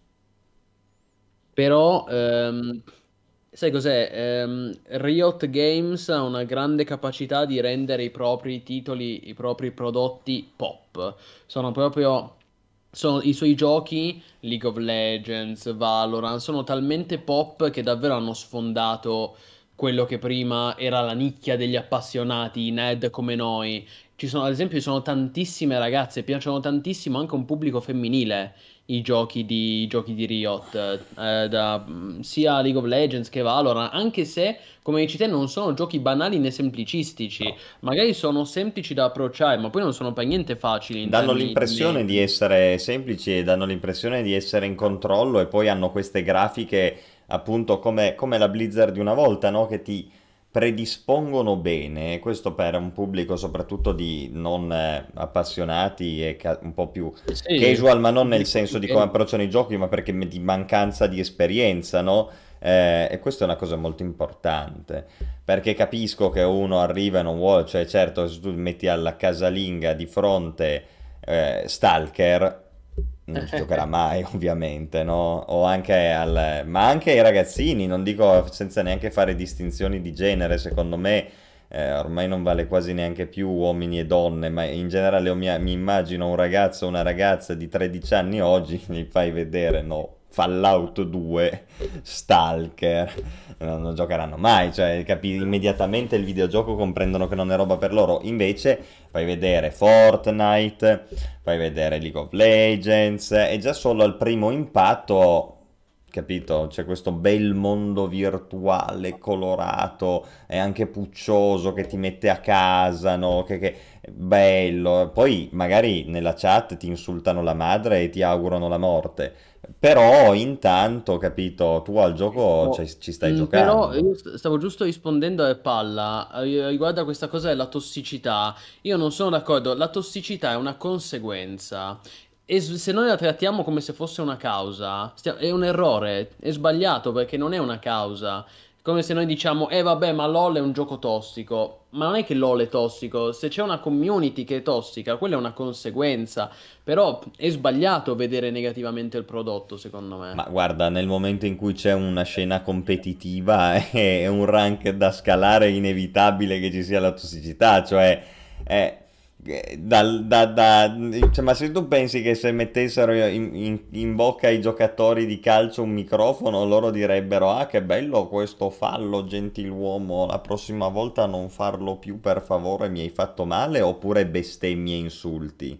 Però, ehm, sai cos'è? Ehm, Riot Games ha una grande capacità di rendere i propri titoli, i propri prodotti pop. Sono proprio, sono i suoi giochi, League of Legends, Valorant, sono talmente pop che davvero hanno sfondato quello che prima era la nicchia degli appassionati, i nerd come noi. Ci sono, ad esempio, ci sono tantissime ragazze, piacciono tantissimo anche a un pubblico femminile i giochi di, i giochi di Riot, eh, da, mh, sia League of Legends che Valorant, anche se, come dici te, non sono giochi banali né semplicistici, magari sono semplici da approcciare, ma poi non sono per niente facili in Danno termini di l'impressione di gameplay. essere semplici e danno l'impressione di essere in controllo e poi hanno queste grafiche appunto come, come la Blizzard di una volta, no? Che ti predispongono bene, questo per un pubblico soprattutto di non eh, appassionati e ca- un po' più Sì, casual, ma non nel pubblico senso più di come che... approcciano i giochi, ma perché di mancanza di esperienza, no? Eh, e questa è una cosa molto importante, perché capisco che uno arriva e non vuole, cioè certo se tu metti alla casalinga di fronte eh, Stalker non ci giocherà mai ovviamente, no? O anche al... ma anche ai ragazzini, non dico senza neanche fare distinzioni di genere, secondo me eh, ormai non vale quasi neanche più uomini e donne, ma in generale io mi, mi immagino un ragazzo o una ragazza di tredici anni oggi, gli fai vedere, no? Fallout due, Stalker, non, non giocheranno mai, cioè capi immediatamente il videogioco, comprendono che non è roba per loro, invece fai vedere Fortnite, fai vedere League of Legends e già solo al primo impatto, capito? C'è questo bel mondo virtuale colorato e anche puccioso che ti mette a casa, no? Che, che è bello. Poi magari nella chat ti insultano la madre e ti augurano la morte. Però intanto, capito, tu al gioco Oh, ci, ci stai mm, però giocando. io st- stavo giusto rispondendo a Palla eh, riguardo a questa cosa della tossicità. Io non sono d'accordo, la tossicità è una conseguenza e s- se noi la trattiamo come se fosse una causa, stia- è un errore, è sbagliato perché non è una causa. come se noi diciamo, eh vabbè, ma LoL è un gioco tossico. Ma non è che LoL è tossico, se c'è una community che è tossica, quella è una conseguenza. Però è sbagliato vedere negativamente il prodotto, secondo me. Ma guarda, nel momento in cui c'è una scena competitiva è un rank da scalare, è inevitabile che ci sia la tossicità, cioè, è, è dal- da- da- cioè, ma se tu pensi che se mettessero in, in- in bocca ai giocatori di calcio un microfono, loro direbbero, ah che bello questo fallo, gentiluomo, la prossima volta non farlo più per favore, mi hai fatto male, oppure bestemmie e insulti.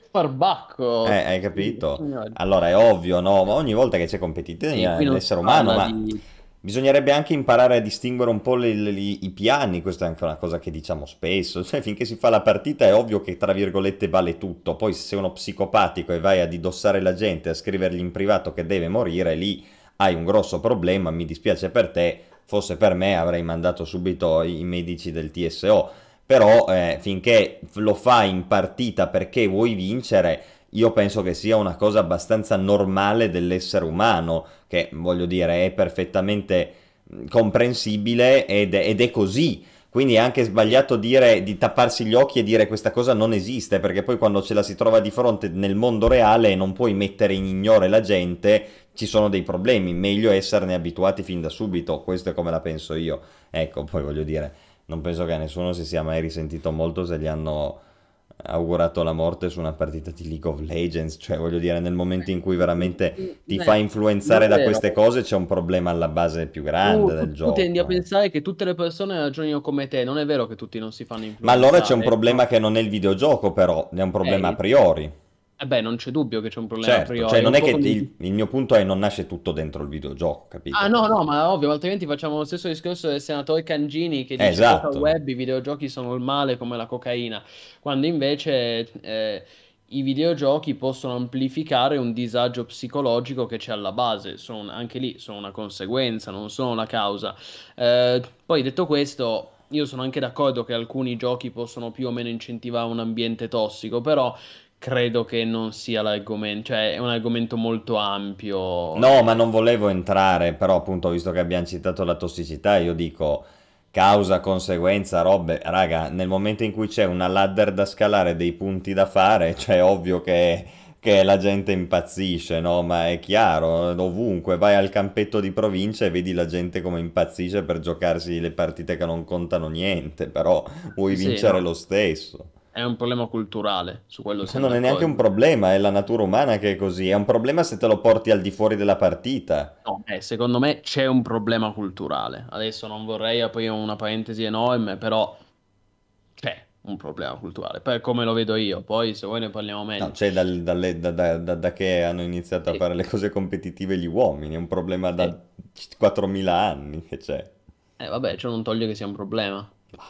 Eh, Farbacco. hai Sì, capito? signori. Allora è ovvio, no? Ma ogni volta che c'è Sì, competizione qui non si l'essere umano, parla ma di... bisognerebbe anche imparare a distinguere un po' le- le- i piani, questa è anche una cosa che diciamo spesso, cioè finché si fa la partita è ovvio che tra virgolette vale tutto, poi se sei uno psicopatico e vai ad indossare la gente, a scrivergli in privato che deve morire, lì hai un grosso problema, mi dispiace per te, fosse per me avrei mandato subito i i medici del T S O, però eh, finché lo fai in partita perché vuoi vincere, io penso che sia una cosa abbastanza normale dell'essere umano, che voglio dire è perfettamente mh, comprensibile ed è, ed è così. Quindi è anche sbagliato dire di tapparsi gli occhi e dire questa cosa non esiste, perché poi quando ce la si trova di fronte nel mondo reale e non puoi mettere in ignore la gente, ci sono dei problemi. Meglio esserne abituati fin da subito, questo è come la penso io. Ecco, poi voglio dire, non penso che a nessuno si sia mai risentito molto se gli hanno augurato la morte su una partita di League of Legends, cioè voglio dire, nel momento in cui veramente ti fa Eh, non influenzare è da queste vero. cose c'è un problema alla base più grande Tu, del tu- tu tendi a gioco. eh. pensare che tutte le persone ragionino come te, non è vero che tutti non si fanno Ma allora c'è un influenzare. problema No. che non è il videogioco, però, è un problema a Eh, priori. eh beh, non c'è dubbio che c'è un problema a Certo, cioè priori, è non un è po' che come... il, il mio punto è non nasce tutto dentro il videogioco, Ah capito? no, no, ma ovvio, altrimenti facciamo lo stesso discorso del senatore Cangini che Eh, dice social esatto. web, i videogiochi sono il male come la cocaina, quando invece eh, i videogiochi possono amplificare un disagio psicologico che c'è alla base, sono, anche lì sono una conseguenza, non sono la causa. Eh, poi detto questo, io sono anche d'accordo che alcuni giochi possono più o meno incentivare un ambiente tossico, però credo che non sia l'argomento, cioè è un argomento molto ampio. No, ma E non volevo entrare, però appunto visto che abbiamo citato la tossicità, io dico causa, conseguenza, robe, raga, nel momento in cui c'è una ladder da scalare, dei punti da fare, cioè è ovvio che, che la gente impazzisce, no? Ma è chiaro, ovunque, vai al campetto di provincia e vedi la gente come impazzisce per giocarsi le partite che non contano niente, però vuoi sì, vincere no, lo stesso. è un problema culturale, su quello Ma siamo non è neanche un d'accordo. problema, è la natura umana che è così, è un problema se te lo porti al di fuori della partita. No, eh, secondo me c'è un problema culturale. Adesso non vorrei aprire una parentesi enorme, però c'è un problema culturale, per come lo vedo io. Poi se vuoi ne parliamo No, meglio. c'è dal- dalle- da, da- da- da che hanno iniziato a Sì, fare le cose competitive gli uomini, è un problema sì. da quattromila anni che c'è. Eh, vabbè, ciò non toglie che sia un problema.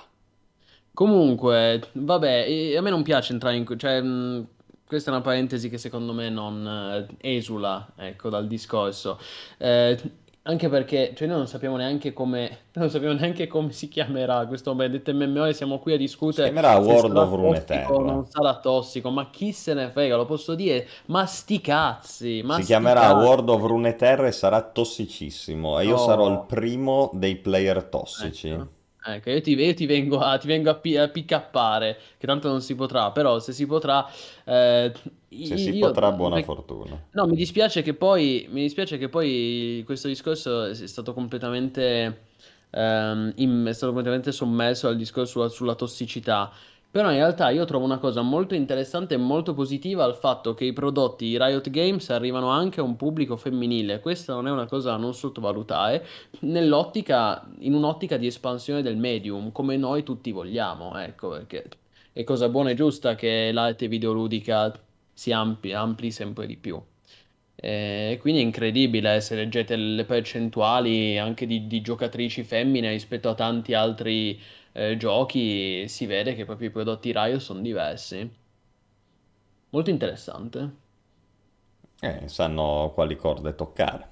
Comunque, vabbè, e a me non piace entrare in... cioè, mh, questa è una parentesi che secondo me non eh, esula, ecco, dal discorso. Eh, anche perché, cioè, noi non sappiamo neanche come, non sappiamo neanche come si chiamerà questo benedetto M M O e siamo qui a Si discutere chiamerà se World sarà of tossico o Runeterra. non sarà tossico, ma chi se ne frega, lo posso dire? Ma sti cazzi, ma Si sti chiamerà World of cazzi. Runeterra e sarà tossicissimo. E io sarò il Oh. primo dei player tossici. Ecco, ecco, io ti, io ti vengo a, ti vengo a, pi- a piccappare, che tanto non si potrà, però se si potrà, eh, Se si io, potrà, buona fortuna. no, mi dispiace che poi, mi dispiace che poi questo discorso è stato completamente, ehm, im- è stato completamente sommerso dal discorso sulla, sulla tossicità. Però in realtà io trovo una cosa molto interessante e molto positiva al fatto che i prodotti di Riot Games arrivano anche a un pubblico femminile. Questa non è una cosa da non sottovalutare nell'ottica, in un'ottica di espansione del medium, come noi tutti vogliamo, ecco, perché è cosa buona e giusta che l'arte videoludica si ampli, ampli sempre di più. E quindi è incredibile se leggete le percentuali anche di, di giocatrici femmine rispetto a tanti altri eh, giochi, si vede che proprio i prodotti Riot sono diversi. Molto interessante. Eh, sanno quali corde toccare.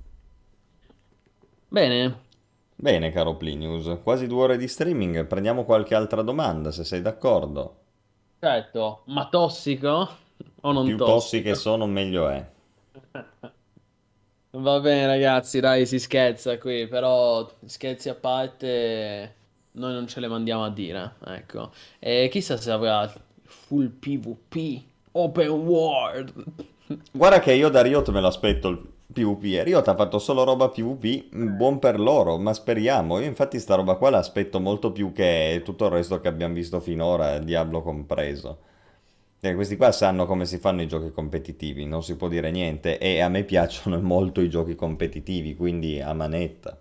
Bene, Bene, caro Plinius, quasi due ore di streaming. Prendiamo qualche altra domanda, se sei d'accordo. certo, ma tossico o non Più tossiche tossico? sono, meglio è. Va bene, ragazzi, dai, si scherza qui, però scherzi a parte, noi non ce le mandiamo a dire, ecco. E chissà se avrà full PvP, open world. Guarda che io da Riot me lo aspetto il PvP, e Riot ha fatto solo roba PvP, mm, buon per loro, ma speriamo. Io infatti sta roba qua l'aspetto molto più che tutto il resto che abbiamo visto finora, Diablo compreso. Eh, questi qua sanno come si fanno i giochi competitivi, non si può dire niente, e a me piacciono molto i giochi competitivi, quindi a manetta.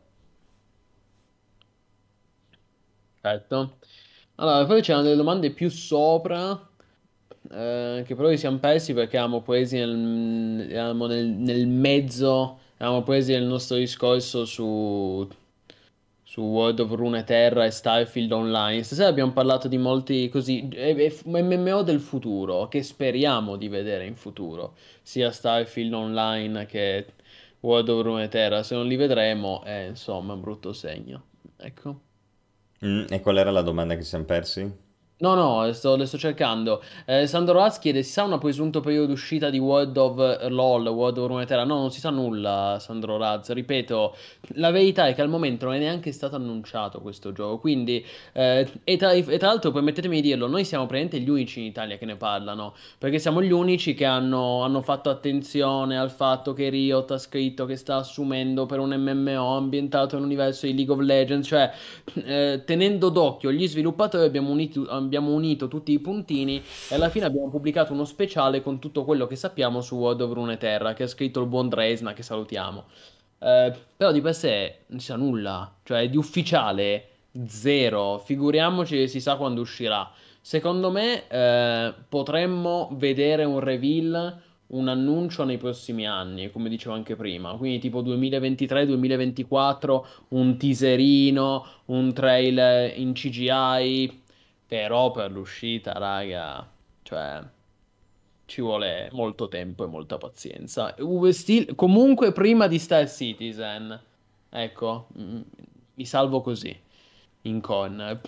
Perfetto. Allora, poi c'erano delle domande più sopra, eh, che però ci siamo persi perché eravamo presi nel, eravamo nel, nel mezzo, eravamo presi nel nostro discorso su, su World of Runeterra e Starfield Online. Stasera abbiamo parlato di molti così, eh, eh, M M O del futuro, che speriamo di vedere in futuro, sia Starfield Online che World of Runeterra. Se non li vedremo, è insomma un brutto segno. Ecco. Mm, e qual era la domanda che ci siamo persi? No, no, sto, le sto cercando. Eh, Sandro Raz chiede: si sa un presunto periodo d'uscita di World of eh, LOL, World of Runeterra? No, non si sa nulla, Sandro Raz. Ripeto, la verità è che al momento non è neanche stato annunciato questo gioco. Quindi, eh, e, tra, e tra l'altro, permettetemi di dirlo, noi siamo praticamente gli unici in Italia che ne parlano. Perché siamo gli unici che hanno, hanno fatto attenzione al fatto che Riot ha scritto che sta assumendo per un M M O ambientato nell'universo di League of Legends. Cioè, eh, tenendo d'occhio gli sviluppatori abbiamo unito, abbiamo unito tutti i puntini e alla fine abbiamo pubblicato uno speciale con tutto quello che sappiamo su World of Runeterra che ha scritto il buon Dresna che salutiamo. Eh, però di per sé non si sa nulla, cioè di ufficiale zero, figuriamoci che si sa quando uscirà. Secondo me eh, potremmo vedere un reveal, un annuncio nei prossimi anni, come dicevo anche prima, quindi tipo duemilaventitré-duemilaventiquattro, un teaserino, un trailer in C G I, però per l'uscita, raga, cioè ci vuole molto tempo e molta pazienza. Uwe Steel- comunque prima di Star Citizen, ecco, mm, mi salvo così in con.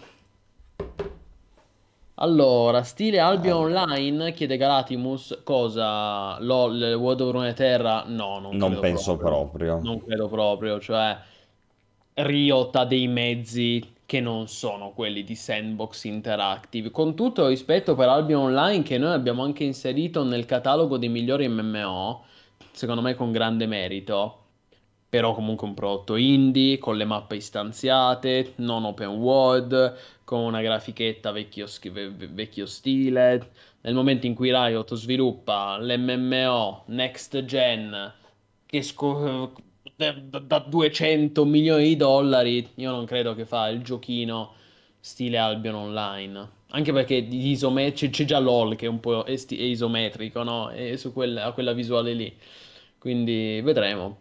Allora, stile Albion Allora, Online, chiede Galatimus, cosa? LOL, World of Runeterra? No, non non credo penso proprio. proprio. Non credo proprio, cioè Riot ha dei mezzi che non sono quelli di Sandbox Interactive. Con tutto il rispetto per Albion Online, che noi abbiamo anche inserito nel catalogo dei migliori M M O, secondo me con grande merito. Però comunque un prodotto indie, con le mappe istanziate, non open world, con una grafichetta vecchio, schi- ve- ve- vecchio stile. Nel momento in cui Riot sviluppa l'M M O next gen che sco- da, da- da duecento milioni di dollari, io non credo che fa il giochino stile Albion Online. Anche perché di isome- c'è c'è già LOL che è un po' esti- è isometrico, no? E su quella, a quella visuale lì. Quindi vedremo.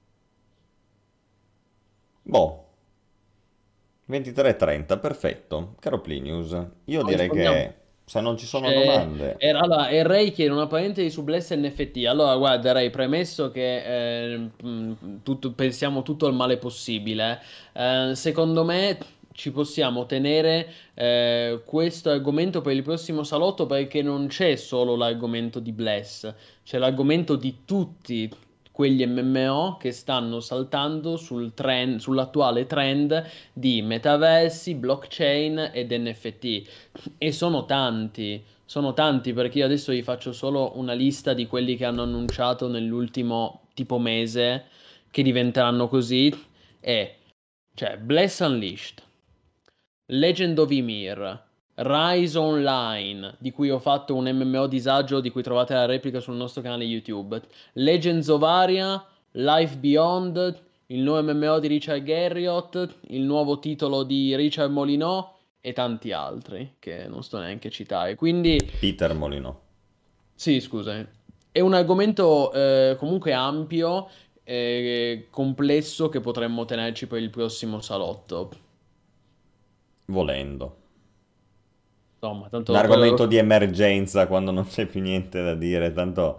Boh, ventitré e trenta, perfetto. Caro Plinius, io No, direi rispondiamo. che se non ci sono C'è... domande... era- Allora, e Ray chiede una parentesi su Bless N F T. Allora, guarda, Ray, premesso che eh, mh, tutto- pensiamo tutto al male possibile, eh, secondo me ci possiamo tenere eh, questo argomento per il prossimo salotto perché non c'è solo l'argomento di Bless, c'è l'argomento di tutti quegli M M O che stanno saltando sul trend, sull'attuale trend di metaversi, blockchain ed N F T. E sono tanti, sono tanti perché io adesso vi faccio solo una lista di quelli che hanno annunciato nell'ultimo tipo mese che diventeranno così. E cioè Bless Unleashed, Legend of Ymir, Rise Online, di cui ho fatto un M M O disagio di cui trovate la replica sul nostro canale YouTube, Legends of Aria, Life Beyond, il nuovo M M O di Richard Garriott, il nuovo titolo di Richard Molinò e tanti altri che non sto neanche a citare. Quindi, Peter Molino. sì, scusa, è un argomento eh, comunque ampio e complesso che potremmo tenerci per il prossimo salotto. Volendo. Insomma, Un tanto poi lo argomento di emergenza quando non c'è più niente da dire, tanto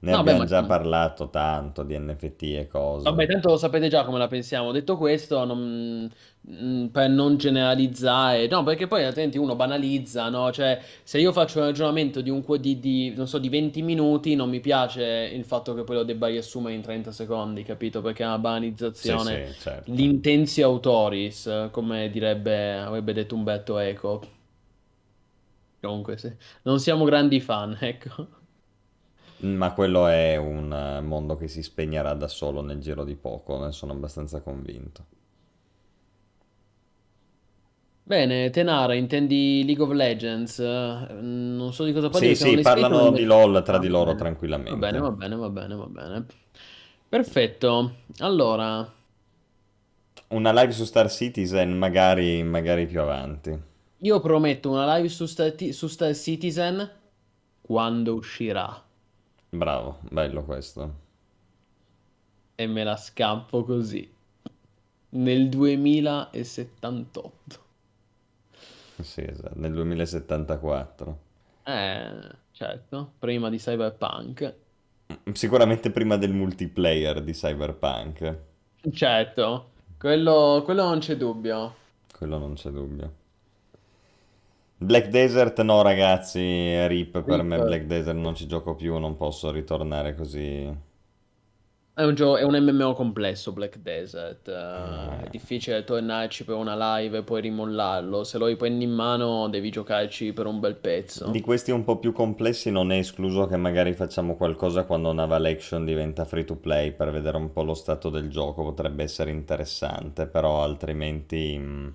ne No, beh, abbiamo ma già parlato tanto di N F T e vabbè, cose. tanto lo sapete già come la pensiamo. Detto questo, non- mm, per non generalizzare, no, perché poi altrimenti uno banalizza, no? Cioè, se io faccio un ragionamento di un qu- di, di, non so, di venti minuti, non mi piace il fatto che poi lo debba riassumere in trenta secondi, capito? Perché è una Sì, banalizzazione. sì, certo. L'intensio autoris, eh, come direbbe, avrebbe detto Umberto Eco. Comunque, sì. Non siamo grandi fan, ecco. Ma quello è un eh, mondo che si spegnerà da solo nel giro di poco, ne sono abbastanza convinto. Bene, Tenara, intendi League of Legends? Eh, Non so di cosa parli Sì, perché non sì, ho iscritto, non parlano di mi... LOL tra Ah, di va loro bene. Va bene, tranquillamente. va bene, va bene, va bene. Perfetto. Allora, Una live su Star Citizen, magari, magari più avanti. io prometto una live su Star, Ti- su Star Citizen quando uscirà Bravo, bello questo. e me la scampo così nel duemilasettantotto. Sì, esatto, nel duemilasettantaquattro. Eh, certo, prima di Cyberpunk. Sicuramente prima del multiplayer di Cyberpunk, Certo, quello, quello non c'è dubbio. quello non c'è dubbio. Black Desert no ragazzi, rip per Rip. me Black Desert non ci gioco più, non posso ritornare così. È un gioco, è un M M O complesso, Black Desert. eh, è Eh, difficile tornarci per una live e poi rimollarlo. Se lo riprendi in mano, devi giocarci per un bel Di pezzo. questi un po' più complessi non è escluso che magari facciamo qualcosa quando Naval Action diventa free to play per vedere un po' lo stato del gioco, potrebbe essere interessante, però altrimenti mh,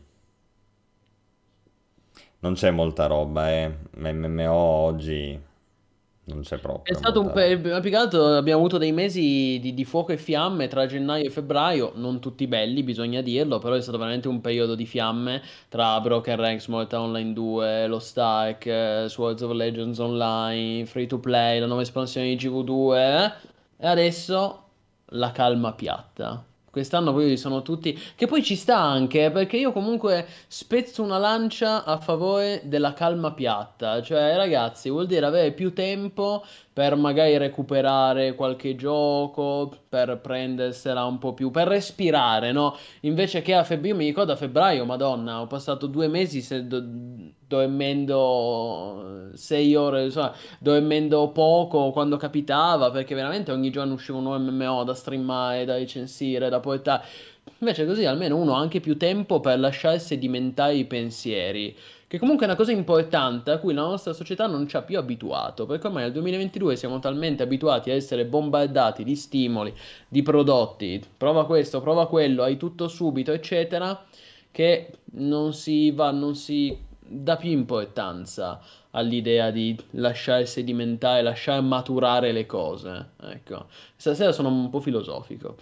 non c'è molta roba, eh. M M O oggi non c'è È proprio stato un molta roba. pe- più che altro abbiamo avuto dei mesi di, di fuoco e fiamme tra gennaio e febbraio, non tutti belli, bisogna dirlo, però è stato veramente un periodo di fiamme tra Broken Ranks, Mortal Online due, lo Stark, eh, Swords of Legends Online, Free to Play, la nuova espansione di G V due, eh? E adesso la calma piatta. Quest'anno poi sono tutti... Che poi ci sta anche, eh, perché io comunque spezzo una lancia a favore della calma piatta. Cioè, ragazzi, vuol dire avere più tempo per magari recuperare qualche gioco, per prendersela un po' più, per respirare, no? Invece che a febbraio, io mi ricordo a febbraio, Madonna, ho passato due mesi se- do- dormendo sei ore, insomma, dormendo poco quando capitava, perché veramente ogni giorno usciva un nuovo M M O da streamare, da recensire, da portare. Invece così almeno uno ha anche più tempo per lasciarsi sedimentare i pensieri. Che comunque è una cosa importante a cui la nostra società non ci ha più abituato, perché ormai nel duemilaventidue siamo talmente abituati a essere bombardati di stimoli, di prodotti, prova questo, prova quello, hai tutto subito, eccetera, che non si va, non si dà più importanza all'idea di lasciare sedimentare, lasciare maturare le cose. Ecco, stasera sono un po' filosofico.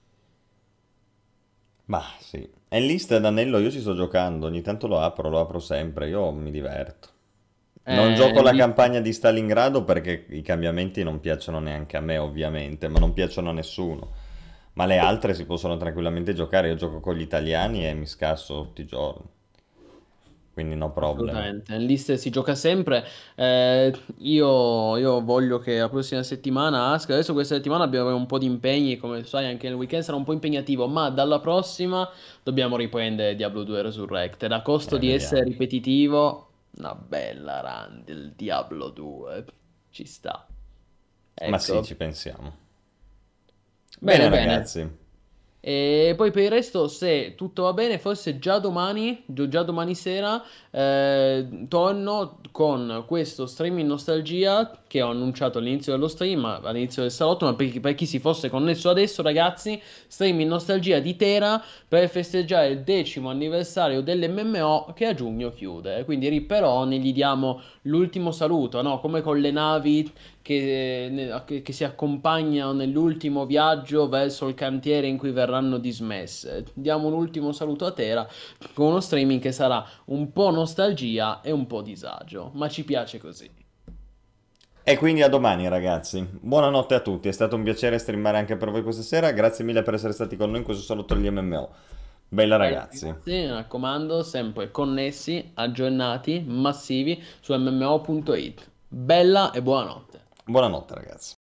Ma sì. Enlist d'Anello io ci sto giocando, ogni tanto lo apro, lo apro sempre, io mi diverto. Non Eh, gioco la lì- campagna di Stalingrado perché i cambiamenti non piacciono neanche a me, ovviamente, ma non piacciono a nessuno. Ma le altre si possono tranquillamente giocare. Io gioco con gli italiani e mi scasso tutti i giorni. Quindi no problem. Assolutamente, in liste si gioca sempre. Eh, io, io voglio che la prossima settimana esca. Adesso questa settimana abbiamo un po' di impegni, come sai, anche il weekend sarà un po' impegnativo, ma dalla prossima dobbiamo riprendere Diablo due Resurrected. A costo Eh, di essere vediamo. ripetitivo, una bella run del Diablo due. Ci sta. Ma sì, Ecco. ci pensiamo. Bene Bene, bene. ragazzi. E poi per il resto, se tutto va bene, forse già domani, gio- già domani sera, eh, torno con questo streaming nostalgia che ho annunciato all'inizio dello stream, ma- all'inizio del salotto, ma per chi, per chi si fosse connesso adesso, ragazzi, streaming nostalgia di Tera per festeggiare il decimo anniversario dell'M M O che a giugno chiude. Quindi Ripperoni gli diamo l'ultimo saluto, no? Come con le navi che, ne- che- che si accompagnano nell'ultimo viaggio verso il cantiere in cui verranno dismesse. Diamo un ultimo saluto a Tera con uno streaming che sarà un po' nostalgia e un po' disagio, ma ci piace così. E quindi a domani ragazzi. Buonanotte a tutti, è stato un piacere streamare anche per voi questa sera. Grazie mille per essere stati con noi in questo salotto degli M M O. Bella Bene, ragazzi. ragazzi, mi raccomando, sempre connessi, aggiornati, massivi su M M O punto it. Bella e buonanotte. Buonanotte ragazzi.